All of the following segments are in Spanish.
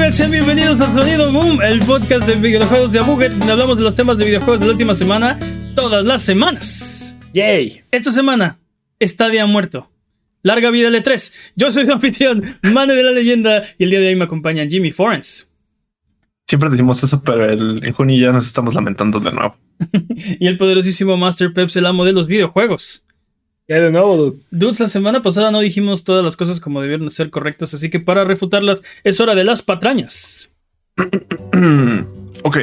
Abuget, sean bienvenidos a Sonido Boom, el podcast de videojuegos de Abuget, donde hablamos de los temas de videojuegos de la última semana, todas las semanas. ¡Yay! Esta semana, Stadia ha muerto. Larga vida L3. Yo soy su anfitrión, Mane de la Leyenda, y el día de hoy me acompaña Jimmy Forens. Siempre decimos eso, pero en junio ya nos estamos lamentando de nuevo. Y el poderosísimo Master Peps, el amo de los videojuegos. ¿Qué de nuevo, dude? Dudes, la semana pasada no dijimos todas las cosas como debieron ser correctas, así que para refutarlas es hora de las patrañas. Ok.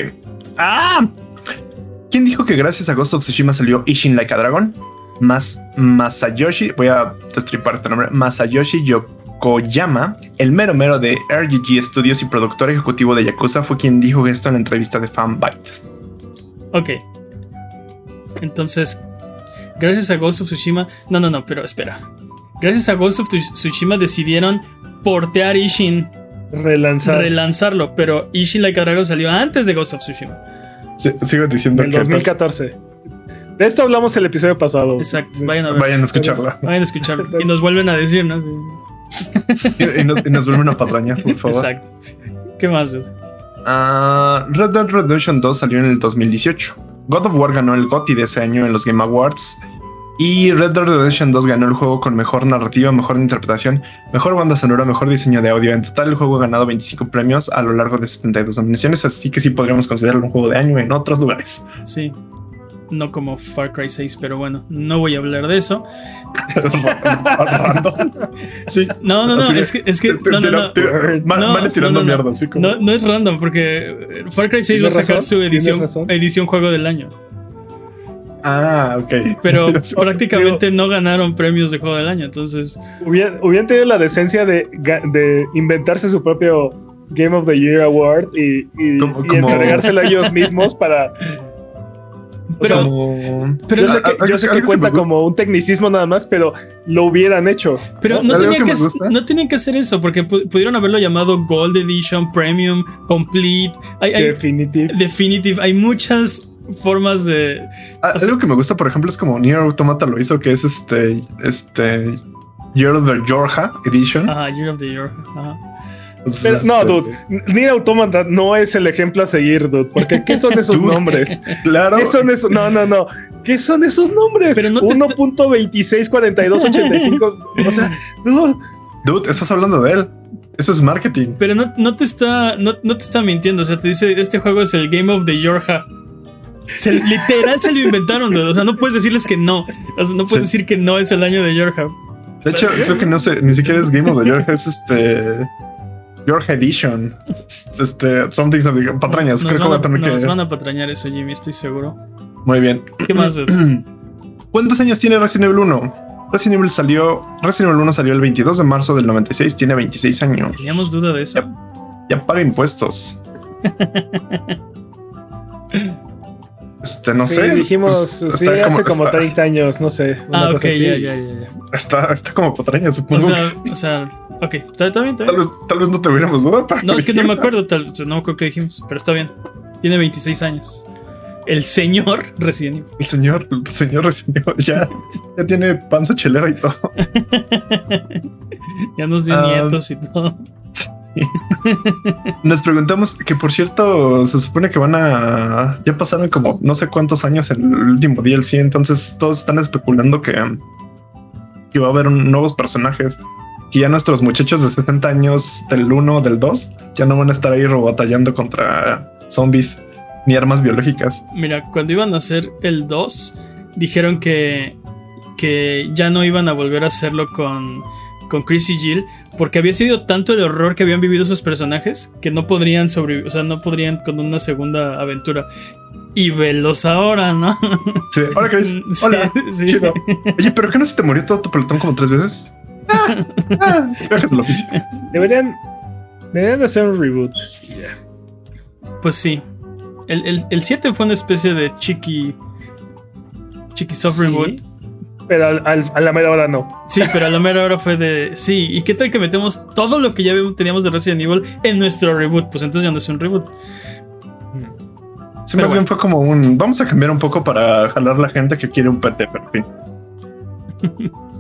¿Quién dijo que gracias a Ghost of Tsushima salió Ishin Like a Dragon? Masayoshi, voy a destripar este nombre, Masayoshi Yokoyama, el mero mero de RGG Studios y productor ejecutivo de Yakuza, fue quien dijo esto en la entrevista de Fanbyte. Ok. Entonces, gracias a Ghost of Tsushima... No, pero espera. Gracias a Ghost of Tsushima decidieron portear Ishin. Relanzarlo, pero Ishin Like a Dragon salió antes de Ghost of Tsushima. Sí, sigo diciendo en 2014. De esto hablamos el episodio pasado. Exacto, vayan a ver. Vayan a escucharlo. Y nos vuelven a decir, ¿no? Sí. y nos vuelven a patrañar, por favor. Exacto. ¿Qué más? Red Dead Redemption 2 salió en el 2018. God of War ganó el GOTY de ese año en los Game Awards. Y Red Dead Redemption 2 ganó el juego con mejor narrativa, mejor interpretación, mejor banda sonora, mejor diseño de audio. En total, el juego ha ganado 25 premios a lo largo de 72 nominaciones. Así que sí podríamos considerarlo un juego de año en otros lugares. Sí. No como Far Cry 6, pero bueno, no voy a hablar de eso. Sí. No, es que Mane tirando mierda, así como. No es random, porque Far Cry 6 va a sacar su edición juego del año. Ok. Pero prácticamente no ganaron premios de juego del año, entonces. Hubieran tenido la decencia de inventarse su propio Game of the Year Award y entregárselo a ellos mismos para. Pero yo sé que cuenta como un tecnicismo nada más, pero lo hubieran hecho. Pero no tenían que hacer eso, porque pudieron haberlo llamado Gold Edition, Premium, Complete, Definitive. Hay muchas formas de. Algo que me gusta, por ejemplo, es como Nier Automata lo hizo, que es Year of the Yorha Edition. Year of the Yorha. Ajá. Pero, no, dude, Nier Automata no es el ejemplo a seguir, dude, porque ¿qué son esos nombres? Claro. ¿Qué son esos? No. ¿Qué son esos nombres? Pero no 1.264285. O sea, dude, estás hablando de él. Eso es marketing. Pero no te está mintiendo. O sea, te dice, este juego es el Game of the Yorha. Literal se lo inventaron, dude. O sea, no puedes decirles que no. O sea, no puedes decir que no es el año de Yorha. De hecho, creo que no sé, ni siquiera es Game of the Yorha, es Yorha Edition. Something, patrañas. Creo que voy a tener que. Nos van a patrañar eso, Jimmy, estoy seguro. Muy bien. ¿Qué más? ¿Cuántos años tiene Resident Evil 1? Resident Evil 1 salió el 22 de marzo del 96. Tiene 26 años. Teníamos duda de eso. Ya paga impuestos. No sé. Dijimos, pues, hace como 30 años, no sé. Ok, ya. Está como patraña, supongo. O sea, ok, está bien. Tal vez no tuviéramos duda. No, es que no me acuerdo, no me acuerdo qué dijimos, pero está bien. Tiene 26 años. El señor Resident Evil. El señor Resident Evil ya tiene panza chelera y todo. Ya nos dio nietos y todo. Nos preguntamos que, por cierto, se supone que ya pasaron como no sé cuántos años en el último DLC, entonces todos están especulando que va a haber nuevos personajes, que ya nuestros muchachos de 60 años del 1 del 2 ya no van a estar ahí batallando contra zombies ni armas biológicas. Mira, cuando iban a hacer el 2 dijeron que ya no iban a volver a hacerlo con Chris y Jill, porque había sido tanto el horror que habían vivido esos personajes que no podrían sobrevivir, o sea, no podrían con una segunda aventura. Y velos ahora, ¿no? Sí, hola Chris. Hola. Sí. Chido. Oye, ¿pero qué no se te murió todo tu pelotón como 3 veces? Viajes del oficio. Deberían hacer un reboot. Pues sí. El 7 fue una especie de Chiqui soft reboot. Pero a la mera hora no. Sí, pero a la mera hora fue de... Sí, ¿y qué tal que metemos todo lo que ya teníamos de Resident Evil en nuestro reboot? Pues entonces ya no es un reboot. Sí, pero más bien fue como vamos a cambiar un poco para jalar la gente que quiere un PT, pero en fin.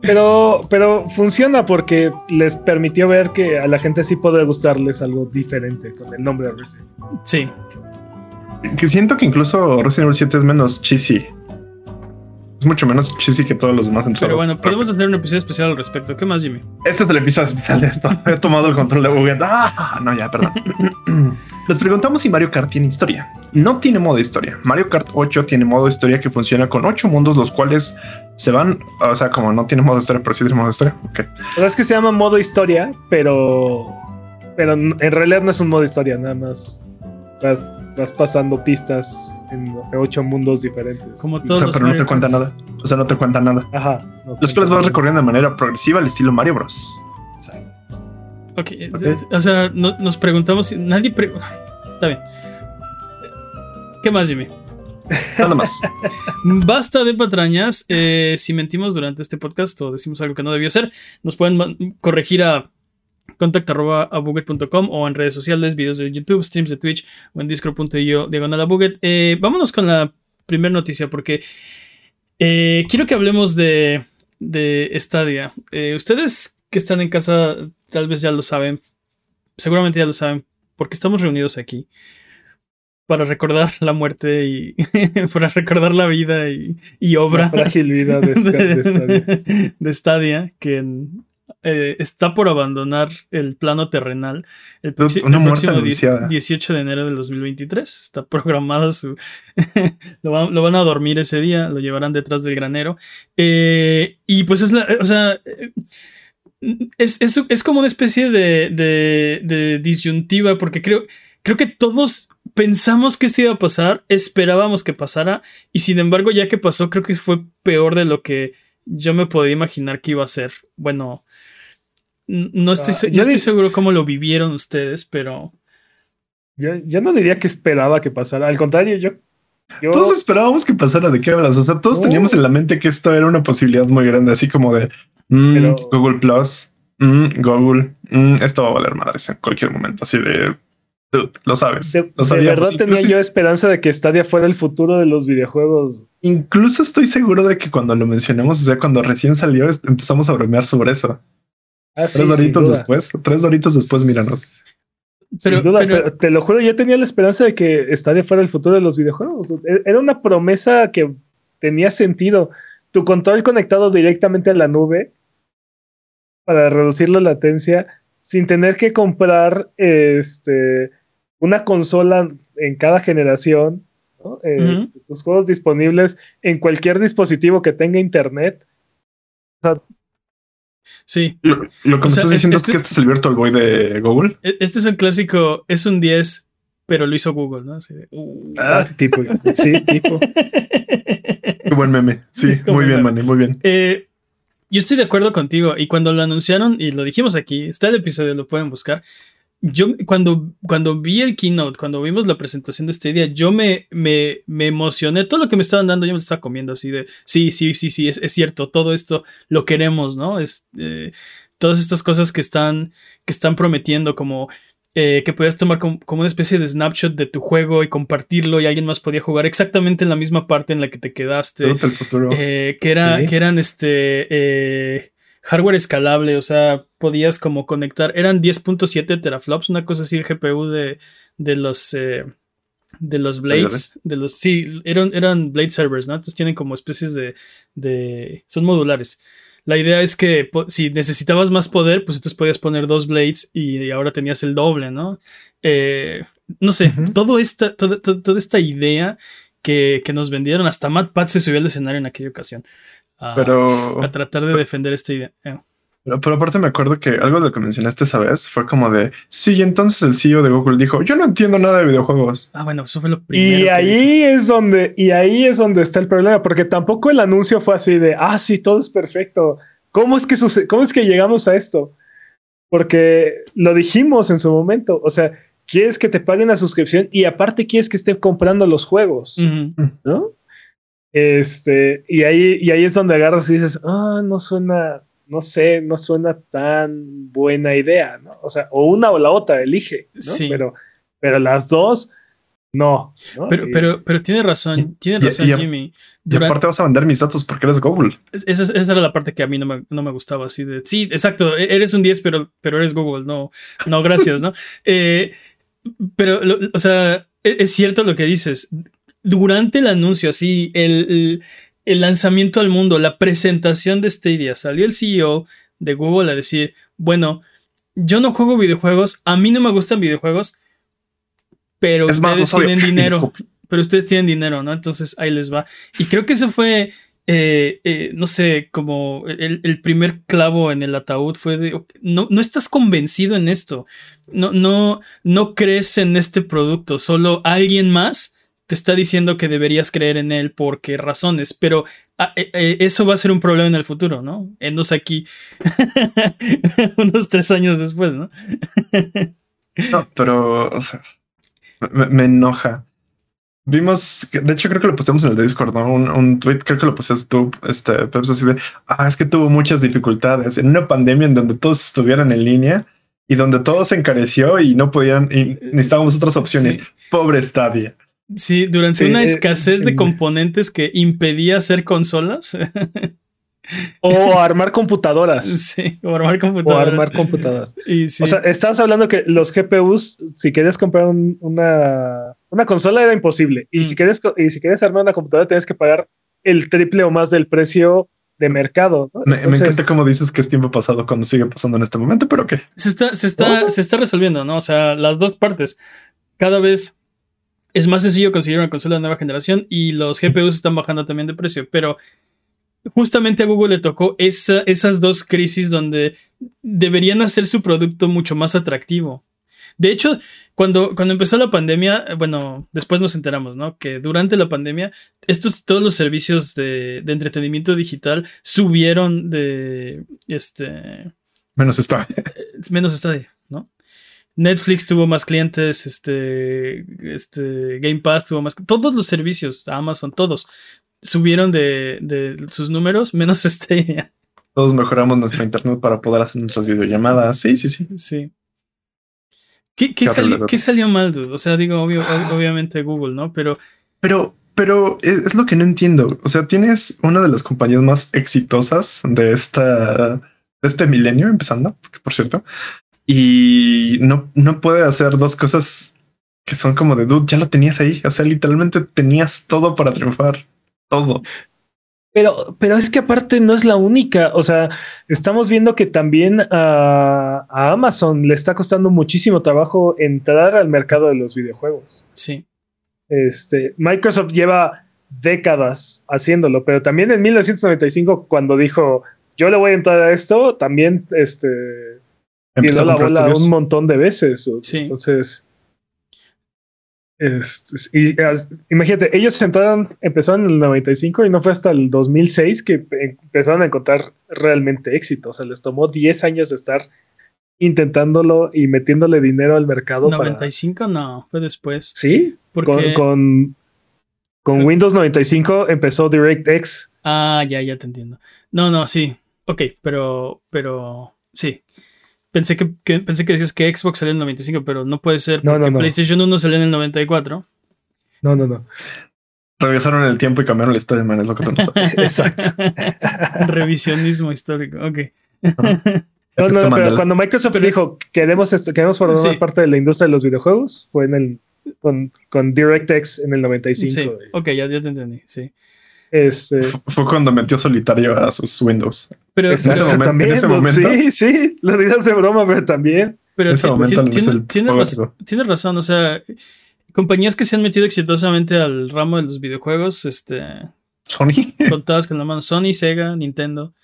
Pero funciona porque les permitió ver que a la gente sí puede gustarles algo diferente con el nombre de Resident Evil. Sí. Que siento que incluso Resident Evil 7 es menos cheesy. Es mucho menos cheesy que todos los demás entrados. Pero bueno, podemos hacer un episodio especial al respecto. ¿Qué más, Jimmy? Este es el episodio especial de esto. He tomado el control de Google. No, ya, perdón. Les preguntamos si Mario Kart tiene historia. No tiene modo historia. Mario Kart 8 tiene modo historia que funciona con 8 mundos, los cuales se van, o sea, como no tiene modo historia, pero sí tiene modo historia. Okay. O sea, es que se llama modo historia, pero en realidad no es un modo historia, nada más vas pasando pistas en 8 mundos diferentes. Como todos, o sea, pero no te cuenta nada. O sea, no te cuenta nada. Ajá. Los cuales vas recorriendo de manera progresiva al estilo Mario Bros. Okay. O sea, nos preguntamos si nadie está bien. ¿Qué más, Jimmy? Nada más. Basta de patrañas. Si mentimos durante este podcast o decimos algo que no debió ser, nos pueden corregir a contact@abuget.com o en redes sociales, videos de YouTube, streams de Twitch o en discord.io/abuget. Vámonos con la primera noticia porque quiero que hablemos de Stadia. Ustedes que están en casa tal vez ya lo saben, seguramente ya lo saben, porque estamos reunidos aquí para recordar la muerte y para recordar la vida y obra. La frágil vida de Stadia, que está por abandonar el plano terrenal el próximo 18 de enero del 2023. Está programada lo van a dormir ese día, lo llevarán detrás del granero. Y pues es como una especie de disyuntiva, porque creo que todos pensamos que esto iba a pasar, esperábamos que pasara, y sin embargo, ya que pasó, creo que fue peor de lo que yo me podía imaginar que iba a ser. Bueno, no estoy seguro cómo lo vivieron ustedes, pero yo no diría que esperaba que pasara. Al contrario, yo todos esperábamos que pasara. ¿De qué hablas? O sea, todos teníamos en la mente que esto era una posibilidad muy grande, así como de Google Plus, Google, esto va a valer madres en cualquier momento, así de dude, lo sabes. De verdad tenía yo esperanza de que Stadia fuera el futuro de los videojuegos. Incluso estoy seguro de que cuando lo mencionamos, o sea, cuando recién salió, empezamos a bromear sobre eso. 3 doritos después, míranos. Pero te lo juro, yo tenía la esperanza de que Stadia fuera el futuro de los videojuegos. Era una promesa que tenía sentido. Tu control conectado directamente a la nube para reducir la latencia sin tener que comprar una consola en cada generación, ¿no? Tus juegos disponibles en cualquier dispositivo que tenga internet. O sea, sí. Lo que me estás diciendo es que este es el Virtual Boy de Google. Este es el clásico, es un 10, pero lo hizo Google, ¿no? Así de, tipo. Sí, tipo. Qué buen meme. Sí, muy bien, Manny, muy bien. Yo estoy de acuerdo contigo. Y cuando lo anunciaron, y lo dijimos aquí, está el episodio, lo pueden buscar. Yo, cuando vi el keynote, cuando vimos la presentación de Stadia, yo me emocioné. Todo lo que me estaban dando, yo me lo estaba comiendo así de sí, es cierto, todo esto lo queremos, ¿no? Todas estas cosas que están prometiendo, como que podías tomar como una especie de snapshot de tu juego y compartirlo, y alguien más podía jugar exactamente en la misma parte en la que te quedaste. Todo el futuro. Que eran hardware escalable, o sea, podías como conectar, eran 10.7 teraflops, una cosa así, el GPU de los Blades, eran Blade servers, ¿no? Entonces tienen como especies son modulares. La idea es que si necesitabas más poder, pues entonces podías poner 2 Blades y ahora tenías el doble, ¿no? No sé, toda esta idea que nos vendieron, hasta Matt Pat se subió al escenario en aquella ocasión. A tratar de defender esta idea. Pero aparte me acuerdo que algo de lo que mencionaste esa vez fue como de sí, y entonces el CEO de Google dijo, yo no entiendo nada de videojuegos. Bueno, eso fue lo primero. Y ahí es donde está el problema, porque tampoco el anuncio fue así de sí, todo es perfecto. ¿Cómo es que llegamos a esto? Porque lo dijimos en su momento, o sea, quieres que te paguen la suscripción y aparte quieres que estén comprando los juegos, ¿no? Y ahí es donde agarras y dices, no suena tan buena idea, ¿no? O sea, o una o la otra, elige, ¿no? Sí. Pero las dos No. Pero tiene razón Jimmy. Y aparte vas a vender mis datos porque eres Google. Esa era la parte que a mí no me gustaba, así de, sí, exacto, eres un 10, pero eres Google, no, gracias, ¿no? Pero, o sea, es cierto lo que dices. Durante el anuncio, así, el lanzamiento al mundo, la presentación de Stadia, salió el CEO de Google a decir, bueno, yo no juego videojuegos, a mí no me gustan videojuegos, pero ustedes tienen dinero. Pero ustedes tienen dinero, ¿no? Entonces ahí les va. Y creo que eso fue, no sé, como el primer clavo en el ataúd fue de, no estás convencido en esto. No crees en este producto. Solo alguien más te está diciendo que deberías creer en él por qué razones. Pero eso va a ser un problema en el futuro, ¿no? Enos aquí unos 3 años después, ¿no? No, pero, o sea, me enoja. Vimos, de hecho creo que lo pusimos en el Discord, ¿no? Un tweet, creo que lo pusiste tú, Peps, así de, es que tuvo muchas dificultades en una pandemia en donde todos estuvieran en línea y donde todo se encareció y no podían, y necesitábamos otras opciones. Sí. Pobre Stadia. Sí, durante una escasez de componentes que impedía hacer consolas. O armar computadoras. Sí, o armar computadoras. Y sí. O sea, estabas hablando que los GPUs, si querías comprar una consola era imposible. Y si querías armar una computadora, tienes que pagar el triple o más del precio de mercado, ¿no? Me encanta cómo dices que es tiempo pasado cuando sigue pasando en este momento, pero ¿qué? Se está resolviendo, ¿no? O sea, las dos partes. Cada vez es más sencillo conseguir una consola de nueva generación y los GPUs están bajando también de precio, pero justamente a Google le tocó esas dos crisis donde deberían hacer su producto mucho más atractivo. De hecho, cuando empezó la pandemia, bueno, después nos enteramos, ¿no? Que durante la pandemia, todos los servicios de entretenimiento digital subieron de menos Stadia, ¿no? Netflix tuvo más clientes, Game Pass tuvo más, todos los servicios, Amazon, todos subieron de sus números, menos Stadia. Todos mejoramos nuestro internet para poder hacer nuestras videollamadas. Sí. ¿Qué salió mal, dude? O sea, digo, obviamente Google, ¿no? Pero es lo que no entiendo. O sea, tienes una de las compañías más exitosas de este milenio, empezando, por cierto, y no puede hacer dos cosas que son como de, dude, ya lo tenías ahí. O sea, literalmente tenías todo para triunfar. Todo. Pero es que aparte no es la única. O sea, estamos viendo que también a Amazon le está costando muchísimo trabajo entrar al mercado de los videojuegos. Sí. Microsoft lleva décadas haciéndolo, pero también en 1995, cuando dijo yo le voy a entrar a esto, también tiró la bola un montón de veces. Sí. Entonces, imagínate, ellos empezaron en el 95 y no fue hasta el 2006 que empezaron a encontrar realmente éxito. O sea, les tomó 10 años de estar intentándolo y metiéndole dinero al mercado. 95 no, fue después. Sí, porque con Windows 95 empezó DirectX. Ya te entiendo. No, sí. Ok, pero sí. Pensé que decías que Xbox salió en el 95, pero no puede ser porque PlayStation 1 salió en el 94. No. Regresaron en el tiempo y cambiaron la historia, man, es lo que tú no sabes. Exacto. Revisionismo histórico, ok. No, pero cuando Microsoft dijo queremos formar parte de la industria de los videojuegos, fue con DirectX en el 95. Sí, ok, ya te entendí, sí. Fue cuando metió solitario a sus Windows. Pero en ese momento. Sí, lo digas de broma, pero también. Pero en ese momento tienes razón, o sea, compañías que se han metido exitosamente al ramo de los videojuegos, Sony, contadas con la mano, Sony, Sega, Nintendo,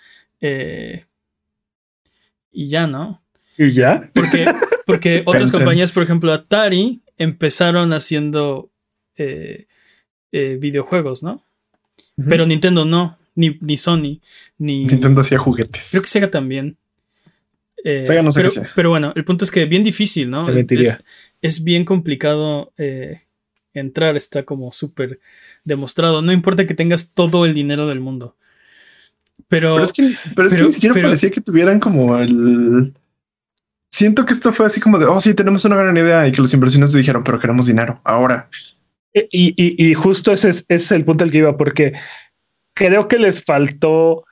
y ya, ¿no? ¿Y ya? Porque otras compañías, por ejemplo, Atari, empezaron haciendo videojuegos, ¿no? Pero Nintendo no, ni Sony, ni... Nintendo hacía juguetes. Creo que Sega también. Sega no sé qué sea. Pero bueno, el punto es que bien difícil, ¿no? Es bien complicado entrar, está como súper demostrado. No importa que tengas todo el dinero del mundo. Pero es que ni siquiera parecía que tuvieran como el... Siento que esto fue así como de, sí, tenemos una gran idea y que los inversionistas dijeron, pero queremos dinero, ahora. Y justo ese es el punto al que iba, porque creo que les faltó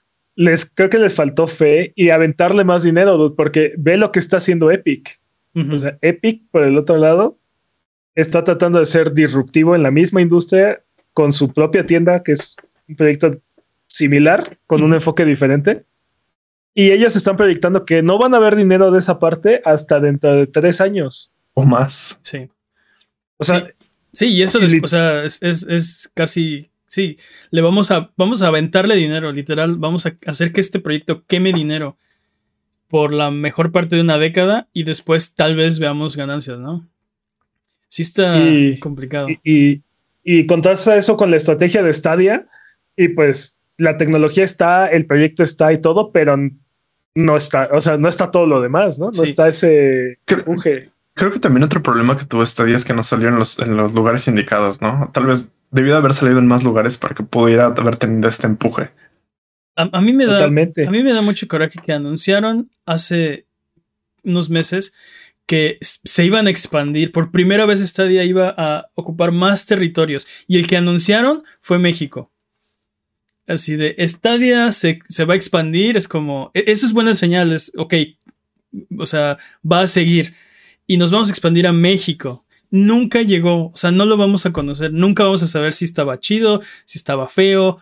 fe y aventarle más dinero, dude, porque ve lo que está haciendo Epic. O sea, Epic, por el otro lado, está tratando de ser disruptivo en la misma industria con su propia tienda, que es un proyecto similar, con un enfoque diferente. Y ellos están proyectando que no van a ver dinero de esa parte hasta dentro de 3 años. O más. Sí. O sea, sí, y eso o sea, es casi... Sí, vamos a aventarle dinero, literal. Vamos a hacer que este proyecto queme dinero por la mejor parte de una década y después tal vez veamos ganancias, ¿no? Sí está complicado. Y contrasta eso con la estrategia de Stadia y pues la tecnología está, el proyecto está y todo, pero no está, o sea, no está todo lo demás, ¿no? No está ese empuje. Creo que también otro problema que tuvo Stadia es que no salió en los lugares indicados, ¿no? Tal vez debió de haber salido en más lugares para que pudiera haber tenido este empuje. A mí me da mucho coraje que anunciaron hace unos meses que se iban a expandir. Por primera vez Stadia iba a ocupar más territorios. Y el que anunciaron fue México. Así de Stadia se va a expandir. Es como... Eso es buena señal. Es ok. O sea, va a seguir. Y nos vamos a expandir a México. Nunca llegó. O sea, no lo vamos a conocer. Nunca vamos a saber si estaba chido, si estaba feo.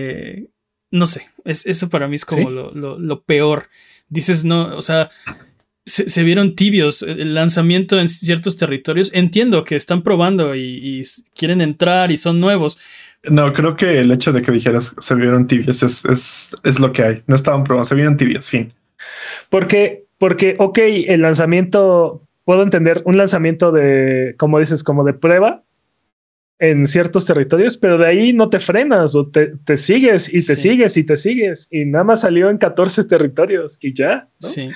No sé. Eso para mí es como lo peor. Dices, no, o sea... Se vieron tibios el lanzamiento en ciertos territorios. Entiendo que están probando y quieren entrar y son nuevos. No, creo que el hecho de que dijeras se vieron tibios es lo que hay. No estaban probando, se vieron tibios, fin. Porque, ok, el lanzamiento, puedo entender un lanzamiento de, como dices, como de prueba en ciertos territorios, pero de ahí no te frenas o te sigues y te sigues y te sigues. Y nada más salió en 14 territorios y ya, ¿no? Sí.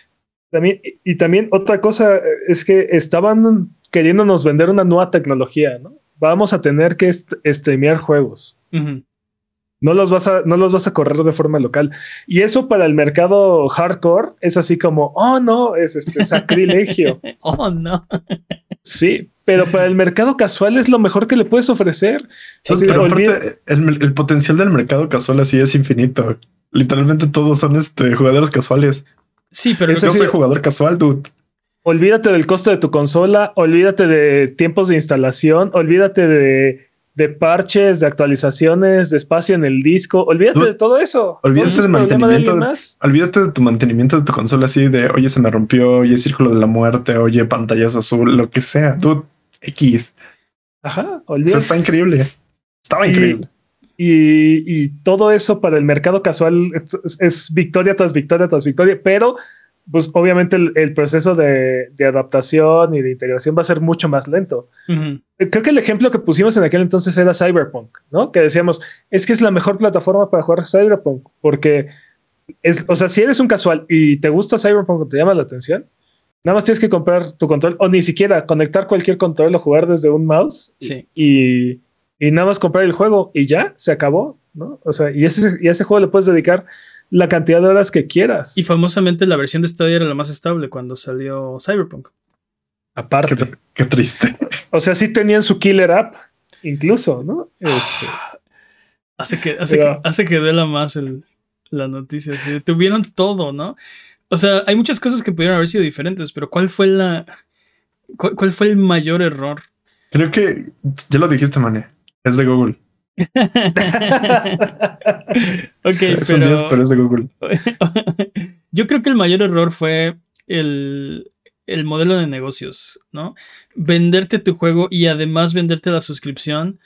También otra cosa es que estaban queriéndonos vender una nueva tecnología, ¿no? Vamos a tener que streamear juegos. Uh-huh. No los vas a correr de forma local. Y eso para el mercado hardcore es así como, oh no, es sacrilegio. Oh no. Sí, pero para el mercado casual es lo mejor que le puedes ofrecer. Sí, así, pero aparte, el potencial del mercado casual así es infinito. Literalmente todos son jugadores casuales. Sí, pero yo soy jugador casual, dude. Olvídate del costo de tu consola, olvídate de tiempos de instalación, olvídate de parches, de actualizaciones, de espacio en el disco, olvídate de todo eso. Olvídate del mantenimiento. Olvídate de tu mantenimiento de tu consola así de, oye, se me rompió, oye, círculo de la muerte, oye, pantallazo azul, lo que sea. Dude, X. Ajá, olvídate. Eso está increíble. Estaba increíble. Y todo eso para el mercado casual es victoria tras victoria tras victoria, pero pues obviamente el proceso de adaptación y de integración va a ser mucho más lento. Uh-huh. Creo que el ejemplo que pusimos en aquel entonces era Cyberpunk, ¿no? Que decíamos, es que es la mejor plataforma para jugar Cyberpunk, porque o sea, si eres un casual y te gusta Cyberpunk o te llama la atención, nada más tienes que comprar tu control o ni siquiera conectar cualquier control o jugar desde un mouse y nada más comprar el juego y ya, se acabó, ¿no? O sea, y ese juego le puedes dedicar la cantidad de horas que quieras. Y famosamente la versión de Stadia era la más estable cuando salió Cyberpunk. Aparte. Qué triste. O sea, sí tenían su killer app, incluso, ¿no? Hace que duela más la noticia. ¿Sí? Tuvieron todo, ¿no? O sea, hay muchas cosas que pudieron haber sido diferentes, pero ¿cuál fue el mayor error? Creo que ya lo dijiste, Mané. Es de Google. Ok, pero es de Google. Yo creo que el mayor error fue el modelo de negocios, ¿no? Venderte tu juego y además venderte la suscripción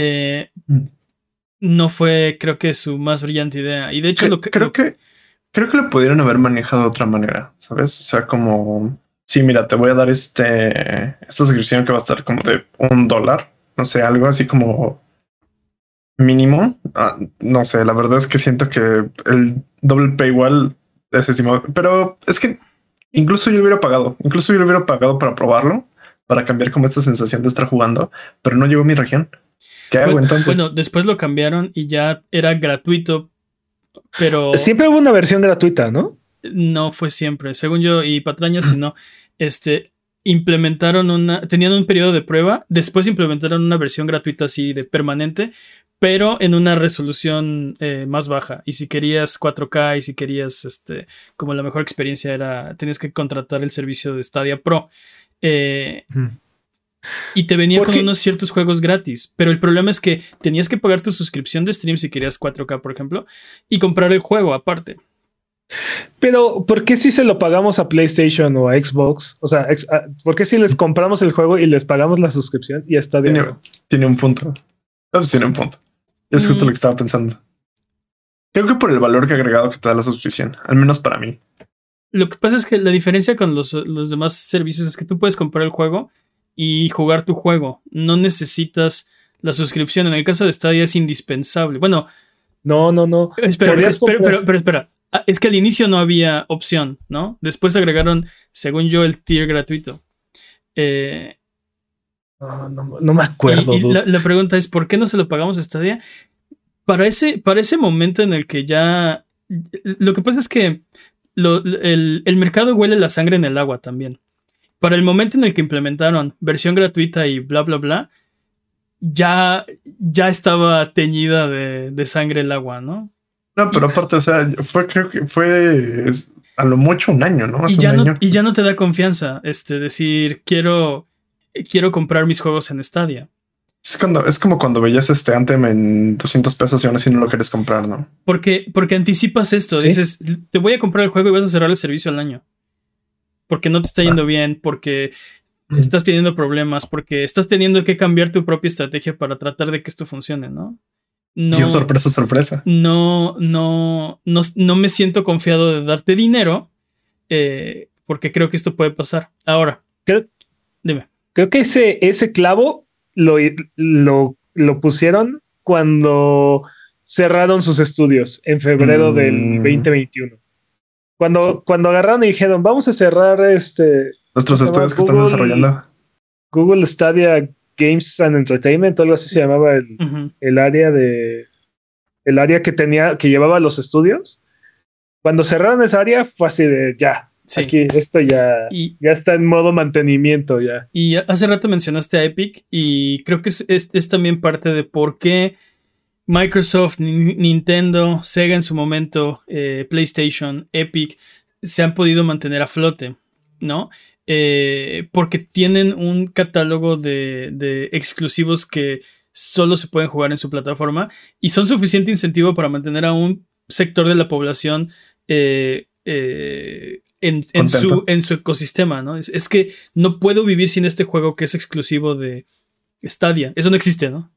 no fue, creo que, su más brillante idea. Y de hecho creo que lo pudieron haber manejado de otra manera, ¿sabes? O sea, como, sí, mira, te voy a dar esta suscripción que va a estar como de $1, no sé, algo así como mínimo. No sé, la verdad es que siento que el double paywall es estimado, pero es que incluso yo lo hubiera pagado para probarlo, para cambiar como esta sensación de estar jugando, pero no llegó a mi región. ¿Qué hago entonces? Bueno, después lo cambiaron y ya era gratuito, pero siempre hubo una versión gratuita, ¿no? No fue siempre, según yo, y patrañas, si no. tenían un periodo de prueba, después implementaron una versión gratuita así de permanente, pero en una resolución más baja. Y si querías 4K y si querías como la mejor experiencia tenías que contratar el servicio de Stadia Pro. Y te venía con unos ciertos juegos gratis. Pero el problema es que tenías que pagar tu suscripción de stream si querías 4K, por ejemplo, y comprar el juego aparte. Pero, ¿por qué si se lo pagamos a PlayStation o a Xbox? O sea, ¿por qué si les compramos el juego y les pagamos la suscripción y está de tiene un punto. Tiene un punto. Es justo lo que estaba pensando. Creo que por el valor que ha agregado que te da la suscripción, al menos para mí. Lo que pasa es que la diferencia con los demás servicios es que tú puedes comprar el juego y jugar tu juego. No necesitas la suscripción. En el caso de Stadia es indispensable. Bueno. No. Espera. Es que al inicio no había opción, ¿no? Después agregaron, según yo, el tier gratuito. No me acuerdo. Y la pregunta es, ¿por qué no se lo pagamos a Stadia? Para ese momento en el que ya... Lo que pasa es que el mercado huele la sangre en el agua también. Para el momento en el que implementaron versión gratuita y bla, bla, bla, ya estaba teñida de sangre el agua, ¿no? No, pero aparte, o sea, creo que fue a lo mucho un año, ¿no? Y ya no te da confianza decir, quiero comprar mis juegos en Stadia. Es como cuando veías Anthem en 200 pesos y aún así no lo quieres comprar, ¿no? Porque anticipas esto. ¿Sí? Dices, te voy a comprar el juego y vas a cerrar el servicio al año. Porque no te está yendo bien, porque estás teniendo problemas, porque estás teniendo que cambiar tu propia estrategia para tratar de que esto funcione, ¿no? No, sorpresa. No me siento confiado de darte dinero porque creo que esto puede pasar. Ahora, dime. Creo que ese clavo lo pusieron cuando cerraron sus estudios en febrero del 2021. Cuando agarraron y dijeron, vamos a cerrar nuestros estudios que están desarrollando. Google Stadia Games and Entertainment, algo así se llamaba el área que llevaba los estudios. Cuando cerraron esa área fue así de ya. Sí. Aquí esto ya está en modo mantenimiento ya. Y hace rato mencionaste a Epic y creo que es también parte de por qué Microsoft, Nintendo, Sega en su momento, PlayStation, Epic se han podido mantener a flote, ¿no? Porque tienen un catálogo de exclusivos que solo se pueden jugar en su plataforma y son suficiente incentivo para mantener a un sector de la población en su ecosistema, ¿no? Es que no puedo vivir sin este juego que es exclusivo de Stadia. Eso no existe, ¿no?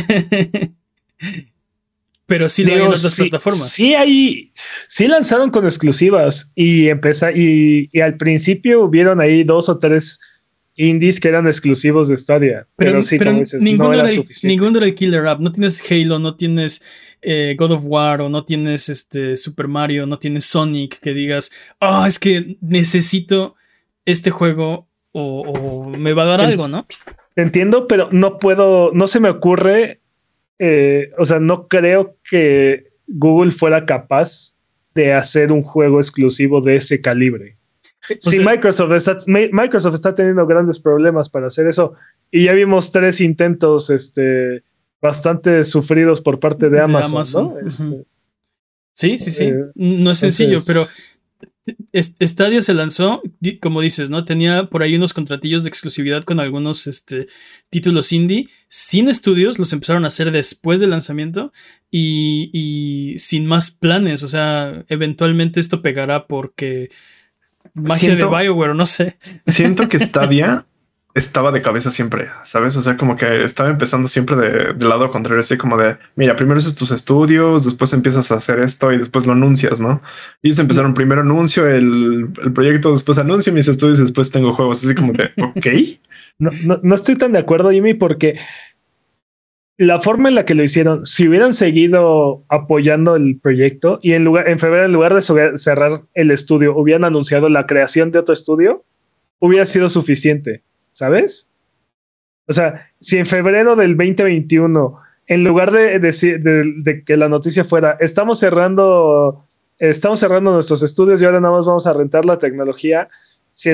Pero sí lo hay en otras plataformas. Sí lanzaron con exclusivas y al principio hubieron ahí 2 o 3 indies que eran exclusivos de Stadia. Pero sí, como dices, ninguno era suficiente. Ninguno era el killer app. No tienes Halo, no tienes God of War o no tienes Super Mario, no tienes Sonic que digas, es que necesito este juego o me va a dar algo, ¿no? Te entiendo, pero no se me ocurre. No creo que Google fuera capaz de hacer un juego exclusivo de ese calibre. Microsoft está teniendo grandes problemas para hacer eso y ya vimos 3 intentos bastante sufridos por parte de Amazon, ¿no? Sí. No es sencillo, pero Stadia se lanzó, como dices, ¿no? Tenía por ahí unos contratillos de exclusividad con algunos títulos indie sin estudios, los empezaron a hacer después del lanzamiento y sin más planes. O sea, eventualmente esto pegará porque magia de BioWare, no sé. Siento que Stadia estaba de cabeza siempre, ¿sabes? O sea, como que estaba empezando siempre del lado contrario, así como de, mira, primero haces tus estudios, después empiezas a hacer esto y después lo anuncias, ¿no? Y ellos empezaron primero anuncio el proyecto, después anuncio mis estudios y después tengo juegos, así como de, ok. No estoy tan de acuerdo, Jimmy, porque la forma en la que lo hicieron, si hubieran seguido apoyando el proyecto y en febrero, en lugar de cerrar el estudio, hubieran anunciado la creación de otro estudio, hubiera sido suficiente. ¿Sabes? O sea, si en febrero del 2021, en lugar de que la noticia fuera, estamos cerrando nuestros estudios y ahora nada más vamos a rentar la tecnología, si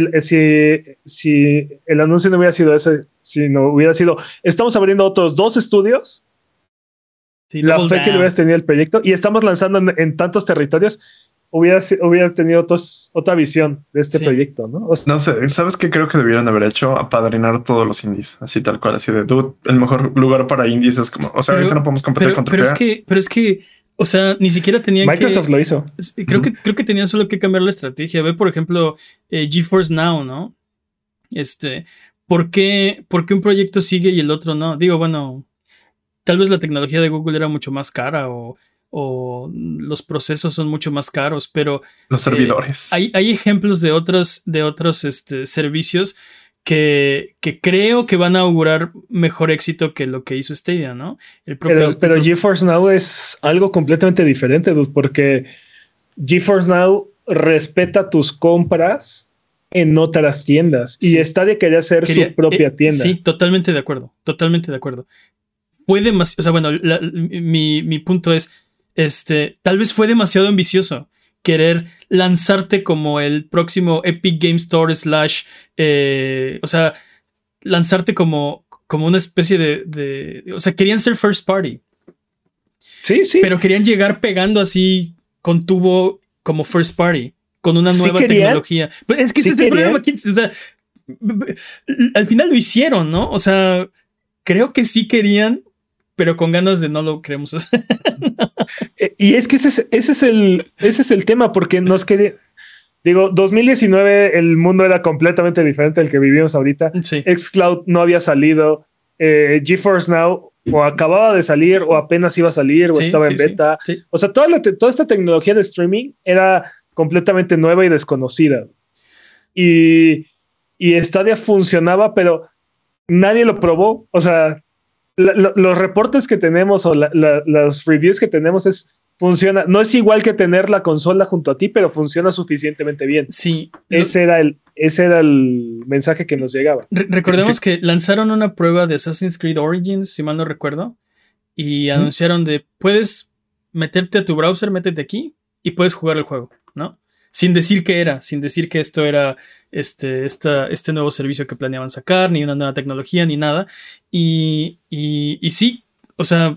el anuncio no hubiera sido ese, si no hubiera sido, estamos abriendo otros 2 estudios, sí, la fe que le hubieras tenido el proyecto, y estamos lanzando en tantos territorios, hubiera tenido otra visión de este proyecto, ¿no? O sea, no sé, ¿sabes qué creo que debieron haber hecho? Apadrinar todos los indies, así tal cual, así de, dude, el mejor lugar para indies es como, o sea, ahorita no podemos competir contra pero es que, o sea, ni siquiera tenían Microsoft lo hizo. Creo que tenían solo que cambiar la estrategia. Ve, por ejemplo, GeForce Now, ¿no? ¿Por qué un proyecto sigue y el otro no? Digo, bueno, tal vez la tecnología de Google era mucho más cara o los procesos son mucho más caros, pero los servidores. Hay ejemplos de otros servicios que creo que van a augurar mejor éxito que lo que hizo Stadia, ¿no? Pero GeForce Now es algo completamente diferente, dude, porque GeForce Now respeta tus compras en otras tiendas, y Stadia quería hacer su propia tienda. Sí, totalmente de acuerdo. Fue demasiado, o sea, bueno, mi punto es, tal vez fue demasiado ambicioso querer lanzarte como el próximo Epic Game Store / o sea, lanzarte como una especie de o sea, querían ser first party. Sí. Pero querían llegar pegando así con tubo como first party, con una nueva tecnología. Pero es que ese es el problema aquí. O sea, al final lo hicieron, ¿no? O sea, creo que sí querían, pero con ganas de no lo queremos hacer. Y es que ese es el tema, porque nos quería. Digo, 2019 el mundo era completamente diferente al que vivimos ahorita. Sí. xCloud no había salido. GeForce Now o acababa de salir o apenas iba a salir o estaba en beta. Sí. O sea, toda esta tecnología de streaming era completamente nueva y desconocida. Y Stadia funcionaba, pero nadie lo probó. O sea, los reportes que tenemos o las reviews que tenemos funciona. No es igual que tener la consola junto a ti, pero funciona suficientemente bien. Sí. Ese era el mensaje que nos llegaba. Recordemos que lanzaron una prueba de Assassin's Creed Origins, si mal no recuerdo, y anunciaron puedes meterte a tu browser, métete aquí y puedes jugar el juego, ¿no? Sin decir que esto era este nuevo servicio que planeaban sacar, ni una nueva tecnología, ni nada. Y sí, o sea,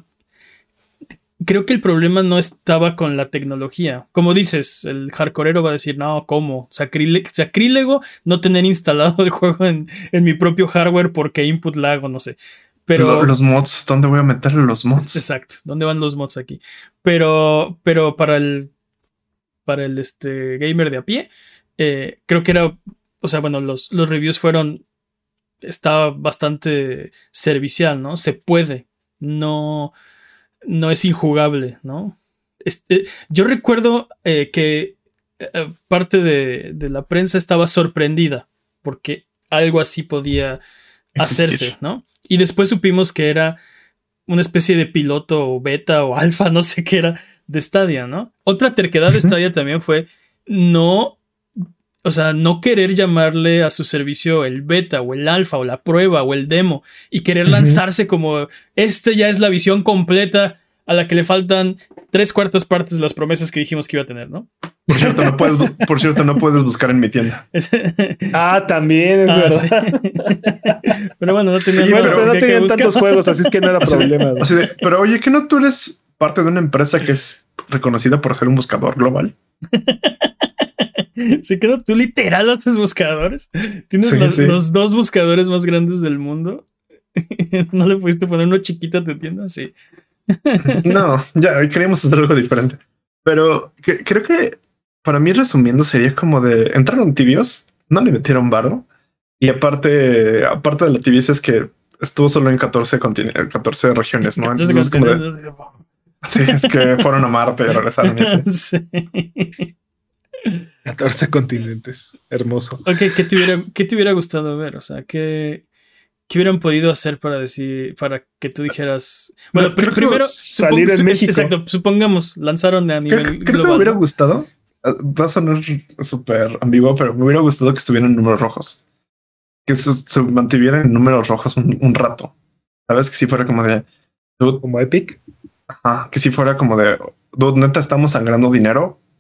creo que el problema no estaba con la tecnología. Como dices, el hardcoreero va a decir, no, ¿cómo? Sacrílego no tener instalado el juego en mi propio hardware porque input lag o no sé. Pero los mods, ¿dónde voy a meterle los mods? Exacto, ¿dónde van los mods aquí? Pero para el gamer de a pie, creo que era, o sea, bueno, los reviews estaba bastante servicial, ¿no? Se puede, no es injugable, ¿no? Yo recuerdo que parte de la prensa estaba sorprendida porque algo así podía hacerse, ¿no? Y después supimos que era una especie de piloto o beta o alfa, no sé qué era, de Stadia, ¿no? Otra terquedad de Stadia también fue no querer llamarle a su servicio el beta o el alfa o la prueba o el demo y querer lanzarse como ya es la visión completa a la que le faltan 3/4 partes de las promesas que dijimos que iba a tener, ¿no? Por cierto, no puedes buscar en mi tienda. También es verdad. Sí. Pero bueno, no tenían, pero no tenían tantos juegos, así es que no era problema. Pero oye, ¿que no tú eres parte de una empresa que es reconocida por ser un buscador global? Sí, que no, tú literal haces buscadores. Tienes los 2 buscadores más grandes del mundo. ¿No le pudiste poner uno chiquito a tu tienda? Sí. No, ya queríamos hacer algo diferente. Pero creo que para mí, resumiendo, sería como de entraron tibios, no le metieron varo. Y aparte de la tibieza es que estuvo solo en 14 regiones, ¿no? Entonces es como sí, es que fueron a Marte y regresaron. Sí. 14 continentes. Hermoso. Ok, ¿qué te hubiera gustado ver? O sea, ¿qué hubieran podido hacer para que tú dijeras? Bueno, primero salir en México. Exacto, supongamos, lanzaron a nivel global. Creo que me hubiera gustado. Va a sonar súper ambiguo, pero me hubiera gustado que estuvieran en números rojos. Que se mantuvieran en números rojos un rato. ¿Sabes? Que si fuera como de... Como Epic. Ajá, que si fuera como de... Neta, estamos sangrando dinero,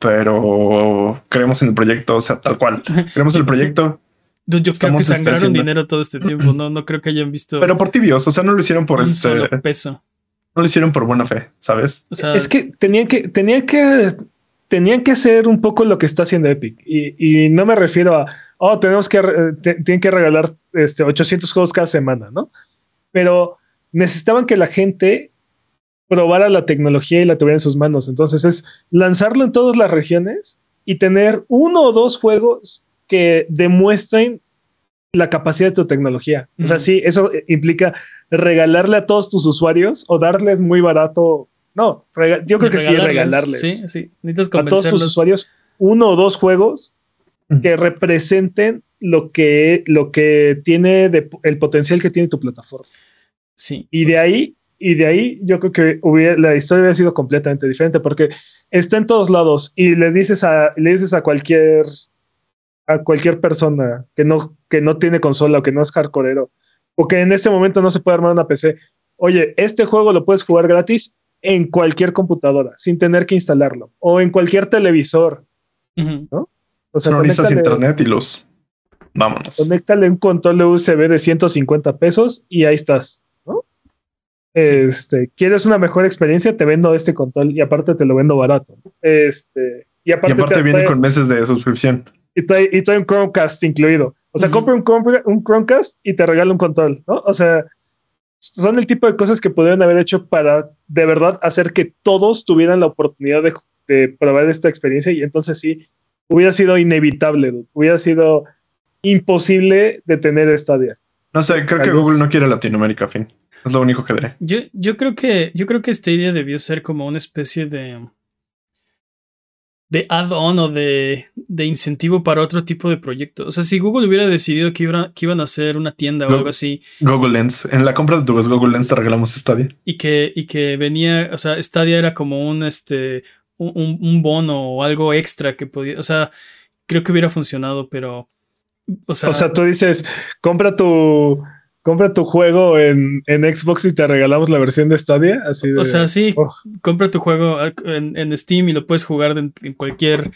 pero creemos en el proyecto, o sea, tal cual. Creemos en el proyecto. Yo creo que sangraron dinero todo este tiempo. No creo que hayan visto. Pero por tibios, o sea, no lo hicieron por solo peso. No lo hicieron por buena fe, ¿sabes? O sea, es que tenían que hacer un poco lo que está haciendo Epic. Y no me refiero a, tienen que regalar 800 juegos cada semana, ¿no? Pero necesitaban que la gente probara la tecnología y la tuviera en sus manos. Entonces es lanzarlo en todas las regiones y tener 1 o 2 juegos que demuestren la capacidad de tu tecnología. O sea, sí, eso implica regalarle a todos tus usuarios o darles muy barato. No, yo creo que sí, regalarles. Sí. Necesitas a todos tus usuarios 1 o 2 juegos que representen lo que tiene el potencial que tiene tu plataforma. Sí. Y de ahí yo creo que la historia hubiera sido completamente diferente, porque está en todos lados y le dices a cualquier persona que no tiene consola o que no es hardcoreero o que en este momento no se puede armar una PC, oye, este juego lo puedes jugar gratis en cualquier computadora sin tener que instalarlo o en cualquier televisor, ¿no? O sea, no necesitas internet y vámonos. Conéctale un control USB de 150 pesos y ahí estás, ¿no? ¿Quieres una mejor experiencia? Te vendo este control y aparte te lo vendo barato. Y aparte viene con meses de suscripción. Y trae un Chromecast incluido. O sea, compra un Chromecast y te regala un control, ¿no? O sea, son el tipo de cosas que pudieron haber hecho para de verdad hacer que todos tuvieran la oportunidad de probar esta experiencia, y entonces sí, hubiera sido inevitable, dude. Hubiera sido imposible detener Stadia. No sé, creo que Google no quiere Latinoamérica, fin. Es lo único que diré. Yo creo que Stadia debió ser como una especie de add-on o de incentivo para otro tipo de proyecto. O sea, si Google hubiera decidido que iban a hacer una tienda o algo así. Google Lens. En la compra de tu Google Lens te regalamos Stadia. Y que venía, o sea, Stadia era como un bono o algo extra que podía, o sea, creo que hubiera funcionado, pero o sea, tú dices, compra tu juego en Xbox y te regalamos la versión de Stadia, así de, o sea, sí, compra tu juego en Steam y lo puedes jugar en cualquier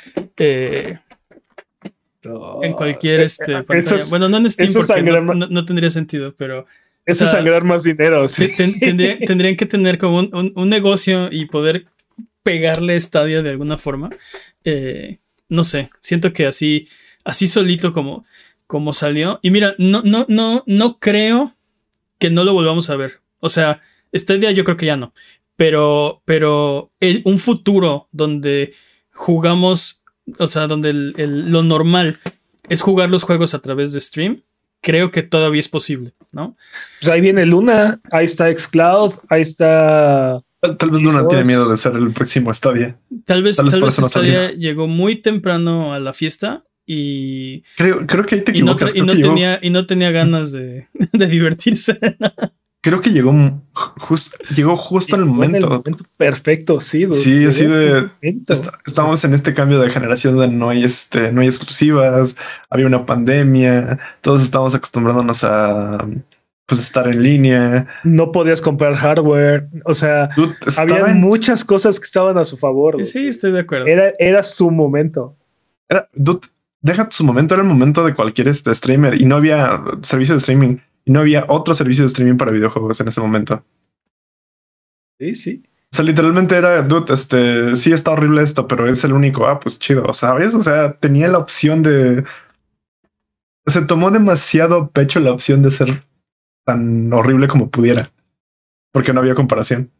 pantalla. Bueno, no en Steam porque no tendría sentido, pero eso es sangrar más dinero. Sí. Tendrían que tener como un negocio y poder pegarle Stadia de alguna forma. No sé, siento que así solito como salió. Y mira, no creo que no lo volvamos a ver. O sea, Stadia yo creo que ya no. Pero un futuro donde jugamos, o sea, donde lo normal es jugar los juegos a través de stream, creo que todavía es posible, ¿no? Pues ahí viene Luna, ahí está xCloud, ahí está... Tal vez Luna tiene miedo de ser el próximo Stadia. Tal vez Stadia llegó muy temprano a la fiesta y... Creo que ahí te equivocas. Y no tenía ganas de divertirse. Creo que llegó justo en el momento. Perfecto, sí. Sí, así de... Estamos en este cambio de generación donde no hay exclusivas, había una pandemia, todos estamos acostumbrándonos a... pues estar en línea. No podías comprar hardware. O sea, había muchas cosas que estaban a su favor. Sí, estoy de acuerdo. Era su momento. Deja su momento, era el momento de cualquier streamer y no había servicio de streaming. Y no había otro servicio de streaming para videojuegos en ese momento. Sí. O sea, literalmente era, sí está horrible esto, pero es el único. Pues chido, ¿sabes? O sea, tenía la opción de... Se tomó demasiado pecho la opción de ser tan horrible como pudiera, porque no había comparación.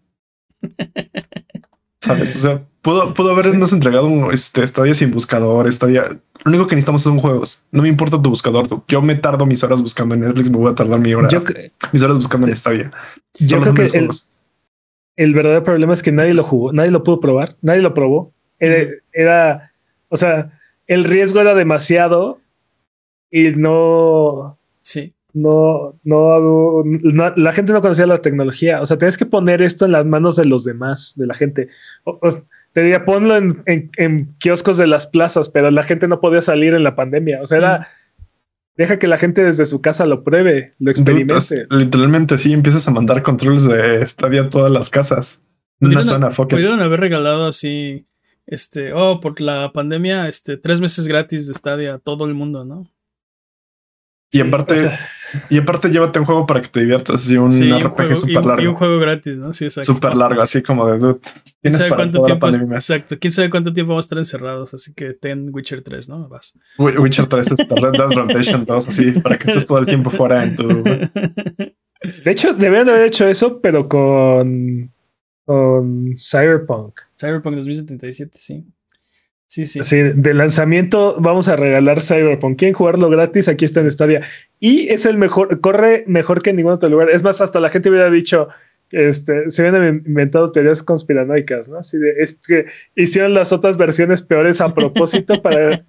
¿Sabes? O sea, pudo habernos entregado un Stadia sin buscador, Stadia. Lo único que necesitamos son juegos. No me importa tu buscador. Yo me tardo mis horas buscando en Netflix, me voy a tardar mis horas buscando en Stadia. Yo creo que el verdadero problema es que nadie lo jugó, nadie lo pudo probar, nadie lo probó. Era, o sea, el riesgo era demasiado y no... Sí. No, la gente no conocía la tecnología. O sea, tienes que poner esto en las manos de los demás, de la gente. Te diría, ponlo en kioscos de las plazas, pero la gente no podía salir en la pandemia. O sea, deja que la gente desde su casa lo pruebe, lo experimente. Literalmente, sí, empiezas a mandar controles de Stadia a todas las casas. Pudieron haber regalado así por la pandemia, 3 meses gratis de Stadia a todo el mundo, ¿no? Y aparte llévate un juego para que te diviertas, así un RPG súper largo. Y un juego gratis, ¿no? Sí, exacto. Súper largo, así como de dude. ¿Quién sabe cuánto tiempo? Exacto. ¿Quién sabe cuánto tiempo vamos a estar encerrados? Así que ten Witcher 3, ¿no? Vas. Witcher 3 es Red Dead Redemption 2, así, para que estés todo el tiempo fuera en tu... De hecho, deberían haber hecho eso, pero con Cyberpunk. Cyberpunk 2077, sí. Sí. Sí, de lanzamiento vamos a regalar Cyberpunk. ¿Quieren jugarlo gratis? Aquí está en Stadia. Y es el mejor, corre mejor que en ningún otro lugar. Es más, hasta la gente hubiera dicho, se habían inventado teorías conspiranoicas, ¿no? Así de, es que hicieron las otras versiones peores a propósito para...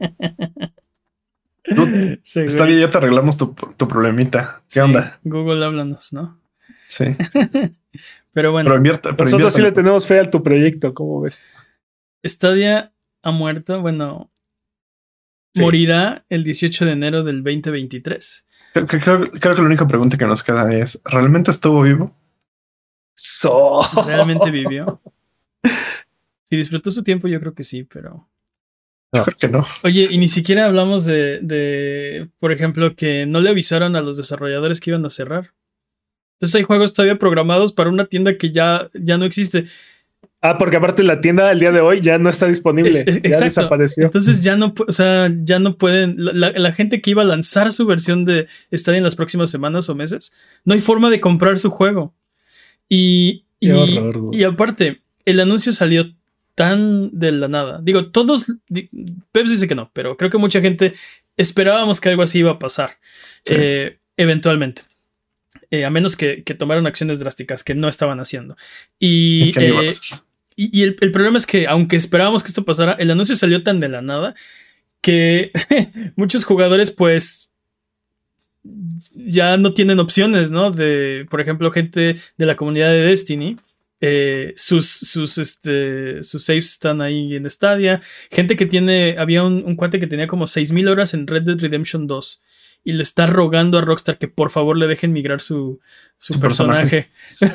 Stadia, ya te arreglamos tu problemita. ¿Qué onda? Google, háblanos, ¿no? Sí. Pero bueno. Nosotros sí le tenemos fe a tu proyecto, ¿cómo ves? Stadia ha muerto, bueno, morirá el 18 de enero del 2023. Creo que la única pregunta que nos queda es, ¿realmente estuvo vivo? ¿Realmente vivió? Si disfrutó su tiempo, yo creo que sí, pero... Yo creo que no. Oye, y ni siquiera hablamos de, por ejemplo, que no le avisaron a los desarrolladores que iban a cerrar. Entonces hay juegos todavía programados para una tienda que ya no existe. Porque aparte la tienda al día de hoy ya no está disponible. Ya desapareció. Entonces ya no pueden. La gente que iba a lanzar su versión de Stadia en las próximas semanas o meses, no hay forma de comprar su juego. Y aparte, el anuncio salió tan de la nada. Digo, Peps dice que no, pero creo que mucha gente esperábamos que algo así iba a pasar. Sí. Eventualmente. A menos que tomaran acciones drásticas que no estaban haciendo. Y el problema es que, aunque esperábamos que esto pasara, el anuncio salió tan de la nada que muchos jugadores, pues, ya no tienen opciones, ¿no? Por ejemplo, gente de la comunidad de Destiny, sus saves están ahí en Stadia. Gente que había un cuate que tenía como 6,000 horas en Red Dead Redemption 2. Y le está rogando a Rockstar que por favor le dejen migrar su personaje.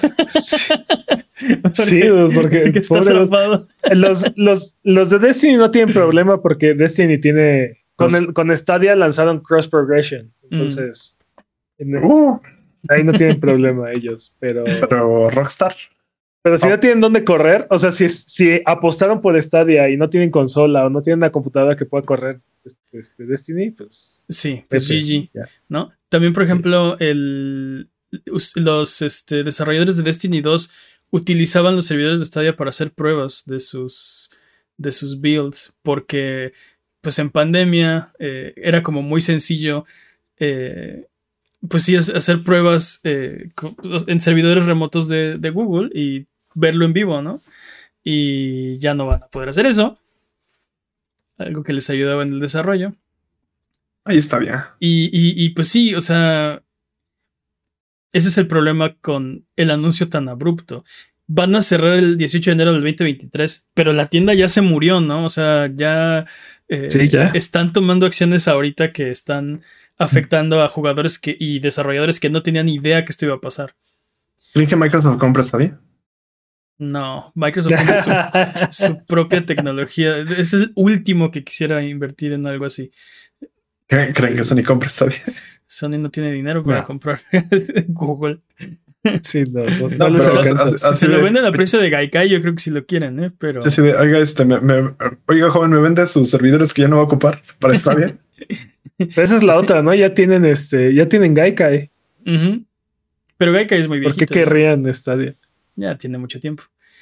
Sí, porque está atrapado. Los de Destiny no tienen problema porque Destiny tiene... Con Stadia lanzaron Cross Progression. Entonces... ahí no tienen problema ellos. Pero Rockstar... Pero si no tienen dónde correr, o sea, si apostaron por Stadia y no tienen consola o no tienen una computadora que pueda correr Destiny, pues... Sí, pues GG, ¿no? También, por ejemplo, los desarrolladores de Destiny 2 utilizaban los servidores de Stadia para hacer pruebas de sus builds, porque pues en pandemia era como muy sencillo pues sí, hacer pruebas en servidores remotos de Google y verlo en vivo, ¿no? Y ya no van a poder hacer eso. Algo que les ayudaba en el desarrollo. Ahí está bien. Y pues sí, o sea, ese es el problema con el anuncio tan abrupto. Van a cerrar el 18 de enero del 2023, pero la tienda ya se murió, ¿no? O sea, ya están tomando acciones ahorita que están afectando a jugadores y desarrolladores que no tenían idea que esto iba a pasar. ¿Creen que Microsoft compra Stadia? No, Microsoft tiene su propia tecnología. Es el último que quisiera invertir en algo así. ¿Creen que Sony compra Stadia? Sony no tiene dinero para comprar Google. Sí, no les alcanza. Si se lo venden a precio de Gaikai, yo creo que sí lo quieren, pero... Sí, oiga, oiga, joven, ¿me vende sus servidores que ya no va a ocupar para Stadia? Esa es la otra, ¿no? Ya tienen Gaikai. Pero Gaikai es muy viejito. ¿Por qué querrían Stadia? Ya tiene mucho tiempo.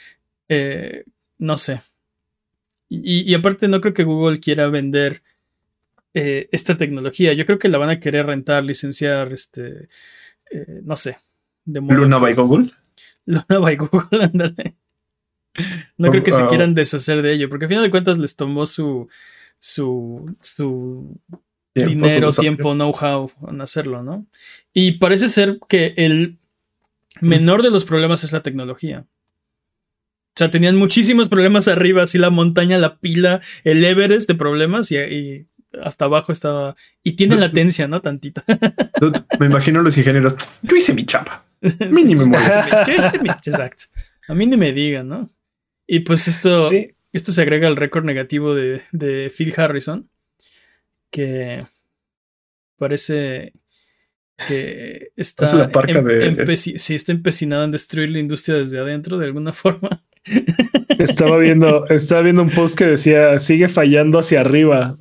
No sé. Y aparte no creo que Google quiera vender esta tecnología. Yo creo que la van a querer rentar, licenciar, no sé. ¿Luna by Google? Luna by Google, ándale. No creo que se quieran deshacer de ello, porque al final de cuentas les tomó su dinero, tiempo, know-how en hacerlo, ¿no? Y parece ser que el menor de los problemas es la tecnología. O sea, tenían muchísimos problemas arriba, así la montaña, la pila, el Everest de problemas y hasta abajo estaba... Y tiene latencia, ¿no? Tantita. Me imagino los ingenieros. Yo hice mi chapa. A mí ni me molesta. Exacto. A mí ni me digan, ¿no? Y pues esto... Sí. esto se agrega al récord negativo de Phil Harrison, que parece que está, es la parca sí, está empecinado en destruir la industria desde adentro de alguna forma. Estaba viendo un post que decía, sigue fallando hacia arriba.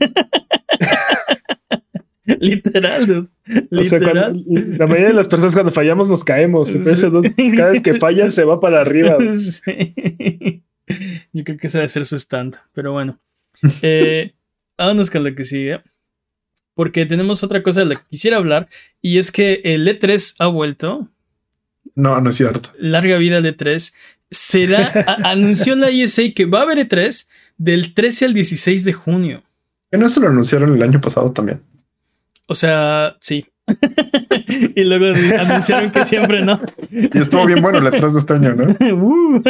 Literal, dude. O sea, la mayoría de las personas cuando fallamos nos caemos. Entonces, cada vez que falla se va para arriba. Sí. Yo creo que ese debe ser su stand. Pero bueno. Vámonos con lo que sigue. Porque tenemos otra cosa de la que quisiera hablar. Y es que el E3 ha vuelto. No es cierto. Larga vida al E3. Anunció la ESA que va a haber E3 del 13 al 16 de junio. ¿Que no se lo anunciaron el año pasado también? O sea, sí. Y luego anunciaron que siempre no. Y estuvo bien bueno el E3 de este año, ¿no?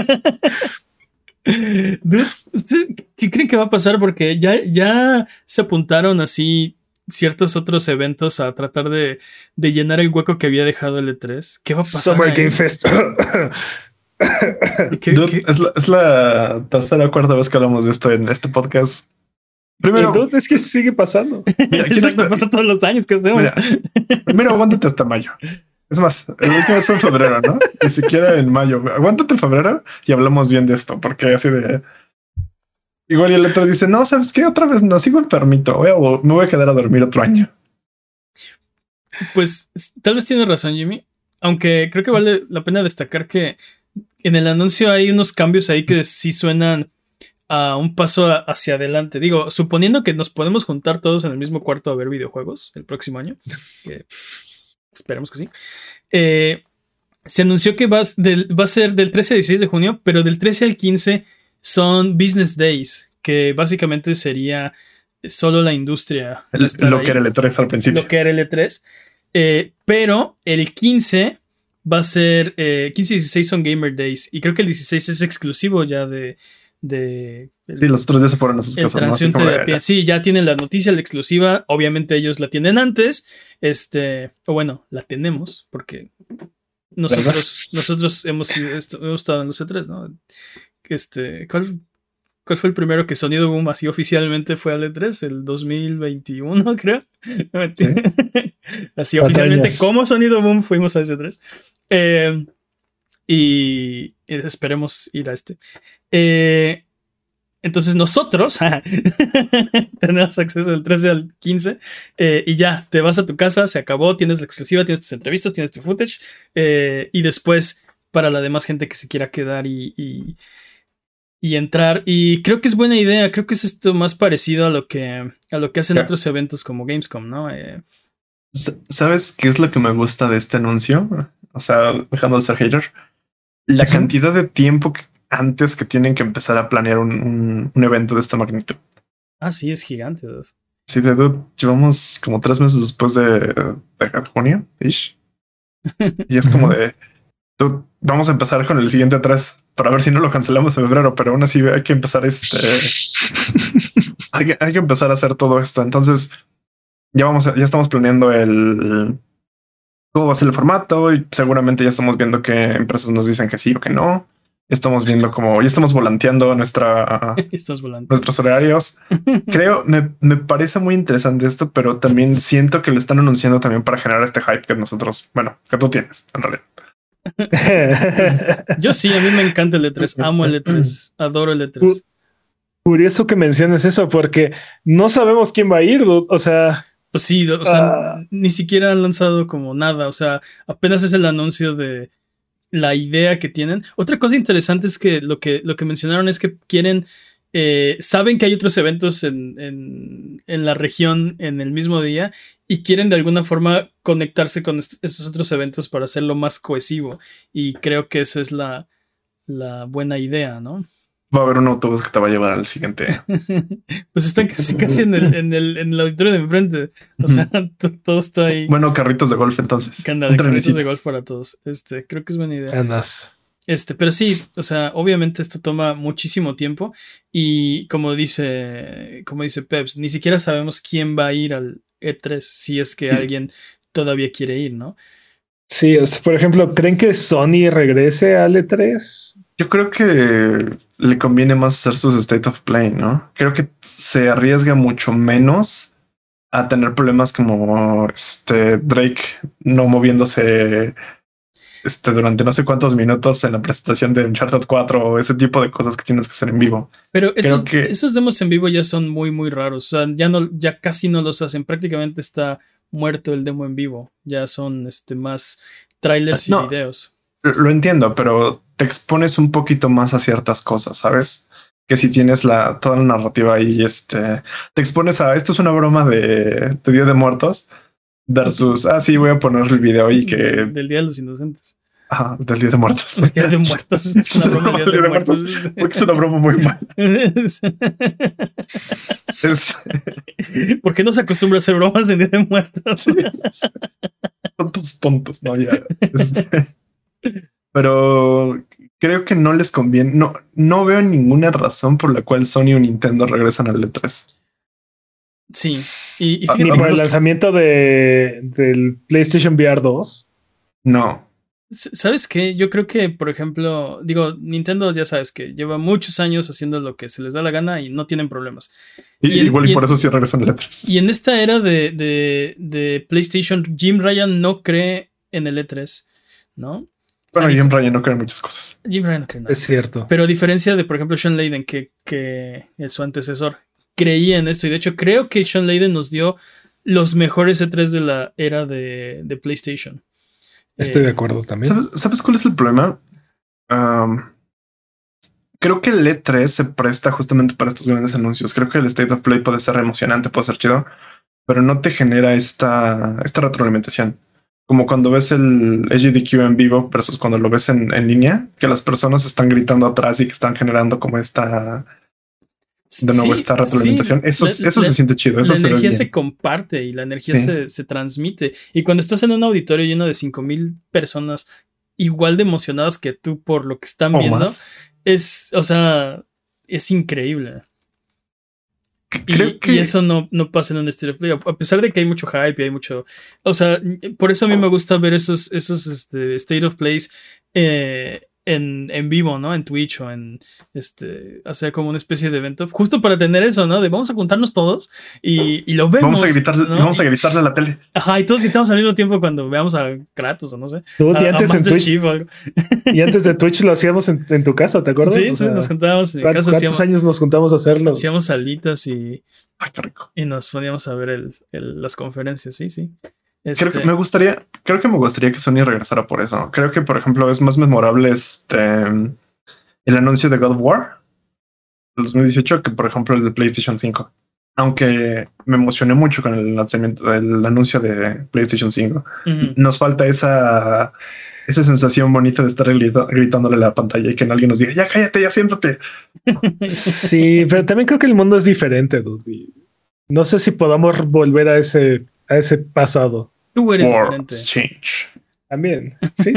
Dude, ¿ustedes qué creen que va a pasar? Porque ya se apuntaron así ciertos otros eventos a tratar de llenar el hueco que había dejado el E3. ¿Qué va a pasar? Summer Game Fest. Dude, es la tercera o cuarta vez que hablamos de esto en este podcast. Primero, dude, es que sigue pasando. Mira, exacto, pasa todos los años que hacemos. Mira, aguántate hasta mayo. Es más, el último vez fue en febrero, ¿no? Ni siquiera en mayo. Aguántate en febrero y hablamos bien de esto, porque así de... Igual y el otro dice, no, ¿sabes qué? Otra vez no, sigo enfermito. Me voy a quedar a dormir otro año. Pues tal vez tienes razón, Jimmy. Aunque creo que vale la pena destacar que en el anuncio hay unos cambios ahí que sí suenan a un paso hacia adelante. Digo, suponiendo que nos podemos juntar todos en el mismo cuarto a ver videojuegos el próximo año, que esperemos que sí. Se anunció que va a ser del 13 al 16 de junio, pero del 13 al 15 son Business Days, que básicamente sería solo la industria. Lo que era el E3 al principio. Lo que era el E3. Pero el 15 va a ser... 15 y 16 son Gamer Days, y creo que el 16 es exclusivo ya sí, los otros ya se fueron a sus casas, ¿no? Sí, ya tienen la noticia, la exclusiva. Obviamente ellos la tienen antes. O bueno, la tenemos porque nosotros hemos estado en los E3, ¿no? ¿Cuál fue el primero que Sonido Boom así oficialmente fue al E3? El 2021, creo. ¿Sí? Así oficialmente como Sonido Boom fuimos a ese E3. Y esperemos ir a este. Entonces nosotros tenemos acceso del 13 al 15 y ya, te vas a tu casa, se acabó, tienes la exclusiva, tienes tus entrevistas, tienes tu footage y después para la demás gente que se quiera quedar y entrar. Y creo que es buena idea, creo que es esto más parecido a lo que hacen otros eventos como Gamescom, ¿no? ¿Sabes qué es lo que me gusta de este anuncio? O sea, dejando de ser hater, la cantidad de tiempo antes que tienen que empezar a planear un evento de esta magnitud. Ah, sí, es gigante. Sí, llevamos como 3 meses después de junio, ish. Y es como de... Vamos a empezar con el siguiente 3 para ver si no lo cancelamos en febrero, pero aún así hay que empezar hay que empezar a hacer todo esto. Entonces ya estamos planeando cómo va a ser el formato y seguramente ya estamos viendo qué empresas nos dicen que sí o que no. Estamos viendo ya estamos volanteando nuestros horarios. Creo, me parece muy interesante esto, pero también siento que lo están anunciando también para generar este hype que que tú tienes, en realidad. Yo sí, a mí me encanta el E3, amo el E3, adoro el E3. Curioso que menciones eso, porque no sabemos quién va a ir, o sea... Pues sí, o sea, ni siquiera han lanzado como nada, o sea, apenas es el anuncio de la idea que tienen. Otra cosa interesante es que lo que mencionaron es que quieren, saben que hay otros eventos en la región en el mismo día y quieren de alguna forma conectarse con esos otros eventos para hacerlo más cohesivo. Y creo que esa es la buena idea, ¿no? Va a haber un autobús que te va a llevar al siguiente. Pues están casi en el auditorio de enfrente. O sea, todo está ahí. Bueno, carritos de golf entonces. Carritos de golf para todos. Creo que es buena idea. Andas. Pero sí, o sea, obviamente esto toma muchísimo tiempo. Y como dice Peps, ni siquiera sabemos quién va a ir al E3 si es que alguien todavía quiere ir, ¿no? Sí, por ejemplo, ¿creen que Sony regrese al E3? Yo creo que le conviene más hacer sus State of Play, ¿no? Creo que se arriesga mucho menos a tener problemas como Drake no moviéndose durante no sé cuántos minutos en la presentación de Uncharted 4 o ese tipo de cosas que tienes que hacer en vivo. Pero esos demos en vivo ya son muy, muy raros. O sea, ya casi no los hacen. Prácticamente está muerto el demo en vivo. Ya son más trailers y videos. Lo entiendo, pero te expones un poquito más a ciertas cosas, ¿sabes? Que si tienes toda la narrativa ahí, te expones a esto es una broma de Día de Muertos versus sí, voy a poner el video y que del Día de los Inocentes. Ajá, del Día de Muertos. El Día de Muertos. Es una broma del Día de Muertos. Porque es una broma muy mala. ¿Por qué no se acostumbra a hacer bromas en Día de Muertos? Sí, son todos tontos, ¿no? Ya. Pero creo que no les conviene. No veo ninguna razón por la cual Sony o Nintendo regresan al E3. Sí. Y fíjate, ni por el lanzamiento del PlayStation VR 2. No. ¿Sabes qué? Yo creo que, por ejemplo, Nintendo ya sabes que lleva muchos años haciendo lo que se les da la gana y no tienen problemas. Y por eso sí regresan al E3. Y en esta era de PlayStation, Jim Ryan no cree en el E3, ¿no? Bueno, Jim Ryan no cree en muchas cosas. Jim Ryan no cree en nada. Es cierto. Pero a diferencia de, por ejemplo, Sean Layden, que es su antecesor, creía en esto. Y de hecho, creo que Sean Layden nos dio los mejores E3 de la era de PlayStation. Estoy de acuerdo también. ¿Sabes cuál es el problema? Creo que el E3 se presta justamente para estos grandes anuncios. Creo que el State of Play puede ser emocionante, puede ser chido, pero no te genera esta retroalimentación. Como cuando ves el HDQ en vivo versus cuando lo ves en línea, que las personas están gritando atrás y que están generando como esta retroalimentación. Eso se siente chido. La energía se comparte y la energía se transmite. Y cuando estás en un auditorio lleno de 5,000 personas igual de emocionadas que tú por lo que están viendo, más. Es increíble. Y eso no pasa en un State of Play. A pesar de que hay mucho hype y hay mucho... O sea, por eso a mí me gusta ver esos State of Plays en vivo, ¿no? En Twitch o en hacer como una especie de evento. Justo para tener eso, ¿no? De vamos a juntarnos todos y lo vemos. Vamos a gritarle a la tele. Ajá, y todos gritamos al mismo tiempo cuando veamos a Kratos o no sé. Y antes en Twitch. O algo. Y antes de Twitch lo hacíamos en tu casa, ¿te acuerdas? Sí, nos juntábamos en mi casa. ¿Cuántos años nos juntamos a hacerlo? Hacíamos salitas y... qué rico. Y nos poníamos a ver las conferencias, sí. Creo que me gustaría que Sony regresara por eso. Creo que, por ejemplo, es más memorable el anuncio de God of War del 2018 que, por ejemplo, el de PlayStation 5. Aunque me emocioné mucho con el lanzamiento del anuncio de PlayStation 5. Uh-huh. Nos falta esa sensación bonita de estar gritándole a la pantalla y que alguien nos diga, ya cállate, ya siéntate. Sí, pero también creo que el mundo es diferente, dude. No sé si podamos volver a ese pasado. Tú eres diferente. Change. También, sí.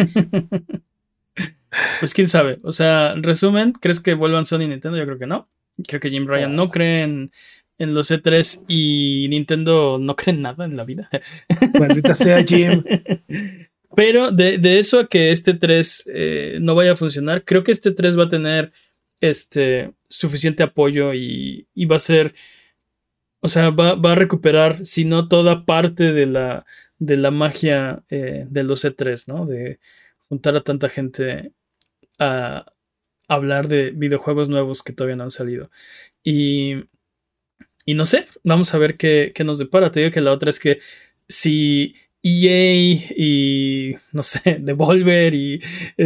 Pues quién sabe. O sea, en resumen, ¿crees que vuelvan Sony y Nintendo? Yo creo que no. Creo que Jim Ryan no cree en los E3 y Nintendo no cree en nada en la vida. Maldita sea Jim. Pero de eso a que este 3 no vaya a funcionar, creo que este 3 va a tener suficiente apoyo y va a ser... O sea, va a recuperar, si no toda parte de la magia de los E3, ¿no? De juntar a tanta gente a hablar de videojuegos nuevos que todavía no han salido. Y no sé, vamos a ver qué nos depara. Te digo que la otra es que si EA y, no sé, Devolver y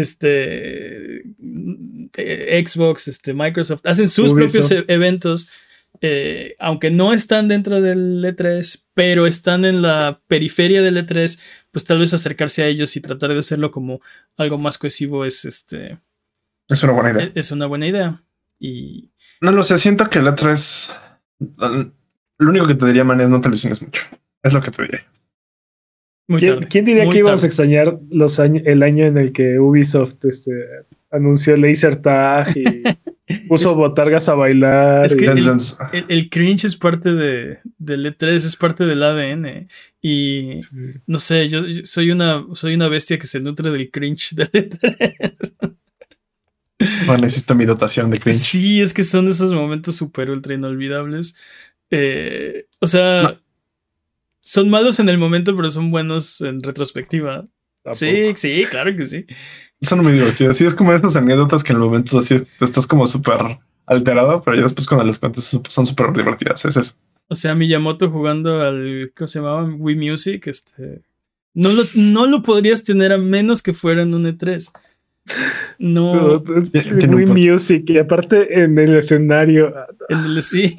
Xbox, Microsoft, hacen sus propios eventos... aunque no están dentro del E3, pero están en la periferia del E3, pues tal vez acercarse a ellos y tratar de hacerlo como algo más cohesivo es una buena idea. Es una buena idea. Y no lo sé, siento que el E3 lo único que te diría, man, es no te ilusiones mucho. Es lo que te diría. ¿Quién diría que íbamos a extrañar el año en el que Ubisoft anunció Laser Tag Puso botargas a bailar. Es que el cringe es parte del E3, es parte del ADN. Y no sé, yo soy una bestia que se nutre del cringe del E3. Bueno, necesito mi dotación de cringe. Sí, es que son esos momentos súper ultra inolvidables. O sea, son malos en el momento, pero son buenos en retrospectiva. ¿Tampoco? Sí, claro que sí. Son muy divertidas. Sí, es como esas anécdotas que en momentos así estás como súper alterado, pero ya después cuando las cuentas son súper divertidas. Es eso. O sea, Miyamoto jugando al, ¿cómo se llamaba? Wii Music, no lo podrías tener a menos que fuera en un E3. No. Wii Music, y aparte en el escenario. Sí.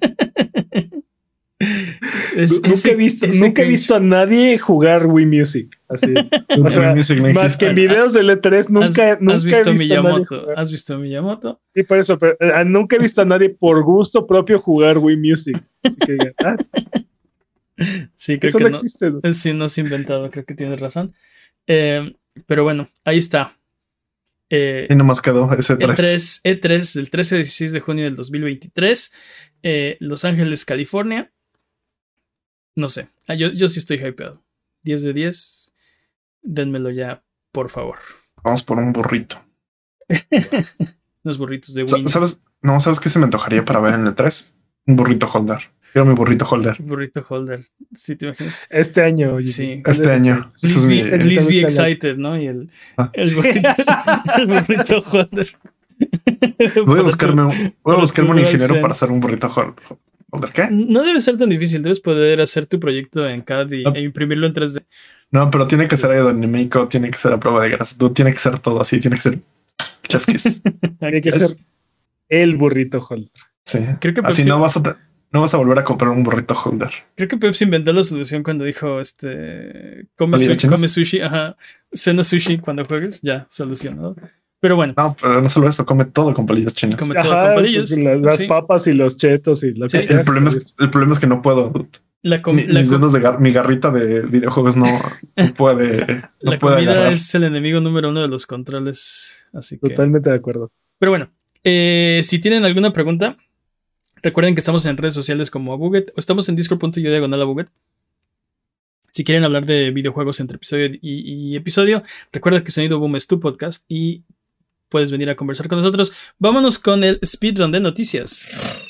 Nunca he visto a nadie jugar Wii Music así. O sea, más que en videos del E3 nunca has visto Miyamoto. ¿Has visto Miyamoto? Sí, por eso, pero nunca he visto a nadie por gusto propio jugar Wii Music. Así que sí, creo que no existe, ¿no? Sí, no se ha inventado, creo que tienes razón. Pero bueno, ahí está. Y nomás quedó ese E3 del 13 al 16 de junio del 2023. Los Ángeles, California. No sé, yo sí estoy hypeado. 10 de 10. Denmelo ya, por favor. Vamos por un burrito. Los burritos de Winnie. ¿Sabes qué se me antojaría para ver en el 3? Un burrito holder. Quiero mi burrito holder. Burrito holder, ¿sí te imaginas? Este año. Sí. Este año. Please be excited, ¿no? Y el burrito holder. Voy a buscarme un ingeniero para hacer un burrito holder. ¿Qué? No debe ser tan difícil. Debes poder hacer tu proyecto en CAD e imprimirlo en 3D. No, pero tiene que ser aerodinámico, tiene que ser a prueba de grasa, tiene que ser todo así, tiene que ser chef kiss. Tiene que ser el burrito holder. Sí. Creo que Pepsi, así no vas a volver a comprar un burrito holder. Creo que Pepsi inventó la solución cuando dijo come sushi, cena sushi cuando juegues, ya, solucionado. Pero bueno. No, pero no solo eso, come todo con palillos chinos. Come todo con palillos. Las papas y los chetos y lo que sea. El problema es que no puedo. Mi garrita de videojuegos no puede. La comida agarrar. Es el enemigo número 1 de los controles. Así que. Totalmente de acuerdo. Pero bueno, si tienen alguna pregunta, recuerden que estamos en redes sociales como Abuget o estamos en discord.io/Abuget. Si quieren hablar de videojuegos entre episodio y episodio, recuerda que Sonido Boom es tu podcast y puedes venir a conversar con nosotros. Vámonos con el speedrun de noticias.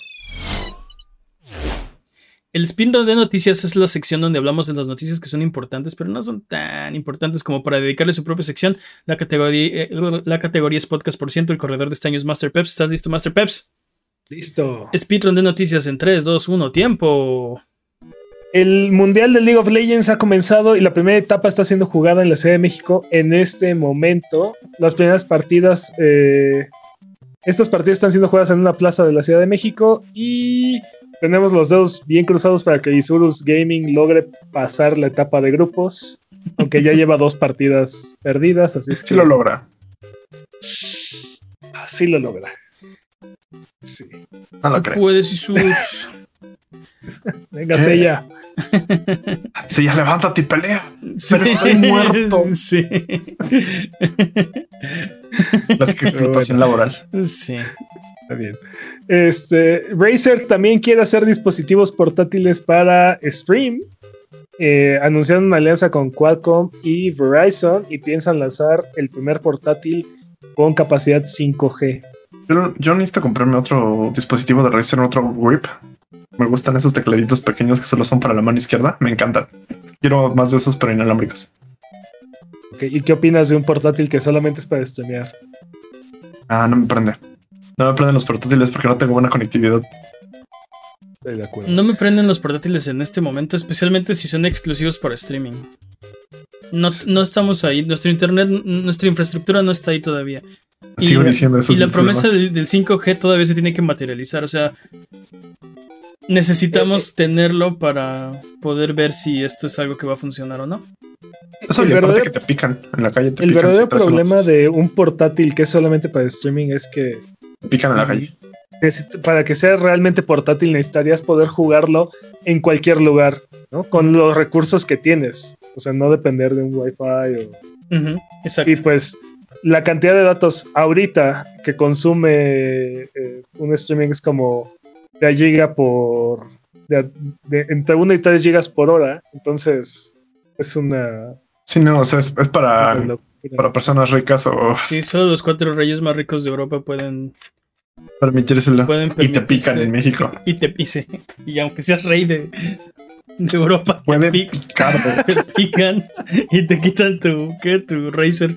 El speedrun de noticias es la sección donde hablamos de las noticias que son importantes, pero no son tan importantes como para dedicarle su propia sección. La categoría es podcast por ciento. El corredor de este año es Master Peps. ¿Estás listo, Master Peps? Listo. Speedrun de noticias en 3, 2, 1, tiempo. El Mundial de League of Legends ha comenzado y la primera etapa está siendo jugada en la Ciudad de México en este momento. Las primeras partidas, estas partidas están siendo jugadas en una plaza de la Ciudad de México y tenemos los dedos bien cruzados para que Isurus Gaming logre pasar la etapa de grupos, aunque ya lleva 2 partidas perdidas, así es que... Sí lo logra. Sí lo logra. Sí. No lo creo. Puedes, Isurus. Venga, Sella. Sella, levántate y pelea. Sí. Pero estoy muerto. Sí. Clásica explotación laboral. Sí. Está bien. Razer también quiere hacer dispositivos portátiles para stream. Anunciaron una alianza con Qualcomm y Verizon y piensan lanzar el primer portátil con capacidad 5G. Yo necesito comprarme otro dispositivo de Razer, otro grip. Me gustan esos tecladitos pequeños que solo son para la mano izquierda. Me encantan. Quiero más de esos, pero inalámbricos. Okay. ¿Y qué opinas de un portátil que solamente es para streamear? No me prende. No me prenden los portátiles porque no tengo buena conectividad. Estoy de acuerdo. No me prenden los portátiles en este momento, especialmente si son exclusivos para streaming. No estamos ahí. Nuestro internet, nuestra infraestructura no está ahí todavía. Sigo diciendo eso. Y la promesa del 5G todavía se tiene que materializar. O sea, necesitamos tenerlo para poder ver si esto es algo que va a funcionar o no. Eso es verdad que te pican en la calle. El verdadero problema de un portátil que es solamente para streaming es que te pican en la calle. Para que sea realmente portátil necesitarías poder jugarlo en cualquier lugar, ¿no? Con los recursos que tienes. O sea, no depender de un Wi-Fi. Exacto. Y pues la cantidad de datos ahorita que consume un streaming es como de giga por... entre 1 y 3 gigas por hora. Entonces, es una... Sí, no, o sea, es para personas ricas o... Sí, solo los 4 reyes más ricos de Europa pueden... permitírselo. Y te pican en México. Y te pise. Y aunque seas rey de Europa, pueden picar. Te pican y te quitan tu Razer.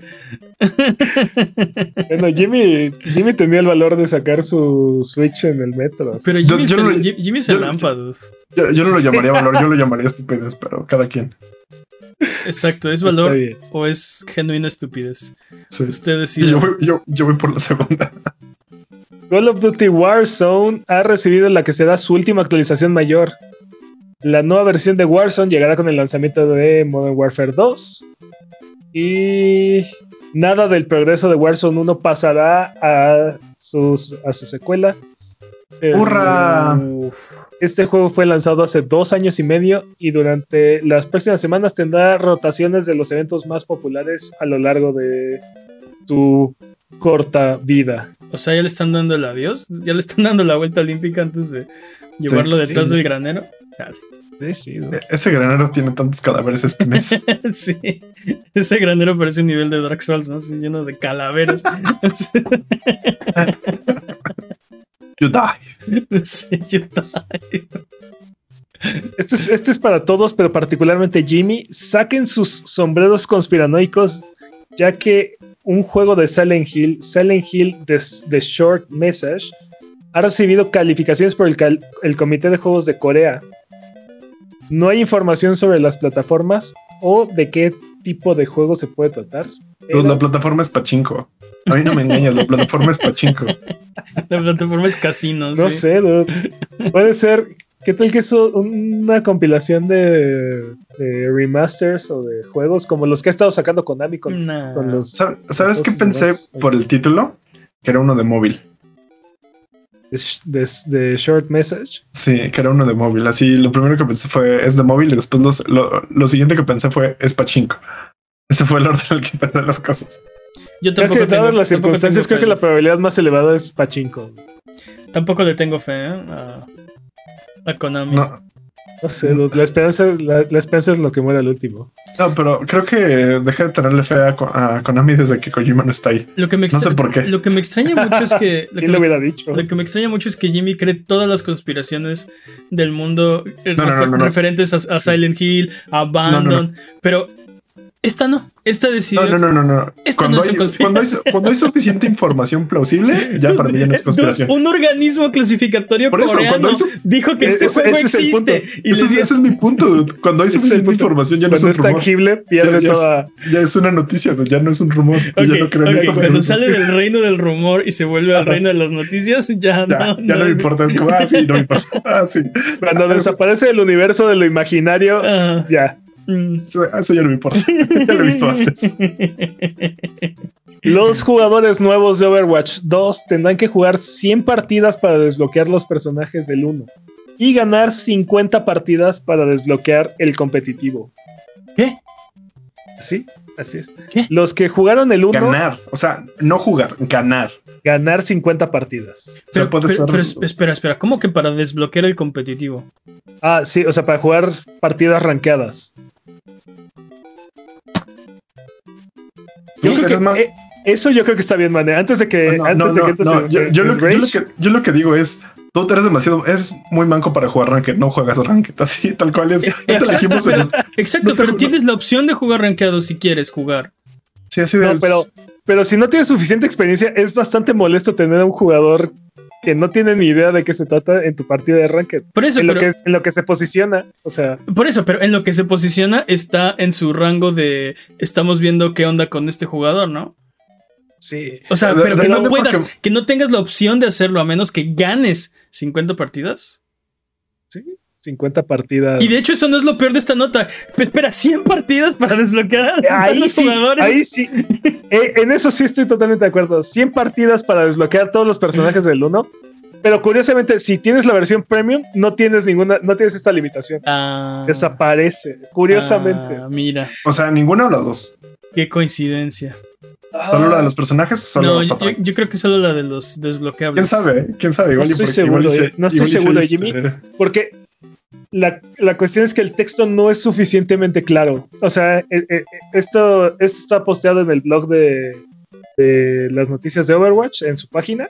Bueno, Jimmy tenía el valor de sacar su Switch en el metro. Así. Pero Jimmy es el lámpado. Yo no lo llamaría valor, yo lo llamaría estupidez, pero cada quien. Exacto, ¿es valor o es genuina estupidez? Sí. Usted decide. Yo voy por la segunda. Call of Duty Warzone ha recibido la que será su última actualización mayor. La nueva versión de Warzone llegará con el lanzamiento de Modern Warfare 2. Y nada del progreso de Warzone 1 pasará a su secuela. ¡Hurra! Este juego fue lanzado hace 2 años y medio y durante las próximas semanas tendrá rotaciones de los eventos más populares a lo largo de su corta vida. O sea, ya le están dando el adiós, ya le están dando la vuelta olímpica antes de llevarlo detrás del granero. Sí, ¿no? Ese granero tiene tantos cadáveres este mes. Sí, ese granero parece un nivel de Dark Souls, ¿no? Sí, lleno de calaveras. You die. Sí, you die. Este es para todos, pero particularmente Jimmy. Saquen sus sombreros conspiranoicos, ya que un juego de Silent Hill The Short Message, ha recibido calificaciones por el Comité de Juegos de Corea. No hay información sobre las plataformas o de qué tipo de juego se puede tratar. Pues la plataforma es pachinko. A mí no me engañas, la plataforma es pachinko. La plataforma es casino. No sé, dude. Puede ser. ¿Qué tal que es una compilación de remasters o de juegos como los que ha estado sacando Konami con los... ¿Sabes qué pensé por el título? Que era uno de móvil. ¿De Short Message? Sí, que era uno de móvil. Así, lo primero que pensé fue es de móvil y después lo siguiente que pensé fue es pachinko. Ese fue el orden en el que pensé las cosas. Yo tampoco creo que dadas las circunstancias, creo que la probabilidad más elevada es pachinko. Tampoco le tengo fe a Konami. No sé, la esperanza es lo que muere al último. No, pero creo que dejé de tenerle fe a Konami desde que Kojima no está ahí. No sé por qué. Lo que me extraña mucho es que... ¿Quién lo hubiera dicho? Lo que me extraña mucho es que Jimmy cree todas las conspiraciones del mundo referentes a Silent Hill, a Abandon, pero... Esta decidió. No. Cuando hay suficiente información plausible, ya para mí ya no es conspiración. Un organismo clasificatorio coreano dijo que este juego existe. Ese es mi punto. Cuando hay suficiente información, ya no es un rumor. Cuando es tangible, pierde toda. Ya es una noticia, ya no es un rumor. Cuando sale del reino del rumor y se vuelve al reino de las noticias, ya no me importa. Es como, sí, no me importa. Sí. Cuando desaparece del universo de lo imaginario, ya. Eso ya no me importa. Ya lo he visto antes. Los jugadores nuevos de Overwatch 2 tendrán que jugar 100 partidas para desbloquear los personajes del 1 y ganar 50 partidas para desbloquear el competitivo. ¿Qué? Sí, así es. ¿Qué? Los que jugaron el 1... Ganar, o sea, no jugar, ganar. Ganar 50 partidas. Pero espera, ¿cómo que para desbloquear el competitivo? Ah, sí, o sea, para jugar partidas rankeadas. Eso yo creo que está bien, man. Antes de que yo lo que digo es, tú eres muy manco para jugar ranked, no juegas ranked, así tal cual es. Exacto, pero tienes la opción de jugar rankeado si quieres jugar. Sí, así de. Pero si no tienes suficiente experiencia, es bastante molesto tener a un jugador que no tiene ni idea de qué se trata en tu partida de ranked. Por eso, en lo que se posiciona, o sea. Por eso, pero en lo que se posiciona está en su rango de estamos viendo qué onda con este jugador, ¿no? Sí. O sea, pero que no puedas, que no tengas la opción de hacerlo a menos que ganes 50 partidas. Sí, 50 partidas. Y de hecho eso no es lo peor de esta nota. Pues espera, 100 partidas para desbloquear a los jugadores. Ahí sí. En eso sí estoy totalmente de acuerdo. 100 partidas para desbloquear todos los personajes del 1. Pero curiosamente, si tienes la versión premium, no tienes esta limitación. Desaparece. Curiosamente. Mira. O sea, ninguna o las dos. Qué coincidencia. ¿Solo la de los personajes? Solo no, yo creo que solo la de los desbloqueables. ¿Quién sabe? Igual no estoy seguro, Jimmy, porque la cuestión es que el texto no es suficientemente claro. O sea, esto está posteado en el blog de las noticias de Overwatch, en su página,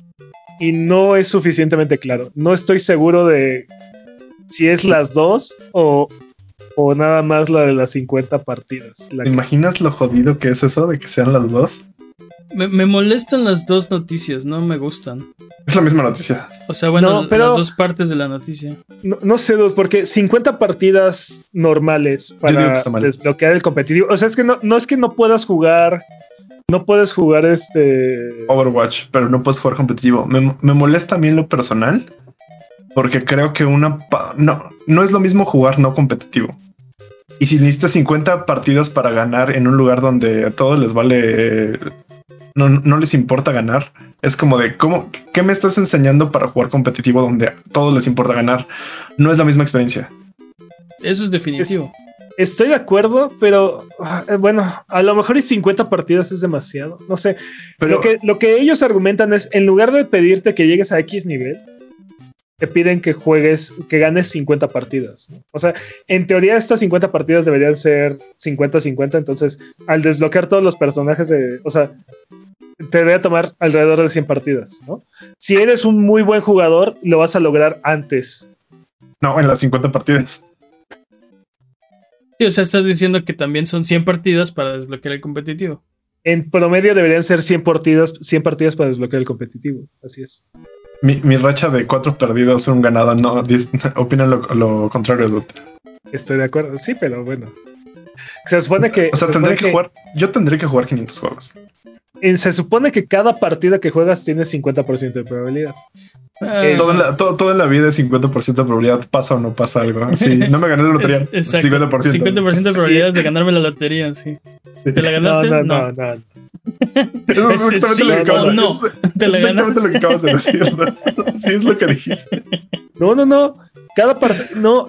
y no es suficientemente claro. No estoy seguro de si es las dos o nada más la de las 50 partidas. ¿Te imaginas lo jodido que es eso de que sean las dos? Me molestan las dos noticias, no me gustan. Es la misma noticia. O sea, bueno, no, pero las dos partes de la noticia. No sé, porque 50 partidas normales para desbloquear el competitivo. O sea, es que no es que no puedas jugar. No puedes jugar Overwatch, pero no puedes jugar competitivo. Me molesta a mí en lo personal. Porque creo que no es lo mismo jugar no competitivo. Y si necesitas 50 partidas para ganar en un lugar donde a todos les vale, no les importa ganar, es como de ¿qué me estás enseñando para jugar competitivo donde a todos les importa ganar? No es la misma experiencia. Eso es definitivo. Estoy de acuerdo, pero bueno, a lo mejor 50 partidas es demasiado. No sé. Pero lo que ellos argumentan es, en lugar de pedirte que llegues a X nivel, te piden que ganes 50 partidas, ¿no? O sea, en teoría estas 50 partidas deberían ser 50-50, entonces al desbloquear todos los personajes o sea, te debería tomar alrededor de 100 partidas, ¿no? Si eres un muy buen jugador, lo vas a lograr antes. No, en las 50 partidas. Sí, o sea, estás diciendo que también son 100 partidas para desbloquear el competitivo. En promedio deberían ser 100 partidas para desbloquear el competitivo, así es. Mi racha de 4 perdidos, un ganado, no, opinan lo contrario, Luther. Estoy de acuerdo, sí, pero bueno. Se supone que... O sea, yo tendré que jugar 500 juegos. Se supone que cada partida que juegas tiene 50% de probabilidad. Todo en la vida es 50% de probabilidad, pasa o no pasa algo. Si no me gané la lotería, exacto, 50% de probabilidad de ganarme la lotería, sí. ¿Te la ganaste? No. Es exactamente lo que acabas de decir. Sí, es lo que dijiste. No. Cada partida.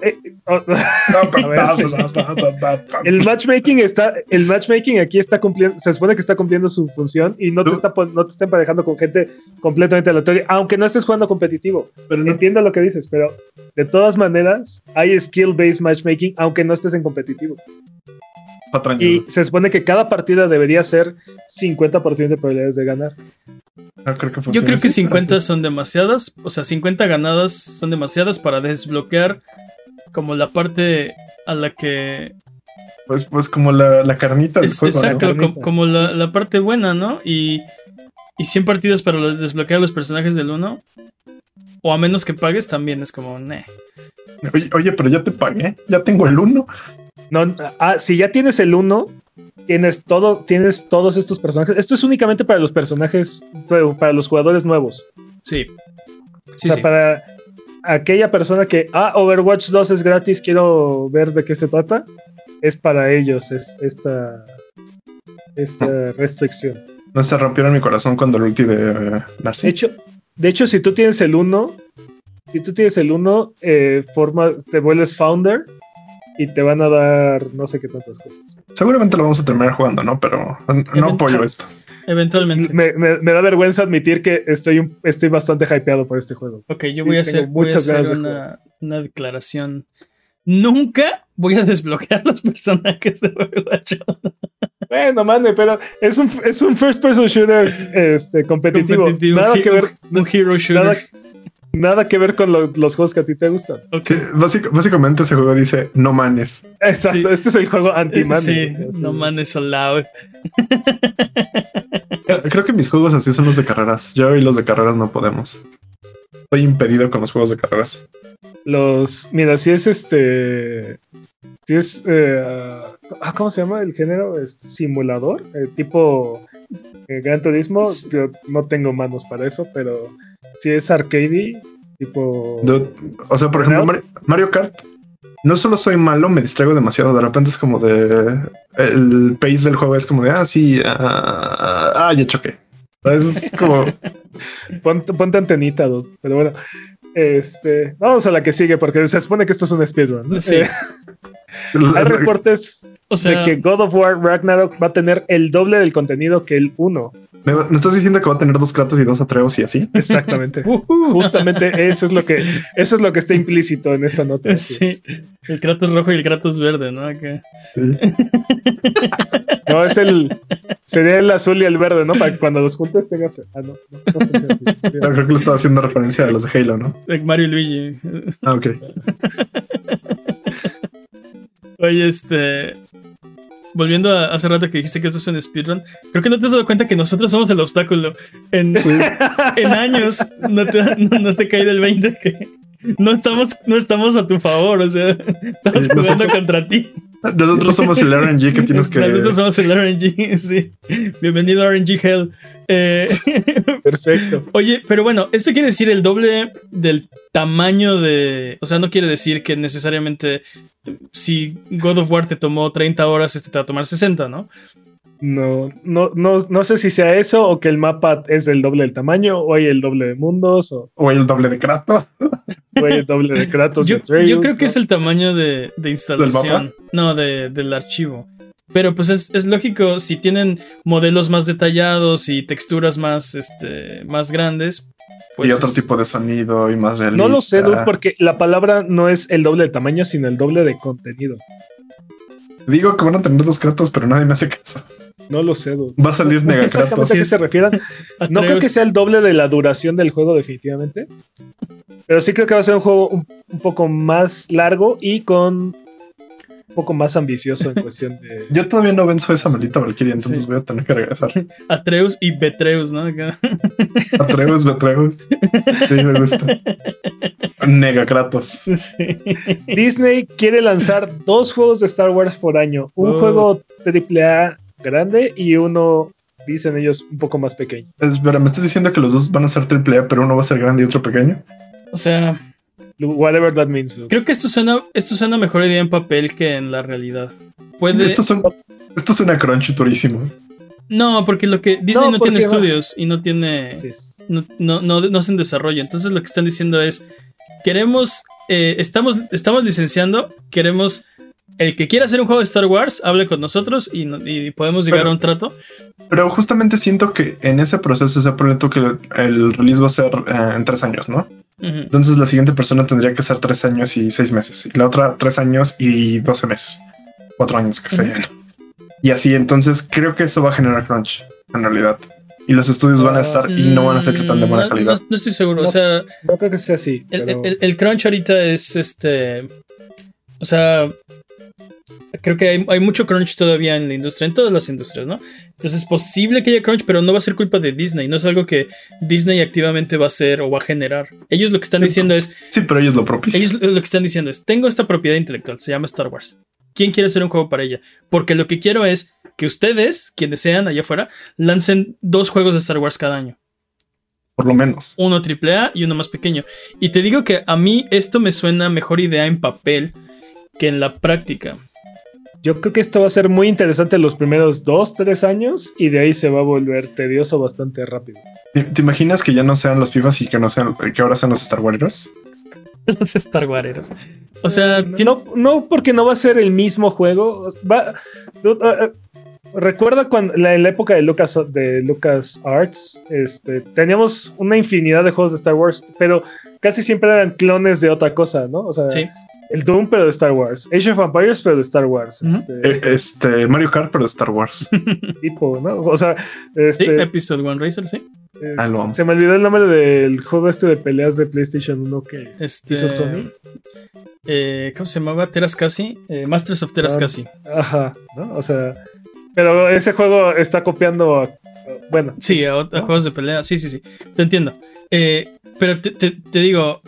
El matchmaking aquí está cumpliendo. Se supone que está cumpliendo su función y no te está emparejando con gente completamente aleatoria, aunque no estés jugando competitivo. Pero entiendo lo que dices, pero de todas maneras hay skill-based matchmaking, aunque no estés en competitivo. Y se supone que cada partida debería ser 50% de probabilidades de ganar. Yo creo que 50 son demasiadas. O sea, 50 ganadas son demasiadas para desbloquear como la parte a la que... Pues como la carnita del juego. Exacto, ¿no? Como la parte buena, ¿no? Y 100 partidas para desbloquear los personajes del 1. O a menos que pagues también es como... Oye, pero ya te pagué. Ya tengo el 1. No, si ya tienes el 1, tienes todos estos personajes. Esto es únicamente para los personajes, para los jugadores nuevos. Sí. O sea, para aquella persona que, Overwatch 2 es gratis, quiero ver de qué se trata. Es para ellos esta restricción. No se rompieron mi corazón cuando el ulti de Narcy. De hecho, si tú tienes el 1, te vuelves founder. Y te van a dar no sé qué tantas cosas. Seguramente lo vamos a terminar jugando, ¿no? Pero no apoyo esto. Eventualmente. Me da vergüenza admitir que estoy bastante hypeado por este juego. Ok, yo voy a hacer una declaración. Nunca voy a desbloquear los personajes de Overwatch. Bueno, mane, pero es un first person shooter competitivo. Nada que ver. Un hero shooter. Nada que ver con los juegos que a ti te gustan. Okay. Sí, básicamente ese juego dice no manes. Exacto, sí. Este es el juego anti-manes. Sí, no manes allowed. Creo que mis juegos así son los de carreras. Yo y los de carreras no podemos. Estoy impedido con los juegos de carreras. Mira, si es ¿cómo se llama el género? Simulador, tipo Gran Turismo. Yo no tengo manos para eso, pero si es arcade, tipo... O sea, por ejemplo, Mario Kart. No solo soy malo, me distraigo demasiado. De repente es como de... El pace del juego es como de... ya choqué. Es como... Ponte antenita, dude. Pero bueno... vamos a la que sigue, porque se supone que esto es un speedrun, ¿no? Sí. Hay reportes de que God of War Ragnarok va a tener el doble del contenido que el 1. ¿Me estás diciendo que va a tener 2 Kratos y 2 Atreus y así? Exactamente. Justamente eso es lo que está implícito en esta nota. Sí. El Kratos rojo y el Kratos verde, ¿no? Acá. Sí. No, sería el azul y el verde, ¿no? Para que cuando los juntes tengas. No funciona así. No, creo que le estaba haciendo referencia a los de Halo, ¿no? Mario y Luigi. Ah, ok. Oye, volviendo a hace rato que dijiste que esto es un speedrun, creo que no te has dado cuenta que nosotros somos el obstáculo. En años no te ha caído el 20 que no estamos a tu favor, o sea, estamos jugando contra ti. Nosotros somos el RNG que tienes que... Nosotros somos el RNG, sí. Bienvenido a RNG Hell. Perfecto. Oye, pero bueno, esto quiere decir el doble del tamaño de... O sea, no quiere decir que necesariamente si God of War te tomó 30 horas, te va a tomar 60, ¿no? No sé si sea eso o que el mapa es del doble del tamaño o hay el doble de mundos o hay el doble de Kratos. O hay el doble de Kratos. Yo creo que es el tamaño de instalación. No, del archivo. Pero pues es lógico, si tienen modelos más detallados y texturas más grandes. Pues y otro tipo de sonido y más realista. No lo sé, Dude, porque la palabra no es el doble de tamaño, sino el doble de contenido. Digo que van a tener 2 Kratos, pero nadie me hace caso. No lo sé, Dude. Va a salir Mega Kratos. ¿A qué se refieran? No creo que sea el doble de la duración del juego, definitivamente. Pero sí creo que va a ser un juego un poco más largo y con un poco más ambicioso en cuestión de... Yo todavía no venzo esa maldita Valkyria, entonces voy a tener que regresar. Atreus y Betreus, ¿no? Atreus, Betreus. Sí, me gusta. Mega Kratos. Sí. Disney quiere lanzar 2 juegos de Star Wars por año. Un juego AAA grande y uno, dicen ellos, un poco más pequeño. Espera, ¿me estás diciendo que los dos van a ser AAA, pero uno va a ser grande y otro pequeño? O sea... Whatever that means. Creo que esto suena mejor idea en papel que en la realidad. Esto suena crunchy turísimo. No, porque Disney no tiene estudios y no tiene... Sí. No se desarrolla. Entonces lo que están diciendo es... Queremos... estamos licenciando. Queremos... El que quiera hacer un juego de Star Wars, hable con nosotros y podemos llegar a un trato. Pero justamente siento que en ese proceso se ha proyectado que el release va a ser en 3 años, ¿no? Uh-huh. Entonces la siguiente persona tendría que ser 3 años y 6 meses. Y la otra 3 años y 12 meses. 4 años que sean. Y así, entonces creo que eso va a generar crunch, en realidad. Y los estudios van a estar y no van a ser tan de buena calidad. No estoy seguro, o sea... No creo que sea así. Pero... El crunch ahorita es o sea... Creo que hay mucho crunch todavía en la industria, en todas las industrias, ¿no? Entonces es posible que haya crunch, pero no va a ser culpa de Disney. No es algo que Disney activamente va a hacer o va a generar. Ellos lo que están diciendo es... Sí, pero ellos lo propician. Ellos lo que están diciendo es, tengo esta propiedad intelectual, se llama Star Wars. ¿Quién quiere hacer un juego para ella? Porque lo que quiero es que ustedes, quienes sean allá afuera, lancen 2 juegos de Star Wars cada año. Por lo menos. Uno AAA y uno más pequeño. Y te digo que a mí esto me suena mejor idea en papel que en la práctica. Yo creo que esto va a ser muy interesante los primeros 2-3 años y de ahí se va a volver tedioso bastante rápido. ¿Te imaginas que ya no sean los FIFAs y que ahora sean los Star Warriors? Los Star Warriors. O sea, no porque no va a ser el mismo juego. Recuerda cuando en la época de Lucas Arts, teníamos una infinidad de juegos de Star Wars, pero casi siempre eran clones de otra cosa, ¿no? O sea, sí. El Doom, pero de Star Wars. Age of Empires, pero de Star Wars. Mario Kart, pero de Star Wars. Tipo, ¿no? O sea, sí, Episode 1 Racer, sí. Se me olvidó el nombre del juego de peleas de PlayStation 1 que hizo Sony. ¿Cómo se llamaba? Terascasi. Masters of Terascasi. Ajá, ¿no? O sea, pero ese juego está copiando bueno. Sí, a juegos de pelea. Sí. Te entiendo. Pero te digo,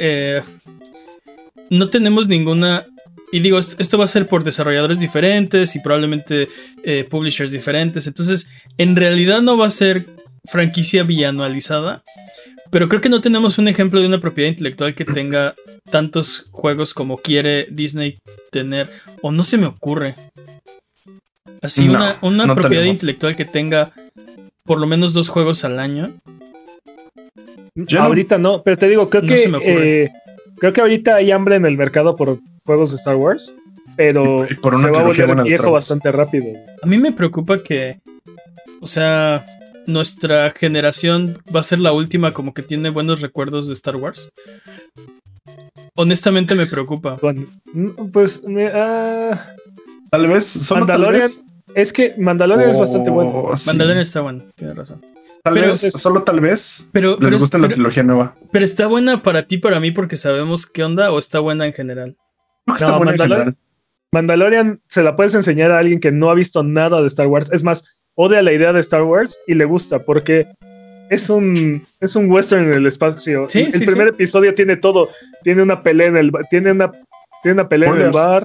no tenemos ninguna... Y digo, esto va a ser por desarrolladores diferentes y probablemente publishers diferentes. Entonces, en realidad no va a ser franquicia bianualizada. Pero creo que no tenemos un ejemplo de una propiedad intelectual que tenga tantos juegos como quiere Disney tener. O no se me ocurre. Así, una propiedad intelectual que tenga por lo menos 2 juegos al año. Ahorita no, pero te digo, creo que ahorita hay hambre en el mercado por juegos de Star Wars. pero se va a volver viejo bastante rápido. A mí me preocupa que, o sea, nuestra generación va a ser la última como que tiene buenos recuerdos de Star Wars. Honestamente me preocupa. Bueno, pues tal vez solo Mandalorian, tal vez. Es que Mandalorian es bastante bueno. Sí. Mandalorian está bueno, tienes razón. Tal vez, solo tal vez les gusta la trilogía nueva. Pero está buena para ti, para mí, porque sabemos qué onda, o está buena en general. No, Mandalorian se la puedes enseñar a alguien que no ha visto nada de Star Wars. Es más, odia la idea de Star Wars y le gusta porque es un western en el espacio. Sí, el primer episodio tiene todo. Tiene una pelea en el tiene una pelea en el bar,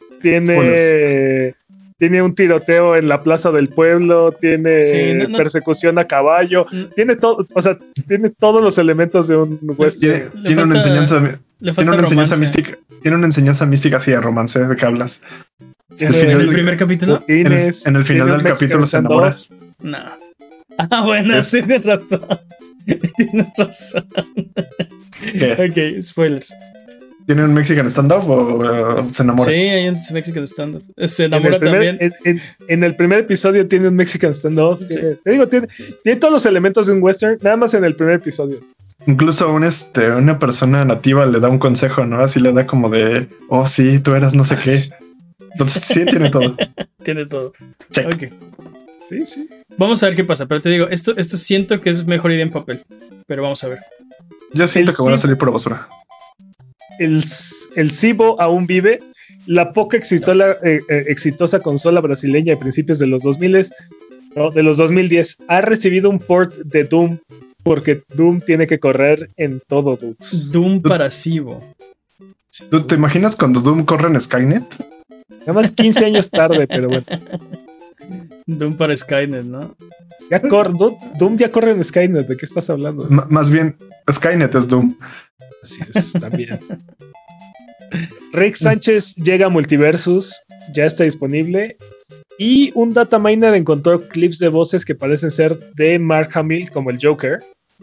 tiene un tiroteo en la plaza del pueblo, tiene persecución a caballo, tiene todo, o sea, tiene todos los elementos de un western. Tiene una enseñanza mística. Tiene una enseñanza mística así de romance, ¿de qué hablas? ¿En el primer capítulo? En el final del capítulo se enamora. No. Bueno, tienes razón. Tienes razón. ¿Qué? Ok, spoilers. ¿Tiene un Mexican standoff o se enamora? Sí, hay un Mexican standoff. Se enamora también. En el primer episodio tiene un Mexican standoff. Sí. Te digo, tiene todos los elementos de un western, nada más en el primer episodio. Incluso una persona nativa le da un consejo, ¿no? Así le da como de, oh sí, tú eras no sé qué. Entonces sí, tiene todo. Tiene todo. Check. Ok. Sí. Vamos a ver qué pasa, pero te digo, esto siento que es mejor idea en papel. Pero vamos a ver. Yo siento que van a salir por la basura. El Cibo aún vive. La poca exitosa consola brasileña de principios de los 2000, de los 2010, ha recibido un port de Doom porque Doom tiene que correr en todo Doom para Cibo. ¿Tú te imaginas cuando Doom corre en Skynet? Nada más 15 años tarde, pero bueno. Doom para Skynet, ¿no? Doom ya corre en Skynet. ¿De qué estás hablando? Más bien, Skynet es Doom. Así es, también. Rick Sánchez llega a Multiversus, ya está disponible. Y un data miner encontró clips de voces que parecen ser de Mark Hamill, como el Joker.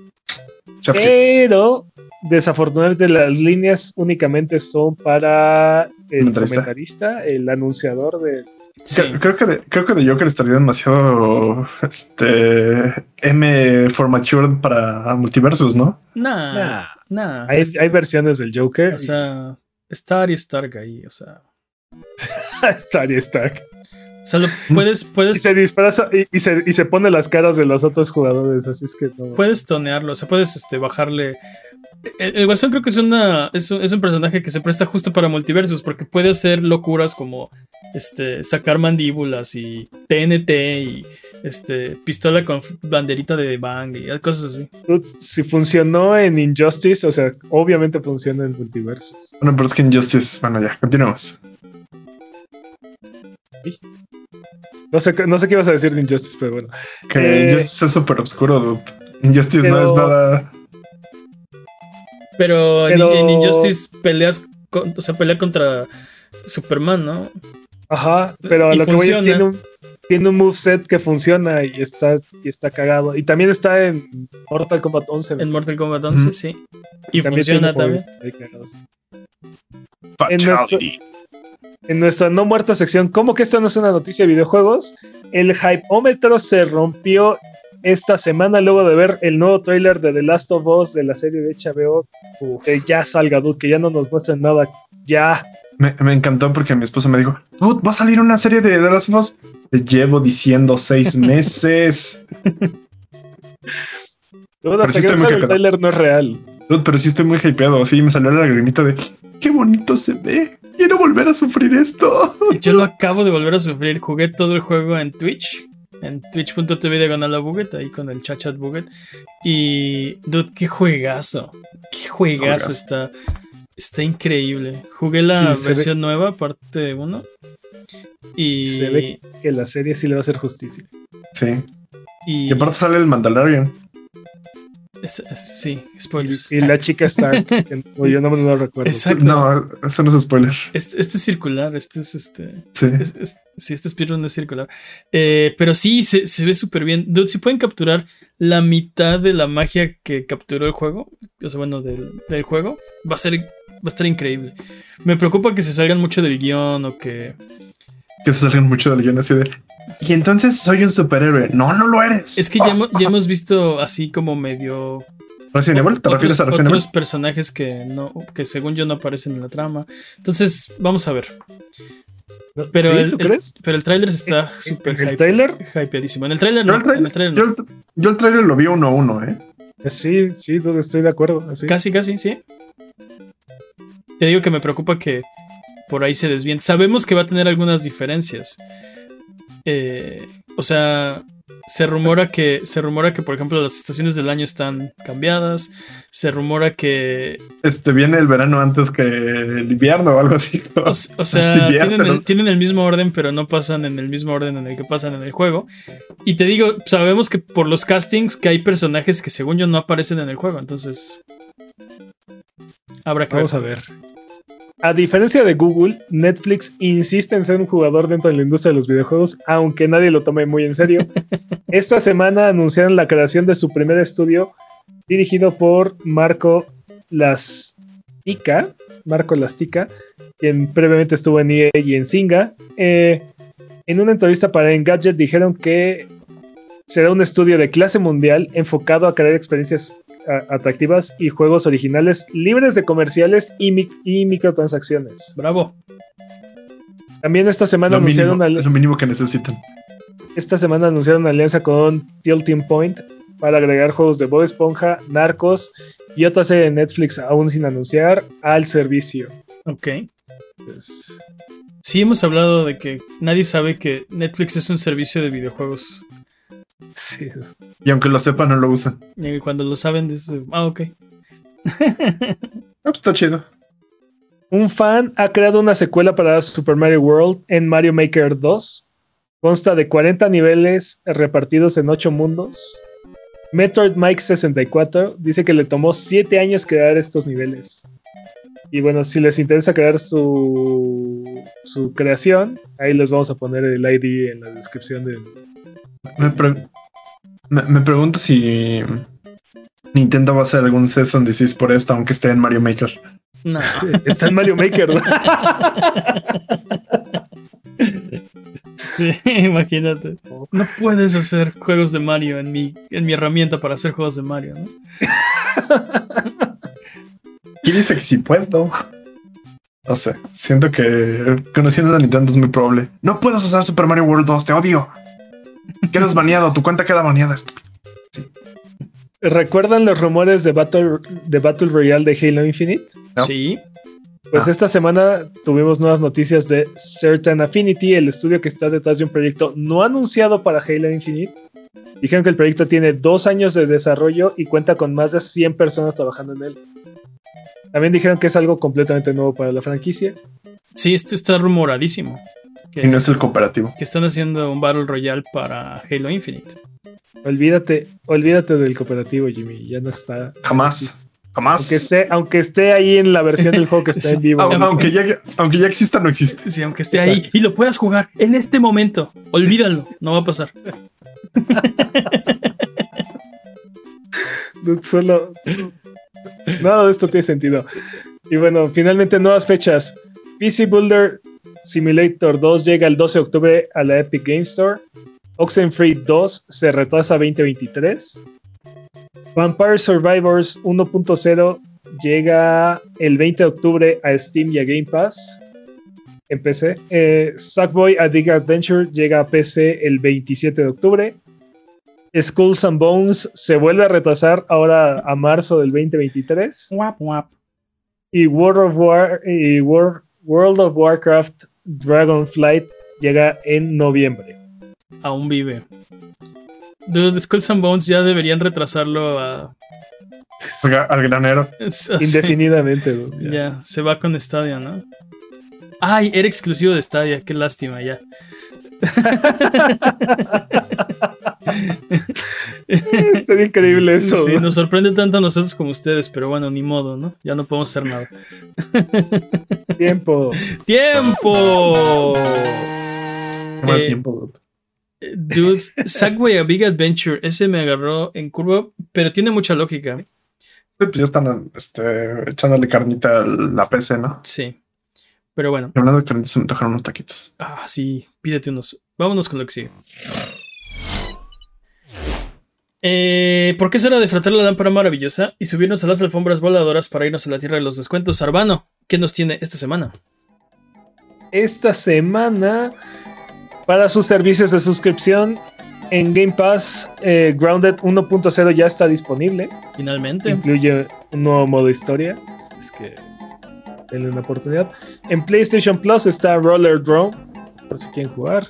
Pero desafortunadamente las líneas únicamente son para el comentarista, el anunciador de... Sí. Creo que de Joker estaría demasiado M for mature para Multiversus, ¿no? Nah. Hay versiones del Joker. O sea, está Arya Stark ahí, o sea. Está Arya Stark. O sea, puedes... Y se disfraza y se pone las caras de los otros jugadores, así es que no. Puedes tonearlo, o sea, puedes bajarle. El Guasón creo que es un personaje que se presta justo para Multiversus, porque puede hacer locuras como sacar mandíbulas y TNT y pistola con banderita de Bang y cosas así. Si funcionó en Injustice, o sea, obviamente funciona en Multiversus. Bueno, pero es que Injustice, bueno, ya, continuamos. No sé qué ibas a decir de Injustice, pero bueno. Que Injustice es súper oscuro, dude. Injustice no es nada. Pero en Injustice pelea contra Superman, ¿no? Ajá, pero a lo que voy es tiene un moveset que funciona y está cagado. Y también está en Mortal Kombat 11. En Mortal Kombat 11, sí. Y funciona también. En nuestra no muerta sección, ¿cómo que esto no es una noticia de videojuegos? El hypeómetro se rompió esta semana luego de ver el nuevo tráiler de The Last of Us de la serie de HBO. Que ya salga, dude, que ya no nos muestren nada. Ya. Me encantó porque mi esposo me dijo, dude, va a salir una serie de The Last of Us. Te llevo diciendo 6 meses. Dude, hasta que no salga el tráiler no es real. Dude, pero sí estoy muy hypeado. Sí, me salió la lagrimita de qué bonito se ve. Quiero volver a sufrir esto. Yo lo acabo de volver a sufrir. Jugué todo el juego en Twitch. En twitch.tv/Buget, ahí con el chat Buget. Y, dude, qué juegazo. Qué juegazo está. Está increíble. Jugué la versión nueva, parte 1. Y se ve que la serie sí le va a hacer justicia. Sí. Y aparte sale el Mandalorian. Sí, spoilers. Y la chica Stark, que yo no me lo recuerdo. Exacto. No, eso no es spoiler. Este es circular, Sí. Sí, este speedrun es circular. Pero sí, se ve súper bien. Dude, si pueden capturar la mitad de la magia que capturó el juego, o sea, bueno, del juego, va a estar increíble. Me preocupa que se salgan mucho del guión o que se salgan mucho del guión así de... Y entonces soy un superhéroe. No, no lo eres. Es que ya hemos visto así como medio... ¿Resident Evil? ¿Te refieres a Resident Evil? Otros personajes que según yo no aparecen en la trama. Entonces, vamos a ver. Pero ¿Sí? ¿Tú crees? Pero el tráiler está súper hypeadísimo. En el tráiler no. Yo el tráiler lo vi 1-1, ¿eh? Sí, estoy de acuerdo. Así. Casi, sí. Te digo que me preocupa que por ahí se desvíen. Sabemos que va a tener algunas diferencias. O sea, se rumora que, por ejemplo, las estaciones del año están cambiadas. Se rumora que... viene el verano antes que el invierno o algo así. O sea, tienen el mismo orden, pero no pasan en el mismo orden en el que pasan en el juego. Y te digo, sabemos que por los castings que hay personajes que según yo no aparecen en el juego. Entonces... habrá que Vamos a ver. A diferencia de Google, Netflix insiste en ser un jugador dentro de la industria de los videojuegos, aunque nadie lo tome muy en serio. Esta semana anunciaron la creación de su primer estudio, dirigido por Marco Lastica, quien previamente estuvo en EA y en Zynga. En una entrevista para Engadget dijeron que será un estudio de clase mundial enfocado a crear experiencias atractivas y juegos originales libres de comerciales y microtransacciones. Bravo. También esta semana es lo mínimo que necesitan. Esta semana anunciaron una alianza con Tilting Point para agregar juegos de Bob Esponja, Narcos y otra serie de Netflix aún sin anunciar al servicio. Ok. Sí, hemos hablado de que nadie sabe que Netflix es un servicio de videojuegos. Sí. Y aunque lo sepan, no lo usan. Y cuando lo saben, dicen, ok. Está chido. Un fan ha creado una secuela para Super Mario World en Mario Maker 2. Consta de 40 niveles repartidos en 8 mundos. Metroid Mike 64 dice que le tomó 7 años crear estos niveles. Y bueno, si les interesa crear su creación, ahí les vamos a poner el ID en la descripción del... Me pregunto si Nintendo va a hacer algún cease and desist por esto, aunque esté en Mario Maker. No. Está en Mario Maker, ¿no? Sí, imagínate. No puedes hacer juegos de Mario en mi herramienta para hacer juegos de Mario, ¿no? ¿Quién dice que sí puedo? No sé, siento que conociendo a Nintendo es muy probable. No puedes usar Super Mario World 2, te odio. Quedas baneado, tu cuenta queda baneada. Sí. ¿Recuerdan los rumores de Battle Royale de Halo Infinite? ¿No? Sí. Pues esta semana tuvimos nuevas noticias de Certain Affinity, el estudio que está detrás de un proyecto no anunciado para Halo Infinite. Dijeron que el proyecto tiene 2 años de desarrollo y cuenta con más de 100 personas trabajando en él. También dijeron que es algo completamente nuevo para la franquicia. Sí, está rumoradísimo. Y no es el cooperativo. Que están haciendo un Battle Royale para Halo Infinite. Olvídate del cooperativo, Jimmy. Ya no está. Jamás. Aunque esté ahí en la versión del juego que está en vivo. Aunque ya exista, no existe. Sí, aunque esté ahí y lo puedas jugar en este momento. Olvídalo, no va a pasar. Nada de esto tiene sentido. Y bueno, finalmente nuevas fechas. PC Builder Simulator 2 llega el 12 de octubre a la Epic Game Store. Oxenfree 2 se retrasa a 2023. Vampire Survivors 1.0 llega el 20 de octubre a Steam y a Game Pass en PC. Sackboy A Dig Adventure llega a PC el 27 de octubre. Skulls and Bones se vuelve a retrasar ahora a marzo del 2023. Wap, wap. Y World of Warcraft Dragonflight llega en noviembre. Aún vive. Dude, Skulls and Bones ya deberían retrasarlo al granero. Indefinidamente, dude. Ya, se va con Stadia, ¿no? Ay, era exclusivo de Stadia, qué lástima, ya. Está increíble eso. Sí, nos sorprende tanto a nosotros como a ustedes, pero bueno, ni modo, ¿no? Ya no podemos hacer nada. ¡Tiempo! ¡Tiempo! Dude, Sackboy A Big Adventure. Ese me agarró en curva, pero tiene mucha lógica. Pues ya están echándole carnita a la PC, ¿no? Sí. Pero bueno. Y hablando de carnita, se me antojaron unos taquitos. Ah, sí. Pídete unos. Vámonos con lo que sigue. ¿Por qué es hora de frotar la lámpara maravillosa y subirnos a las alfombras voladoras para irnos a la tierra de los descuentos? Arbano, ¿qué nos tiene esta semana? Esta semana, para sus servicios de suscripción, en Game Pass, Grounded 1.0 ya está disponible. Finalmente. Incluye un nuevo modo historia. Es que denle una oportunidad. En PlayStation Plus está Roller Drone, por si quieren jugar.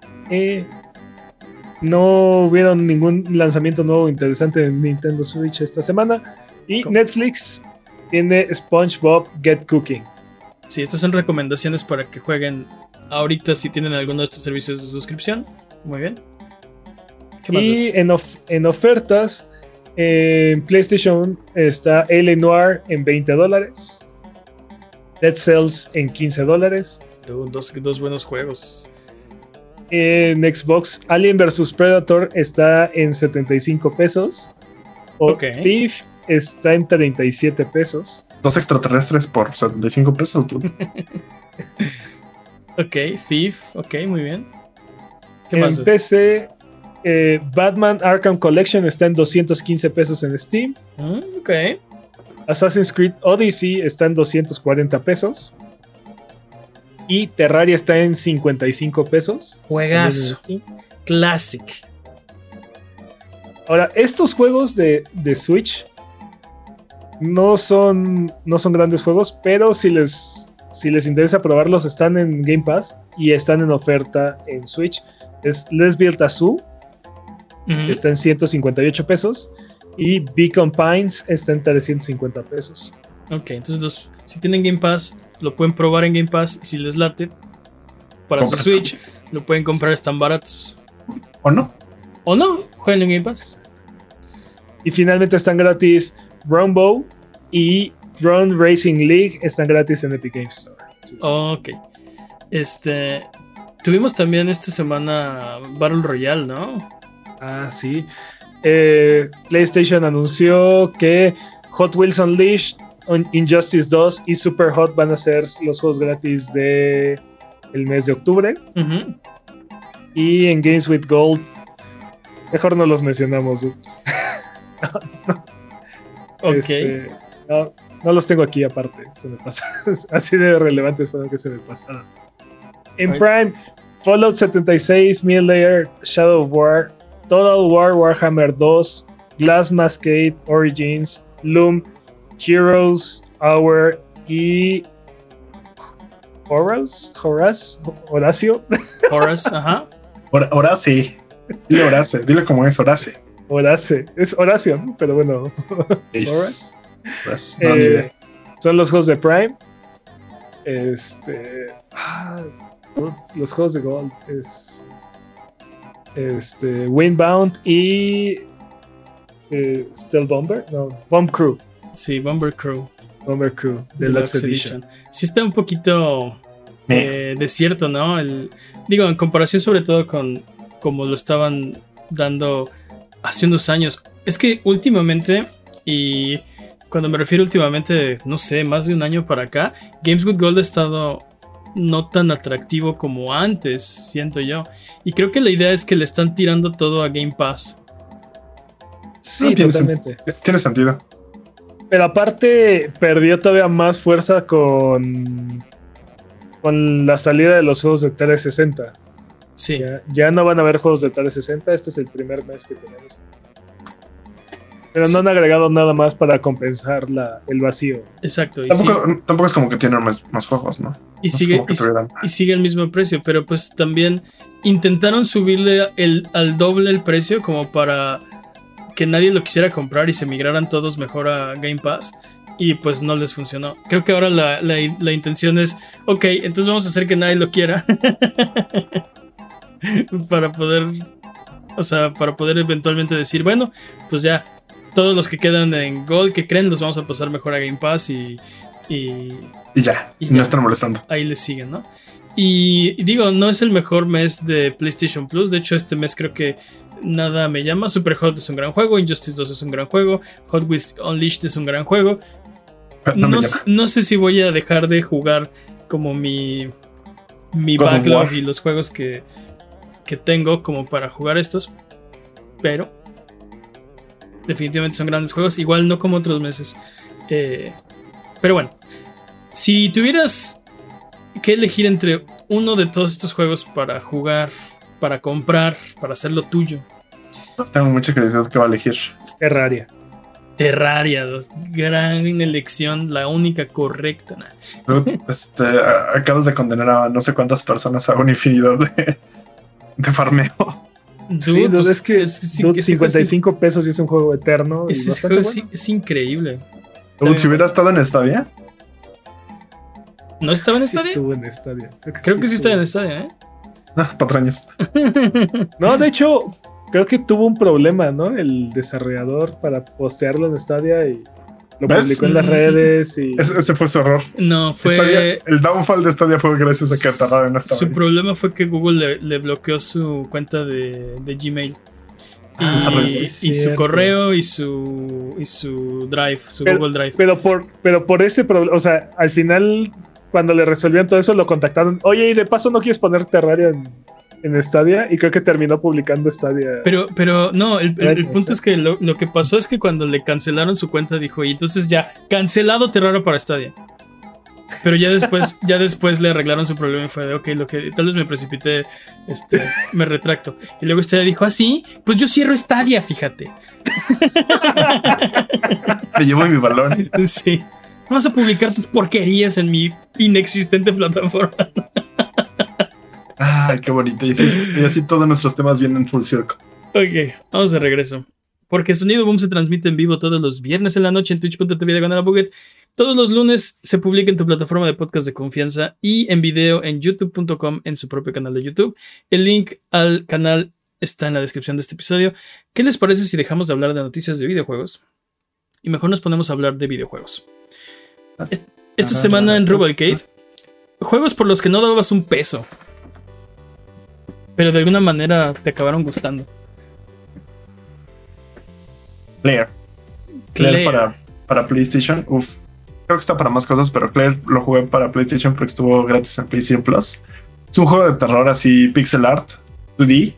No hubieron ningún lanzamiento nuevo interesante en Nintendo Switch esta semana. Y ¿cómo? Netflix tiene SpongeBob Get Cooking. Sí, estas son recomendaciones para que jueguen ahorita si tienen alguno de estos servicios de suscripción. Muy bien. ¿Qué más? Y en ofertas, en PlayStation está L.A. Noire en $20. Dead Cells en $15. Dos buenos juegos. En Xbox, Alien vs Predator está en $75. Okay. Thief está en $37. 2 extraterrestres por $75, tú. Ok, Thief, ok, muy bien. ¿Qué más? En PC, Batman Arkham Collection está en $215 en Steam. Ok. Assassin's Creed Odyssey está en $240. Y Terraria está en $55. Juegas Classic. Ahora, estos juegos de Switch no son grandes juegos, pero si les interesa probarlos, están en Game Pass y están en oferta en Switch. Es Les Build a Zoo, está en $158, y Beacon Pines está en $350. Ok, entonces si tienen Game Pass, lo pueden probar en Game Pass, y si les late para su Switch, lo pueden comprar, están baratos. ¿O no? ¿O no? Jueguen en Game Pass. Y finalmente están gratis Rumble y Drone Racing League, están gratis en Epic Games Store. Sí. Ok. Tuvimos también esta semana Battle Royale, ¿no? Ah, sí. PlayStation anunció que Hot Wheels Unleashed, Injustice 2 y Super Hot van a ser los juegos gratis de el mes de octubre. Y en Games with Gold, mejor no los mencionamos. Okay. No los tengo aquí aparte, se me pasa. Así de relevantes para que se me pasaran. En Prime, Fallout 76, Midlayer, Shadow of War, Total War Warhammer 2, Glass Masquerade Origins, Loom, Heroes, Hour y Horacio. Ajá. Horace. Dile Horace, dile como es Horace. Horace, es Horacio, ¿no? Pero bueno. No, ni idea. Son los juegos de Prime. Los juegos de Gold es Windbound y Steel Bomber, no, Bomb Crew. Sí, Bomber Crew Deluxe Edition. Sí está un poquito desierto, ¿no? Digo, en comparación sobre todo con como lo estaban dando hace unos años. Es que últimamente, y cuando me refiero últimamente, no sé, más de un año para acá, Games with Gold ha estado no tan atractivo como antes, siento yo. Y creo que la idea es que le están tirando todo a Game Pass. Sí, totalmente. Tiene sentido. Pero aparte, perdió todavía más fuerza con la salida de los juegos de 360. Sí. Ya no van a haber juegos de 360. Este es el primer mes que tenemos. Pero no han agregado nada más para compensar el vacío. Exacto. Tampoco es como que tienen más juegos, ¿no? Y sigue el mismo precio. Pero pues también intentaron subirle al doble el precio como para que nadie lo quisiera comprar y se migraran todos mejor a Game Pass. Y pues no les funcionó. Creo que ahora la intención es, ok, entonces vamos a hacer que nadie lo quiera. para poder eventualmente decir, bueno, pues ya todos los que quedan en Gold que creen los vamos a pasar mejor a Game Pass y ya, no están molestando. Ahí les siguen, ¿no? Y digo, no es el mejor mes de PlayStation Plus. De hecho, este mes creo que nada me llama. Super Hot es un gran juego. Injustice 2 es un gran juego. Hot Wheels Unleashed es un gran juego. No sé si voy a dejar de jugar como mi backlog y los juegos que tengo como para jugar estos. Pero definitivamente son grandes juegos. Igual no como otros meses. Pero bueno, si tuvieras que elegir entre uno de todos estos juegos para jugar, para comprar, para hacerlo tuyo. Tengo mucha curiosidad que va a elegir. Terraria, gran elección, la única correcta. Acabas de condenar a no sé cuántas personas a una infinidad de farmeo. Sí, pues, es que 55 pesos y es un juego eterno. Ese juego bueno. Es increíble. Si hubiera estado en Stadia. ¿No estaba en Stadia? Estuvo en Stadia. Creo que sí estaba en Stadia, Patrañas. No, de hecho, creo que tuvo un problema, ¿no? El desarrollador para postearlo en Stadia y lo publicó en las redes. Y... Ese fue su error. No, fue. Stadia, el downfall de Stadia fue gracias a que tardaron en Stadia. Su problema fue que Google le bloqueó su cuenta de Gmail. Y su correo y su Drive, Google Drive. Pero por ese problema, o sea, al final, cuando le resolvieron todo eso, lo contactaron. Oye, y de paso, ¿no quieres poner Terraria en Stadia? Y creo que terminó publicando Stadia. Pero no, el punto es que lo que pasó es que cuando le cancelaron su cuenta, dijo, y entonces ya, cancelado Terraria para Stadia. Pero ya después le arreglaron su problema y fue de, ok, lo que tal vez me precipité, me retracto. Y luego Stadia dijo, sí, pues yo cierro Stadia, fíjate. Me llevo mi balón. Sí. Vamos a publicar tus porquerías en mi inexistente plataforma. Ay, qué bonito. Y así todos nuestros temas vienen full circle. Ok, vamos de regreso. Porque Sonido Boom se transmite en vivo todos los viernes en la noche en twitch.tv/Buget. Todos los lunes se publica en tu plataforma de podcast de confianza y en video en youtube.com en su propio canal de YouTube. El link al canal está en la descripción de este episodio. ¿Qué les parece si dejamos de hablar de noticias de videojuegos? Y mejor nos ponemos a hablar de videojuegos. Esta semana en Rubalcade, juegos por los que no dabas un peso, pero de alguna manera te acabaron gustando. Claire para PlayStation. Creo que está para más cosas, pero Claire lo jugué para PlayStation porque estuvo gratis en PlayStation Plus. Es un juego de terror así, pixel art, 2D.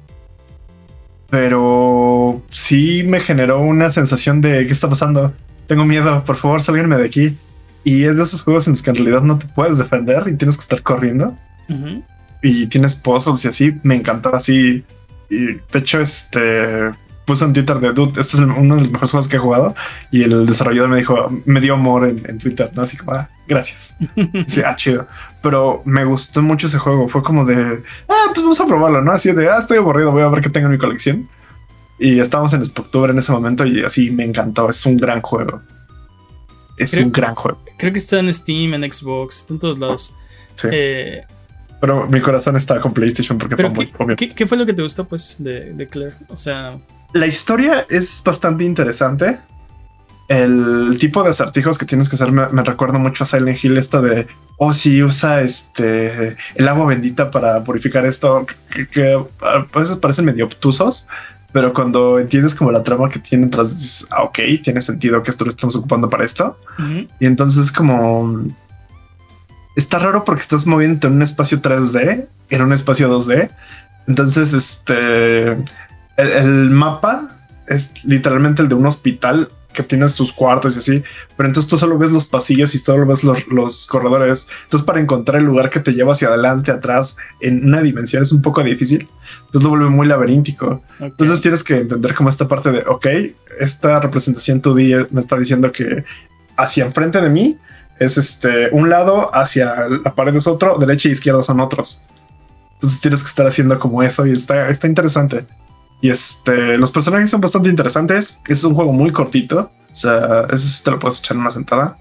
Pero sí me generó una sensación de ¿qué está pasando? Tengo miedo, por favor, sálganme de aquí. Y es de esos juegos en los que en realidad no te puedes defender y tienes que estar corriendo. Uh-huh. Y tienes puzzles y así. Me encantó así. Y de hecho, puse en Twitter de dude, este es uno de los mejores juegos que he jugado. Y el desarrollador me dio amor en Twitter, ¿no? Así como, gracias. Sí, chido. Pero me gustó mucho ese juego. Fue como de, pues vamos a probarlo, ¿no? Así de, estoy aburrido, voy a ver qué tengo en mi colección. Y estábamos en octubre en ese momento y así me encantó. Es un gran juego. Un gran juego. Creo que está en Steam, en Xbox, está en todos lados. Sí. Pero mi corazón está con PlayStation porque fue muy obvio. ¿Qué fue lo que te gustó, pues, de Claire? O sea... La historia es bastante interesante. El tipo de acertijos que tienes que hacer me recuerda mucho a Silent Hill. Esto de, sí, usa el agua bendita para purificar esto. Que a veces parecen medio obtusos. Pero cuando entiendes como la trama que tiene detrás, dices, ok, tiene sentido que esto lo estamos ocupando para esto. Uh-huh. Y entonces como... Está raro porque estás moviéndote en un espacio 3D, en un espacio 2D. Entonces, el mapa es literalmente el de un hospital que tiene sus cuartos y así. Pero entonces tú solo ves los pasillos y solo ves los corredores. Entonces para encontrar el lugar que te lleva hacia adelante, atrás, en una dimensión es un poco difícil. Entonces lo vuelve muy laberíntico. Okay. Entonces tienes que entender como esta parte de, ok, esta representación 2D me está diciendo que hacia enfrente de mí es un lado, hacia la pared es otro, derecha e izquierda son otros. Entonces tienes que estar haciendo como eso y está interesante. Y los personajes son bastante interesantes. Es un juego muy cortito. O sea, eso te lo puedes echar en una sentada.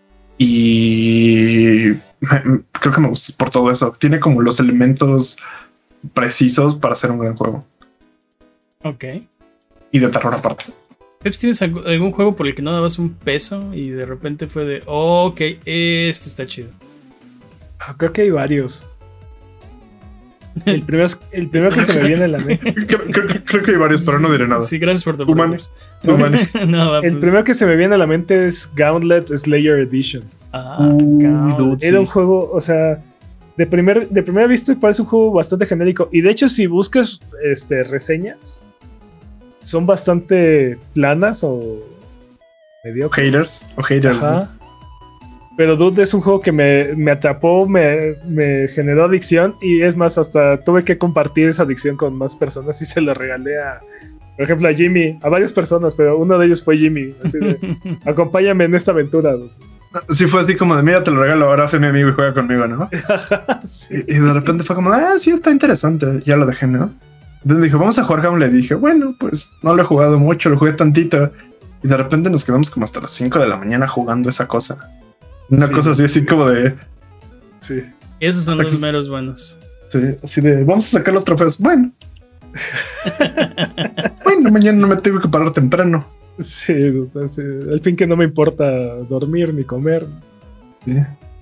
Y creo que me gusta por todo eso. Tiene como los elementos precisos para hacer un gran juego. Ok. Y de terror aparte. ¿Tienes algún juego por el que no dabas un peso y de repente fue de, ok, este está chido? Creo que hay varios. El primero que se me viene a la mente. Creo que hay varios, pero no diré nada. Sí, gracias por tu Humane. El primero que se me viene a la mente es Gauntlet Slayer Edition. Gauntlet. Era un juego, o sea, de primera vista parece un juego bastante genérico. Y de hecho, si buscas reseñas, son bastante planas o medio haters. Ajá. ¿No? Pero Dude es un juego que me atrapó, me generó adicción. Y es más, hasta tuve que compartir esa adicción con más personas y se lo regalé por ejemplo, a Jimmy, a varias personas, pero uno de ellos fue Jimmy. Así de, acompáñame en esta aventura, Dude. Sí, fue así como de, mira, te lo regalo, ahora sé mi amigo y juega conmigo, ¿no? Sí. Y de repente fue como, sí, está interesante. Ya lo dejé, ¿no? Entonces me dijo, vamos a jugar Gauntlet. Y dije, bueno, pues no lo he jugado mucho, lo jugué tantito. Y de repente nos quedamos como hasta las 5 de la mañana jugando esa cosa. Una cosa así como de... Sí. Esos son los meros buenos. Sí, así de, vamos a sacar los trofeos. Bueno. Bueno, mañana no me tengo que parar temprano. Sí, al fin que no me importa dormir ni comer. Sí.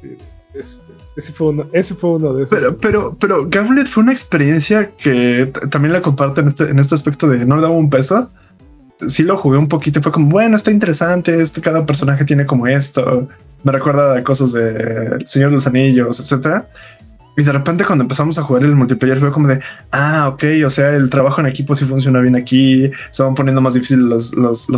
Ese fue uno de esos. Pero Gauntlet fue una experiencia que también la comparto en este aspecto de no le daba un peso. Sí lo jugué un poquito y fue como, bueno, está interesante, cada personaje tiene como esto. Me recuerda a cosas de El Señor de los Anillos, etcétera. Y de repente cuando empezamos a jugar el multiplayer fue como de, ok, o sea, el trabajo en equipo sí funciona bien aquí, se van poniendo más difíciles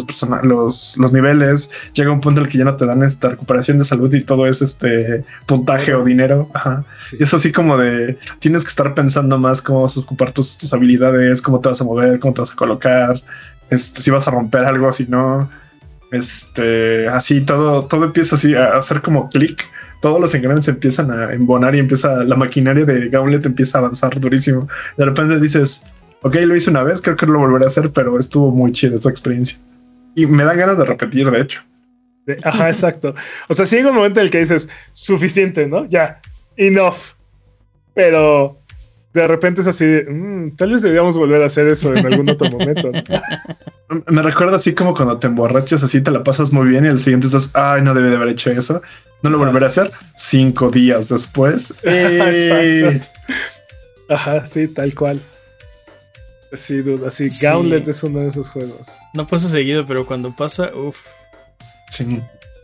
los niveles, llega un punto en el que ya no te dan esta recuperación de salud y todo es puntaje o dinero. Ajá. Sí. Y es así como de, tienes que estar pensando más cómo vas a ocupar tus habilidades, cómo te vas a mover, cómo te vas a colocar, si vas a romper algo, si no, así todo empieza así a hacer como clic. Todos los engranes empiezan a embonar y empieza la maquinaria de Gauntlet empieza a avanzar durísimo. De repente dices, ok, lo hice una vez, creo que lo volveré a hacer, pero estuvo muy chida esa experiencia. Y me dan ganas de repetir, de hecho. Ajá, exacto. O sea, sí llega un momento en el que dices, suficiente, ¿no? Ya, enough. Pero de repente es así, tal vez deberíamos volver a hacer eso en algún otro momento, ¿no? Me recuerda así como cuando te emborrachas, así te la pasas muy bien y al siguiente estás, no debí de haber hecho eso. No lo volveré a hacer 5 días después. Exacto. Ajá, sí, tal cual. Sí, duda, así. Sí. Gauntlet es uno de esos juegos. No pasa seguido, pero cuando pasa, uff. Sí.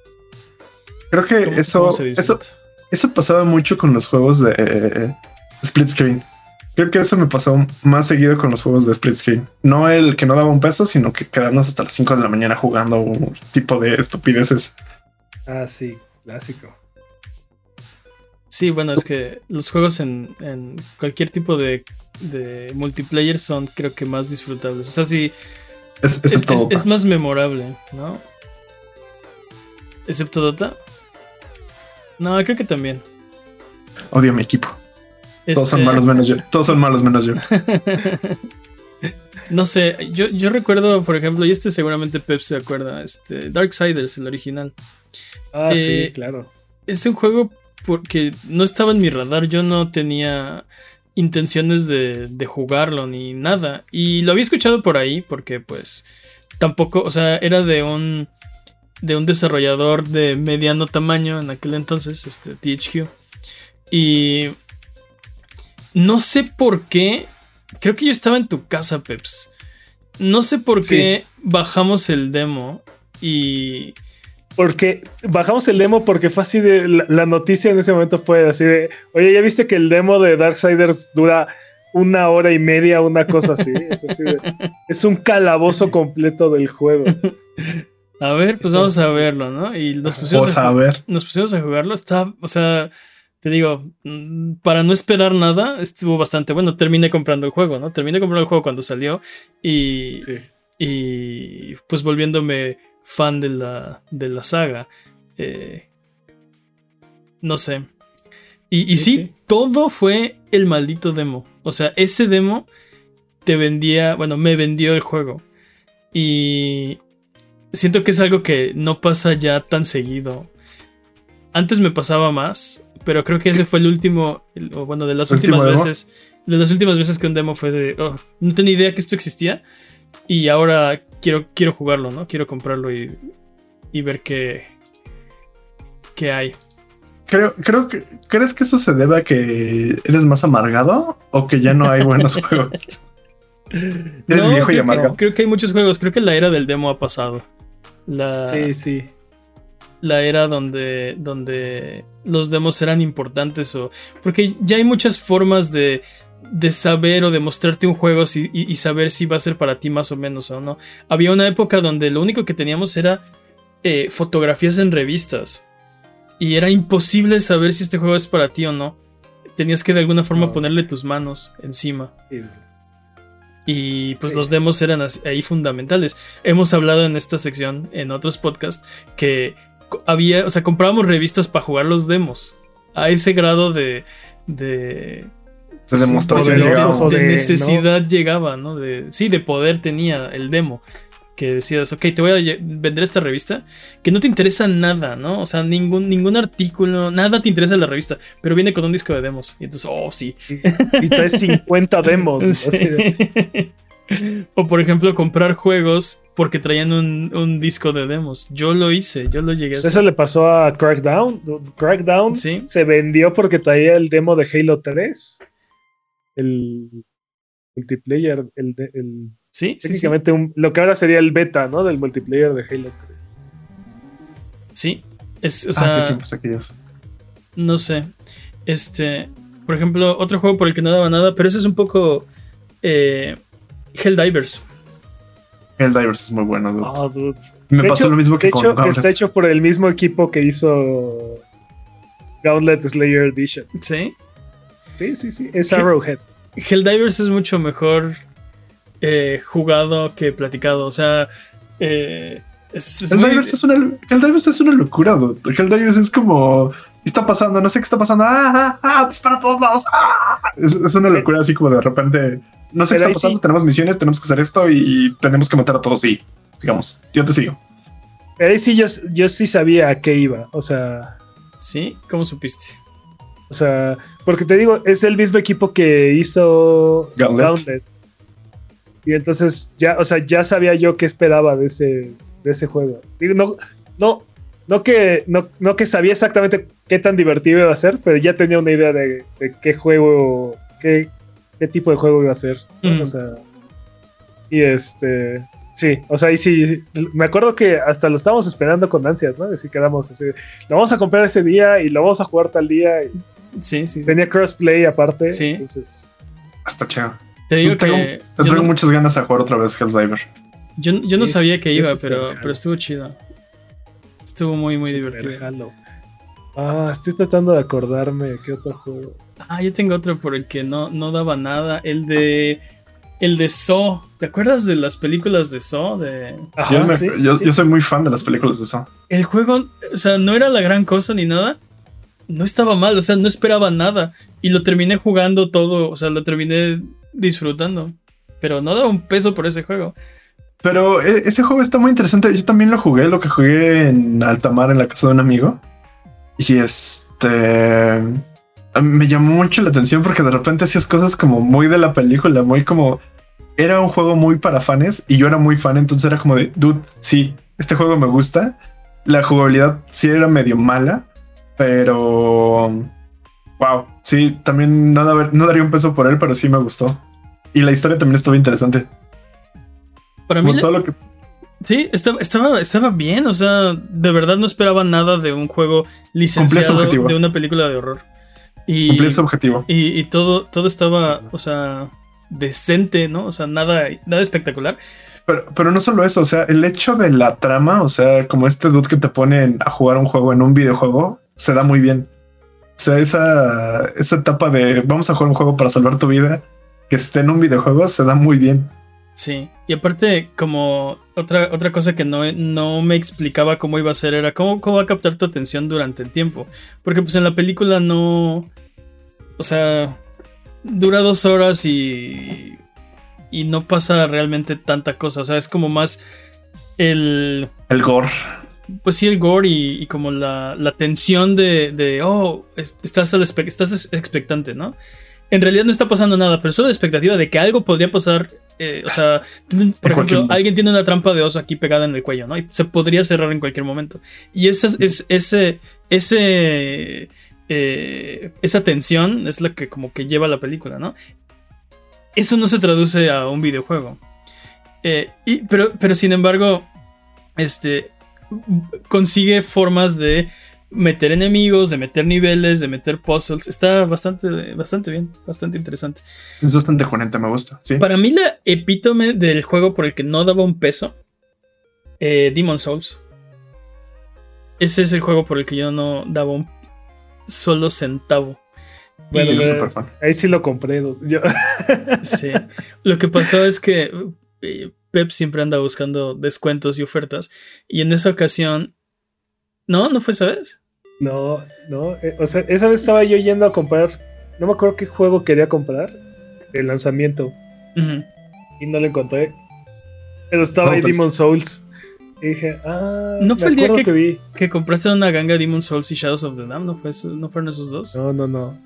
Creo que eso pasaba mucho con los juegos de split screen. Creo que eso me pasó más seguido con los juegos de split screen. No el que no daba un peso, sino que quedarnos hasta las 5 de la mañana jugando un tipo de estupideces. Sí, clásico. Sí, bueno, es que los juegos en cualquier tipo de multiplayer son, creo que, más disfrutables. O sea, sí, es más memorable, ¿no? ¿Excepto Dota? No, creo que también. Odio a mi equipo. Todos son malos menos yo. Todos son malos menos yo. No sé, yo recuerdo, por ejemplo, y seguramente Pep se acuerda, Darksiders, el original. Sí, claro. Es un juego porque no estaba en mi radar, yo no tenía intenciones de jugarlo ni nada. Y lo había escuchado por ahí porque pues tampoco, o sea, era de un desarrollador de mediano tamaño en aquel entonces, THQ. Y no sé por qué, creo que yo estaba en tu casa, Peps. No sé por qué bajamos el demo y... Porque bajamos el demo porque fue así de... La noticia en ese momento fue así de... Oye, ¿ya viste que el demo de Darksiders dura 1 hora y media? Una cosa así. Es así es un calabozo completo del juego. A ver, pues vamos a verlo, ¿no? Y nos pusimos a jugarlo. Está, o sea... Te digo, para no esperar nada, estuvo bastante bueno. Terminé comprando el juego, ¿no? Terminé comprando el juego cuando salió y pues volviéndome fan de la saga. No sé. Y sí, todo fue el maldito demo. O sea, ese demo me vendió el juego. Y siento que es algo que no pasa ya tan seguido. Antes me pasaba más, pero creo que ese fue el último, de las últimas veces. De las últimas veces que un demo fue de, no tenía idea que esto existía. Y ahora quiero jugarlo, ¿no? Quiero comprarlo y ver qué hay. ¿Crees que eso se debe a que eres más amargado o que ya no hay buenos juegos? ¿Eres viejo y amargado? Creo que hay muchos juegos. Creo que la era del demo ha pasado. Sí. La era donde los demos eran importantes. Porque ya hay muchas formas de saber o de mostrarte un juego y saber si va a ser para ti más o menos o no. Había una época donde lo único que teníamos era fotografías en revistas. Y era imposible saber si este juego es para ti o no. Tenías que de alguna forma ponerle tus manos encima. Sí. Y pues los demos eran ahí fundamentales. Hemos hablado en esta sección, en otros podcasts, que comprábamos revistas para jugar los demos. A ese grado de demostración de necesidad llegaba, ¿no? De poder tenía el demo. Que decías, ok, te voy a vender esta revista, que no te interesa nada, ¿no? O sea, ningún artículo, nada te interesa en la revista, pero viene con un disco de demos. Y entonces, sí. Y traes 50 demos. Sí. O por ejemplo, comprar juegos porque traían un disco de demos. Yo lo hice, yo lo llegué a hacer. Eso le pasó a Crackdown. Crackdown se vendió porque traía el demo de Halo 3. El multiplayer, Sí, técnicamente lo que ahora sería el beta, ¿no? Del multiplayer de Halo 3. Sí, ¿qué tiempos aquellos? No sé. Por ejemplo, otro juego por el que no daba nada, pero ese es un poco Helldivers. Helldivers es muy bueno, dude. Oh, dude. Me pasó lo mismo que con Gauntlet. Está hecho por el mismo equipo que hizo Gauntlet Slayer Edition. ¿Sí? Sí. Es Arrowhead. Helldivers es mucho mejor jugado que platicado. O sea, Helldivers es una locura, dude. Helldivers es como, ¿qué está pasando? No sé qué está pasando. Dispara a todos lados. Es una locura, así como de repente, no sé qué está pasando. Tenemos misiones, tenemos que hacer esto y tenemos que matar a todos. Sí, digamos, yo te sigo. Pero ahí sí yo sí sabía a qué iba. O sea, ¿sí? ¿Cómo supiste? O sea, porque te digo, es el mismo equipo que hizo Gauntlet. Y entonces ya sabía yo qué esperaba de ese juego. Digo, no que sabía exactamente qué tan divertido iba a ser, pero ya tenía una idea de qué juego, qué tipo de juego iba a ser, ¿no? O sea, y sí, o sea, y sí, me acuerdo que hasta lo estábamos esperando con ansias, ¿no? Así quedamos así, lo vamos a comprar ese día y lo vamos a jugar tal día. Y sí. Tenía crossplay aparte. Sí. Entonces, hasta chévere. Te digo que tengo muchas ganas de jugar otra vez Helldiver. Yo no sabía que iba, pero estuvo chido. Estuvo muy, muy divertido. Estoy tratando de acordarme qué otro juego. Yo tengo otro por el que no daba nada. El de Saw. ¿Te acuerdas de las películas de Saw? Yo soy muy fan de las películas de Saw. El juego, o sea, no era la gran cosa ni nada. No estaba mal, o sea, no esperaba nada. Y lo terminé jugando todo, o sea, lo terminé disfrutando. Pero no daba un peso por ese juego. Pero ese juego está muy interesante. Yo también lo jugué en alta mar en la casa de un amigo. Y me llamó mucho la atención porque de repente hacías cosas como muy de la película, muy como... Era un juego muy para fans y yo era muy fan, entonces era como de, dude, sí, este juego me gusta. La jugabilidad sí era medio mala, pero... Wow, sí, también no daría un peso por él, pero sí me gustó. Y la historia también estaba interesante. Para mí... Sí, estaba bien, o sea, de verdad no esperaba nada de un juego licenciado de una película de horror. Cumplía su objetivo. Y todo estaba, o sea, decente, ¿no? O sea, nada espectacular. Pero no solo eso, o sea, el hecho de la trama, o sea, como este dude que te ponen a jugar un juego en un videojuego, se da muy bien. O sea, esa etapa de vamos a jugar un juego para salvar tu vida, que esté en un videojuego, se da muy bien. Sí, y aparte, como otra cosa que no me explicaba cómo iba a ser era cómo va a captar tu atención durante el tiempo. Porque pues en la película no... O sea, dura 2 horas y no pasa realmente tanta cosa. O sea, es como más el gore. Pues sí, el gore y como la tensión de estás expectante, ¿no? En realidad no está pasando nada, pero solo la expectativa de que algo podría pasar O sea, por ejemplo, alguien tiene una trampa de oso aquí pegada en el cuello, ¿no? Y se podría cerrar en cualquier momento. Y esa tensión es la que como que lleva la película, ¿no? Eso no se traduce a un videojuego. Pero sin embargo, consigue formas de meter enemigos, de meter niveles, de meter puzzles. Está bastante bien, bastante interesante. Es bastante juguete, me gusta, ¿sí? Para mí la epítome del juego por el que no daba un peso, Demon's Souls. Ese es el juego por el que yo no daba un solo centavo. Bueno, ahí sí lo compré. Sí. Lo que pasó es que Pep siempre anda buscando descuentos y ofertas. Y en esa ocasión... ¿No fue esa vez? No. O sea, esa vez estaba yo yendo a comprar... No me acuerdo qué juego quería comprar. El lanzamiento. Uh-huh. Y no lo encontré. Pero estaba ahí Demon's Souls. Y dije, ¿no fue el día que compraste una ganga Demon's Souls y Shadows of the Dam? ¿No fueron esos dos? No,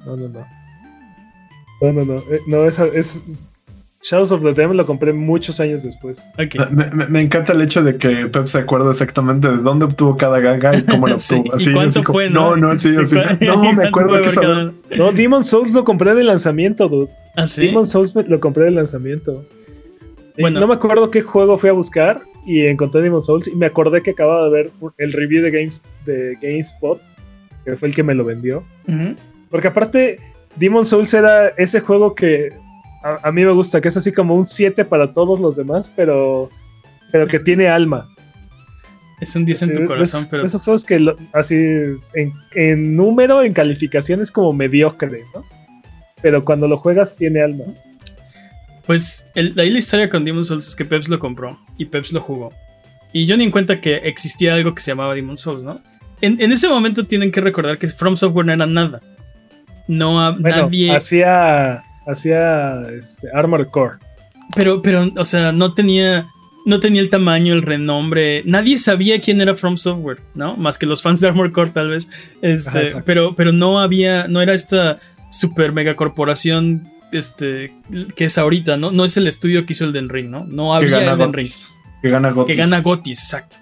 esa es... Shadows of the Dam lo compré muchos años después. Okay. Me encanta el hecho de que Pep se acuerda exactamente de dónde obtuvo cada ganga y cómo lo obtuvo. Sí. Así, ¿y cuánto fue? No, me acuerdo que sabes. No, Demon's Souls lo compré de lanzamiento, dude. ¿Ah, sí? Demon's Souls lo compré de lanzamiento. Bueno. No me acuerdo qué juego fui a buscar y encontré Demon's Souls y me acordé que acababa de ver el review de GameSpot, que fue el que me lo vendió. Uh-huh. Porque aparte, Demon's Souls era ese juego que a mí me gusta, que es así como un 7 para todos los demás, pero que tiene alma. Es un 10 en tu corazón, pero... Esos juegos que así en número, en calificación es como mediocre, ¿no? Pero cuando lo juegas tiene alma. Pues ahí la historia con Demon's Souls es que Peps lo compró y Peps lo jugó. Y yo ni en cuenta que existía algo que se llamaba Demon's Souls, ¿no? En ese momento tienen que recordar que From Software no era nada. Nadie... hacía Armored Core. Pero, o sea, no tenía el tamaño, el renombre. Nadie sabía quién era From Software, ¿no? Más que los fans de Armored Core, tal vez. Pero no era esta super mega corporación que es ahorita, ¿no? No es el estudio que hizo el Elden Ring, ¿no? No había Elden Ring. Que gana Gotis, exacto.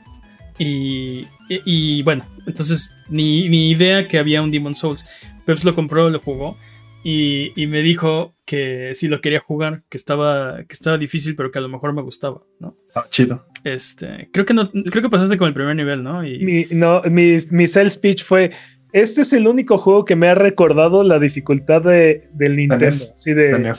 Y bueno, entonces ni idea que había un Demon's Souls. Peps lo compró, lo jugó. Y me dijo que si lo quería jugar, que estaba difícil, pero que a lo mejor me gustaba, ¿no? Chido. Creo que pasaste con el primer nivel, ¿no? Mi sales pitch fue: este es el único juego que me ha recordado la dificultad del Nintendo. Sí,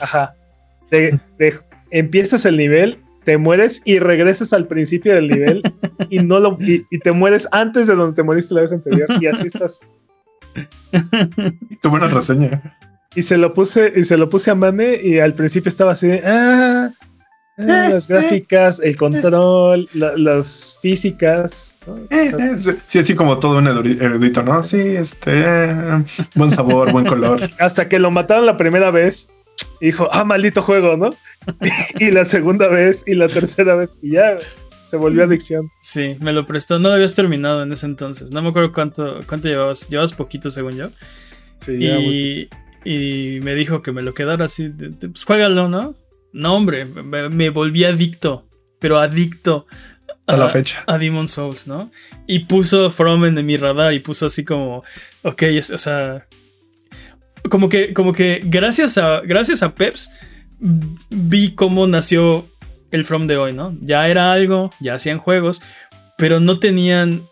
empiezas el nivel, te mueres y regresas al principio del nivel y te mueres antes de donde te moriste la vez anterior. Y así estás. Qué buena reseña. Y se lo puse a Mane y al principio estaba así de, las gráficas, el control, las físicas, ¿no? Sí, así como todo un erudito, ¿no? Sí, buen sabor, buen color. Hasta que lo mataron la primera vez y dijo, maldito juego, ¿no? Y la segunda vez y la tercera vez y ya se volvió adicción. Sí, me lo prestó, no lo habías terminado en ese entonces, no me acuerdo cuánto llevabas poquito según yo. Sí, y me dijo que me lo quedara así, pues juégalo, ¿no? No, hombre, me volví adicto, pero adicto a la fecha. A Demon's Souls, ¿no? Y puso From en mi radar y puso así como, ok, o sea, como que gracias a Peps vi cómo nació el From de hoy, ¿no? Ya era algo, ya hacían juegos, pero no tenían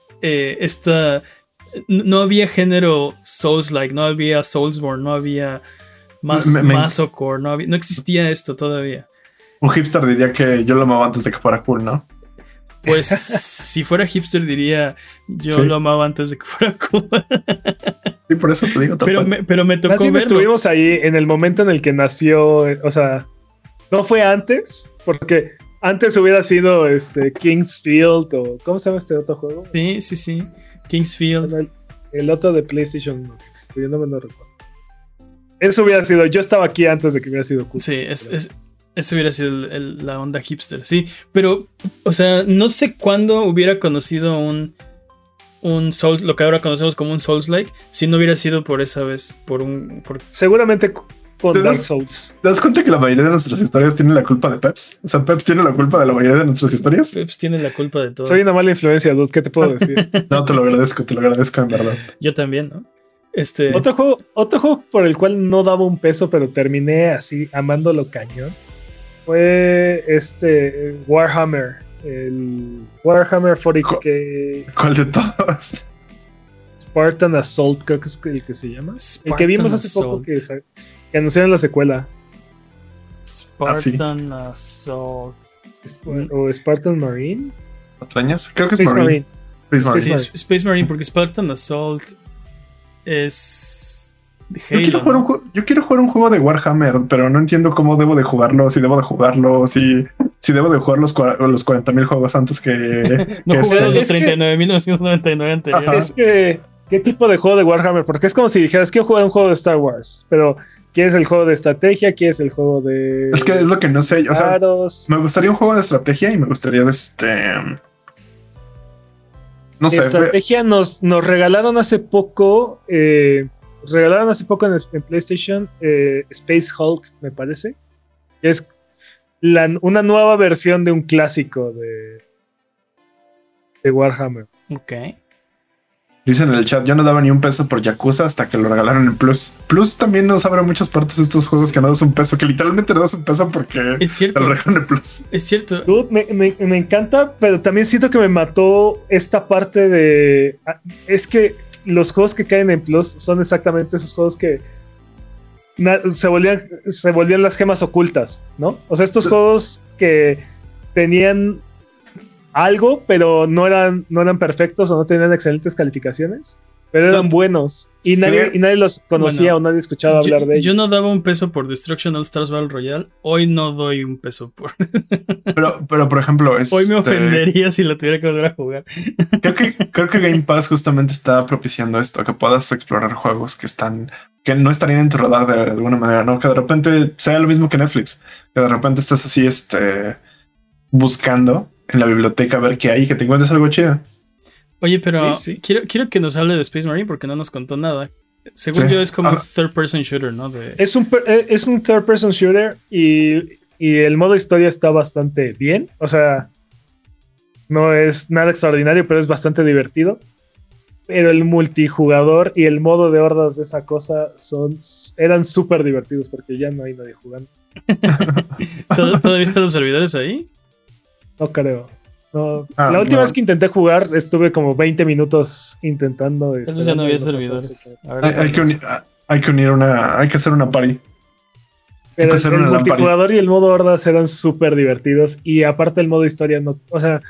no había género Souls-like, no había Soulsborne, no había Masocore, no existía esto todavía. Un hipster diría que yo lo amaba antes de que fuera cool, ¿no? Pues si fuera hipster diría yo lo amaba antes de que fuera cool. Sí, por eso te digo. Pero me tocó verlo. Estuvimos ahí en el momento en el que nació, o sea, no fue antes, porque antes hubiera sido King's Field o ¿cómo se llama este otro juego? Sí. King's Field. Bueno, el otro de PlayStation, yo no me lo recuerdo. Eso hubiera sido, yo estaba aquí antes de que hubiera sido cool. Sí, eso hubiera sido la onda hipster, sí. Pero, o sea, no sé cuándo hubiera conocido un Souls, lo que ahora conocemos como un Souls-like, si no hubiera sido por esa vez, Seguramente con Dark Souls. ¿Te das cuenta que la mayoría de nuestras historias tienen la culpa de Peps? O sea, Peps tiene la culpa de la mayoría de nuestras historias. Peps tiene la culpa de todo. Soy una mala influencia, dude. ¿Qué te puedo decir? No, te lo agradezco en verdad. Yo también, ¿no? Otro juego por el cual no daba un peso, pero terminé así amándolo cañón, fue Warhammer. El Warhammer 40K. ¿Cuál de todos? Spartan Assault, creo que es el que se llama. Spartan el que vimos hace poco que anunciaron la secuela. Spartan Assault. O Spartan Marine. ¿Patrañas? Creo que es Space Marine. Sí, Space Marine, porque Spartan Assault es de Halo. Yo quiero jugar un juego de Warhammer, pero no entiendo cómo debo de jugarlo, si debo de jugarlo, si debo de jugar los 40,000 juegos antes que... No jugué los 39.999 anteriores. Es que, ¿qué tipo de juego de Warhammer? Porque es como si dijeras, quiero jugar un juego de Star Wars, pero ¿quieres el juego de estrategia? ¿Quieres el juego de...? Es que es lo que no sé, o sea, me gustaría un juego de estrategia y me gustaría no sé. Estrategia nos regalaron hace poco... en PlayStation Space Hulk, me parece. Es una nueva versión de un clásico de Warhammer. Ok. Dicen en el chat, yo no daba ni un peso por Yakuza hasta que lo regalaron en Plus. Plus también nos abre muchas partes de estos juegos que no das un peso, que literalmente no das un peso porque es cierto. lo regalaron en Plus. Es cierto. Dude, me encanta, pero también siento que me mató esta parte de... Es que los juegos que caen en Plus son exactamente esos juegos que se volvían las gemas ocultas, ¿no? O sea, estos juegos que tenían algo, pero no eran perfectos o no tenían excelentes calificaciones, pero eran buenos y nadie los conocía o nadie escuchaba hablar de ellos. Yo no daba un peso por Destruction All Stars Battle Royale. Hoy no doy un peso por... pero por ejemplo... Hoy me ofendería si lo tuviera que volver a jugar. Creo que Game Pass justamente está propiciando esto, que puedas explorar juegos que no estarían en tu radar de alguna manera, ¿no? Que de repente sea lo mismo que Netflix, que de repente estés así buscando en la biblioteca a ver qué hay, que te encuentres algo chido. Oye, pero sí. Quiero que nos hable de Space Marine porque no nos contó nada. Según yo es como un third person shooter, ¿no? Es un third person shooter y el modo historia está bastante bien. O sea, no es nada extraordinario, pero es bastante divertido. Pero el multijugador y el modo de hordas de esa cosa eran súper divertidos porque ya no hay nadie jugando. ¿Todavía están los servidores ahí? No creo. No. La última vez que intenté jugar estuve como 20 minutos intentando. Entonces ya no había servidores. Hay que hacer una party. Pero el multijugador y el modo hordas eran súper divertidos. Y aparte el modo historia no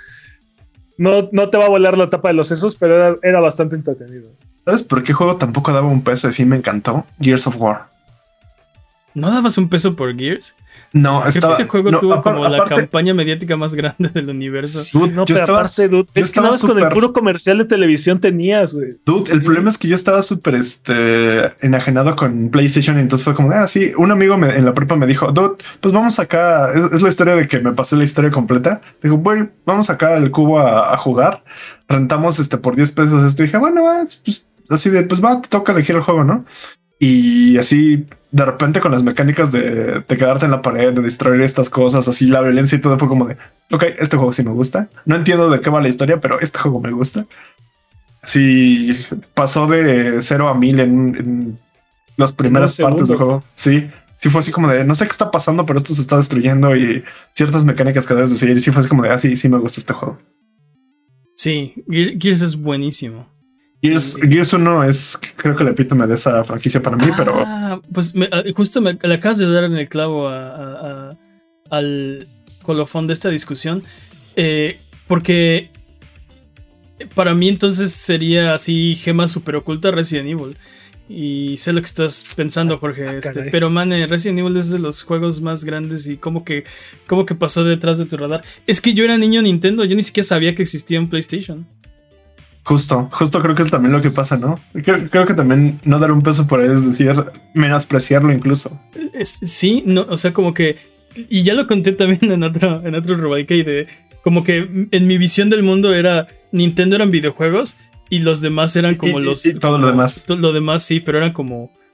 te va a volar la tapa de los sesos, pero era bastante entretenido. ¿Sabes por qué juego tampoco daba un peso? Y sí me encantó. Gears of War. ¿No dabas un peso por Gears? No, ese juego tuvo como la campaña mediática más grande del universo. Sí, dude, yo estaba con el puro comercial de televisión tenías, güey. Dude, el problema es que yo estaba súper enajenado con PlayStation y entonces fue como, sí, un amigo en la prepa me dijo, dude, pues vamos acá, es la historia de que me pasé la historia completa. Dijo, bueno, vamos acá al cubo a jugar, rentamos por 10 pesos esto y dije, bueno, pues, así de, pues va, te toca elegir el juego, ¿no? Y así de repente con las mecánicas de quedarte en la pared, de distraer estas cosas, así la violencia y todo fue como de, ok, este juego sí me gusta. No entiendo de qué va la historia, pero este juego me gusta. Sí, pasó de 0 a 1000 en las primeras partes del juego. Sí fue así como de, no sé qué está pasando, pero esto se está destruyendo y ciertas mecánicas que debes de seguir. Sí fue así como de, sí me gusta este juego. Sí, Gears es buenísimo. Gears 1 es, creo que el epítome de esa franquicia para mí, pero... Pues justo le acabas de dar en el clavo al colofón de esta discusión, porque para mí entonces sería así gema super oculta Resident Evil. Y sé lo que estás pensando, Jorge, pero man, Resident Evil es de los juegos más grandes y como que pasó detrás de tu radar. Es que yo era niño Nintendo, yo ni siquiera sabía que existía un PlayStation. Justo creo que es también lo que pasa, ¿no? Creo que también no dar un peso por él es decir, menospreciarlo incluso. Sí, no, o sea, como que, y ya lo conté también en otro Robalcade, de como que en mi visión del mundo era Nintendo eran videojuegos y los demás eran como y todo lo demás. Lo demás sí, pero eran como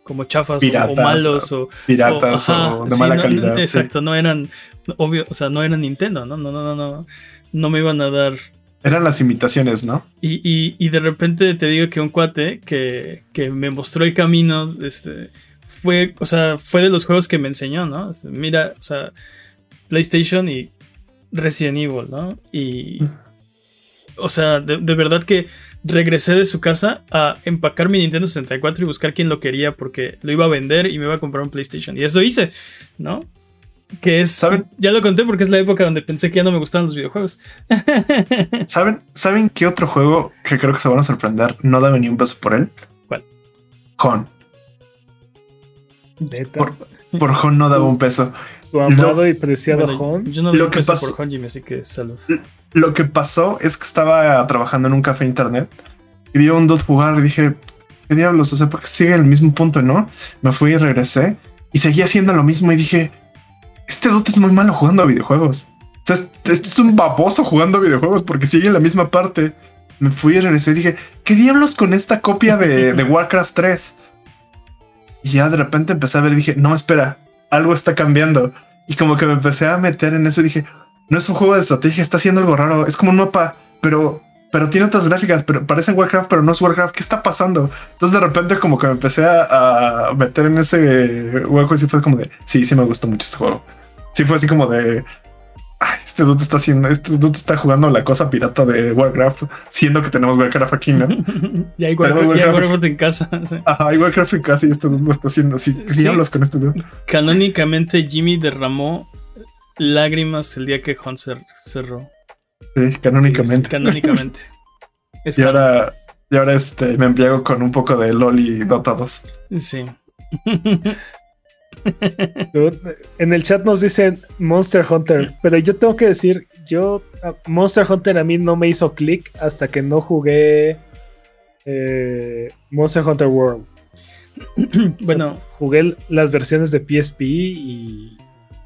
como chafas piratas, o malos o piratas o de mala calidad. Exacto, no eran obvio, o sea, no eran Nintendo, no me iban a dar. Eran las imitaciones, ¿no? Y de repente te digo que un cuate que me mostró el camino, fue de los juegos que me enseñó, ¿no? Mira, o sea, PlayStation y Resident Evil, ¿no? Y, o sea, de verdad que regresé de su casa a empacar mi Nintendo 64 y buscar quién lo quería porque lo iba a vender y me iba a comprar un PlayStation. Y eso hice, ¿no? Que es, ¿saben? Ya lo conté porque es la época donde pensé que ya no me gustaban los videojuegos. ¿Saben qué otro juego que creo que se van a sorprender? No daba ni un peso por él. ¿Cuál? Con. Por Hon no daba un peso. Tu amado y preciado Hon. Yo no doy un peso por Hon, Jimmy, así que salud. Lo que pasó es que estaba trabajando en un café internet y vi a un dude jugar y dije, ¿qué diablos? O sea, porque sigue en el mismo punto, ¿no? Me fui y regresé y seguía haciendo lo mismo y dije, este dude es muy malo jugando a videojuegos. O sea, este es un baboso jugando a videojuegos porque sigue en la misma parte. Me fui y regresé y dije, ¿qué diablos con esta copia de Warcraft 3? Y ya de repente empecé a ver y dije, no, espera, algo está cambiando. Y como que me empecé a meter en eso y dije, no es un juego de estrategia, está haciendo algo raro. Es como un mapa, pero tiene otras gráficas, pero parecen Warcraft, pero no es Warcraft. ¿Qué está pasando? Entonces de repente como que me empecé a meter en ese hueco y sí fue como de, sí me gustó mucho este juego. Sí fue así como de, ay, este dude está jugando la cosa pirata de Warcraft, siendo que tenemos Warcraft aquí, ¿no? Y hay Warcraft en casa. Sí. Ajá, hay Warcraft en casa y este dude lo está haciendo así. ¿Qué diablos con este dude? Canónicamente Jimmy derramó lágrimas el día que Hon cerró. Sí, canónicamente. Sí, canónicamente. Y ahora me embriago con un poco de LOL y Dota 2. Sí. En el chat nos dicen Monster Hunter, pero yo tengo que decir, Monster Hunter a mí no me hizo clic hasta que no jugué Monster Hunter World. Bueno, o sea, jugué las versiones de PSP y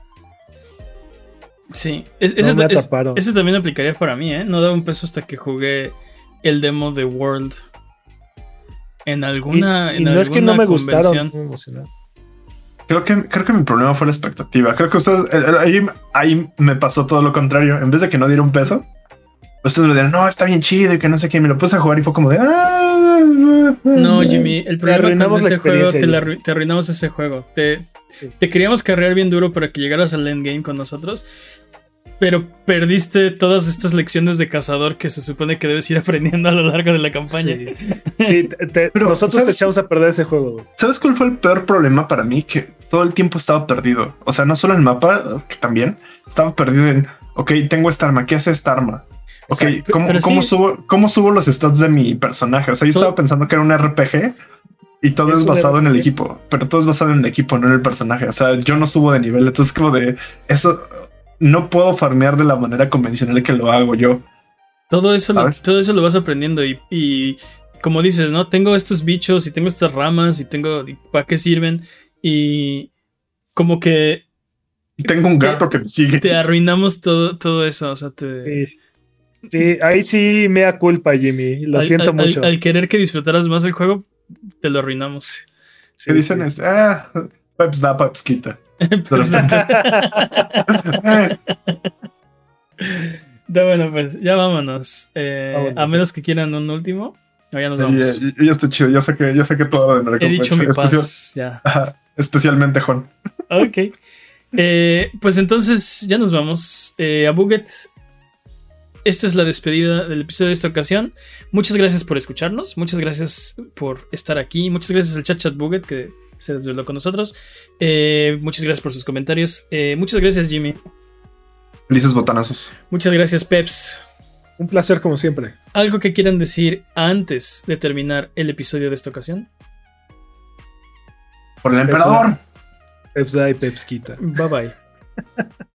sí, me atraparon. Ese también aplicaría para mí, ¿eh? No daba un peso hasta que jugué el demo de World en alguna y no es que no me gustaron. Creo que mi problema fue la expectativa. Creo que ustedes ahí me pasó todo lo contrario. En vez de que no diera un peso, ustedes me dijeron, no, está bien chido y que no sé qué. Me lo puse a jugar y fue como de, no, Jimmy, el problema con ese juego, te arruinamos ese juego. Te queríamos carrear bien duro para que llegaras al endgame con nosotros, pero perdiste todas estas lecciones de cazador que se supone que debes ir aprendiendo a lo largo de la campaña. Sí, pero nosotros te echamos a perder ese juego. ¿Sabes cuál fue el peor problema para mí? Que todo el tiempo estaba perdido. O sea, no solo el mapa, que también estaba perdido en, ok, tengo esta arma, ¿qué hace esta arma? Ok, ¿cómo subo los stats de mi personaje? O sea, yo estaba pensando que era un RPG y todo es basado en el equipo, pero todo es basado en el equipo, no en el personaje. O sea, yo no subo de nivel, entonces como de eso. No puedo farmear de la manera convencional que lo hago yo. Todo eso lo vas aprendiendo y como dices, ¿no? Tengo estos bichos y tengo estas ramas y ¿para qué sirven? Y como que... Y tengo un gato que me sigue. Te arruinamos todo eso, o sea, Sí, ahí sí mea culpa, Jimmy. Lo siento mucho. Al querer que disfrutaras más el juego, te lo arruinamos. Sí, dicen es, Peps da, Peps quita. Bueno, pues ya vámonos. A menos que quieran un último. Ya nos vamos. Ya estoy chido. Yo sé que todo me he dicho mi paz. Ya. Especialmente Juan. Ok. Pues entonces ya nos vamos. A Buget. Esta es la despedida del episodio de esta ocasión. Muchas gracias por escucharnos. Muchas gracias por estar aquí. Muchas gracias al chat Buget que se desveló con nosotros. Muchas gracias por sus comentarios. Muchas gracias, Jimmy. Felices botanazos. Muchas gracias, Peps. Un placer como siempre. ¿Algo que quieran decir antes de terminar el episodio de esta ocasión? Por el emperador. Peps da y Peps quita. Bye bye.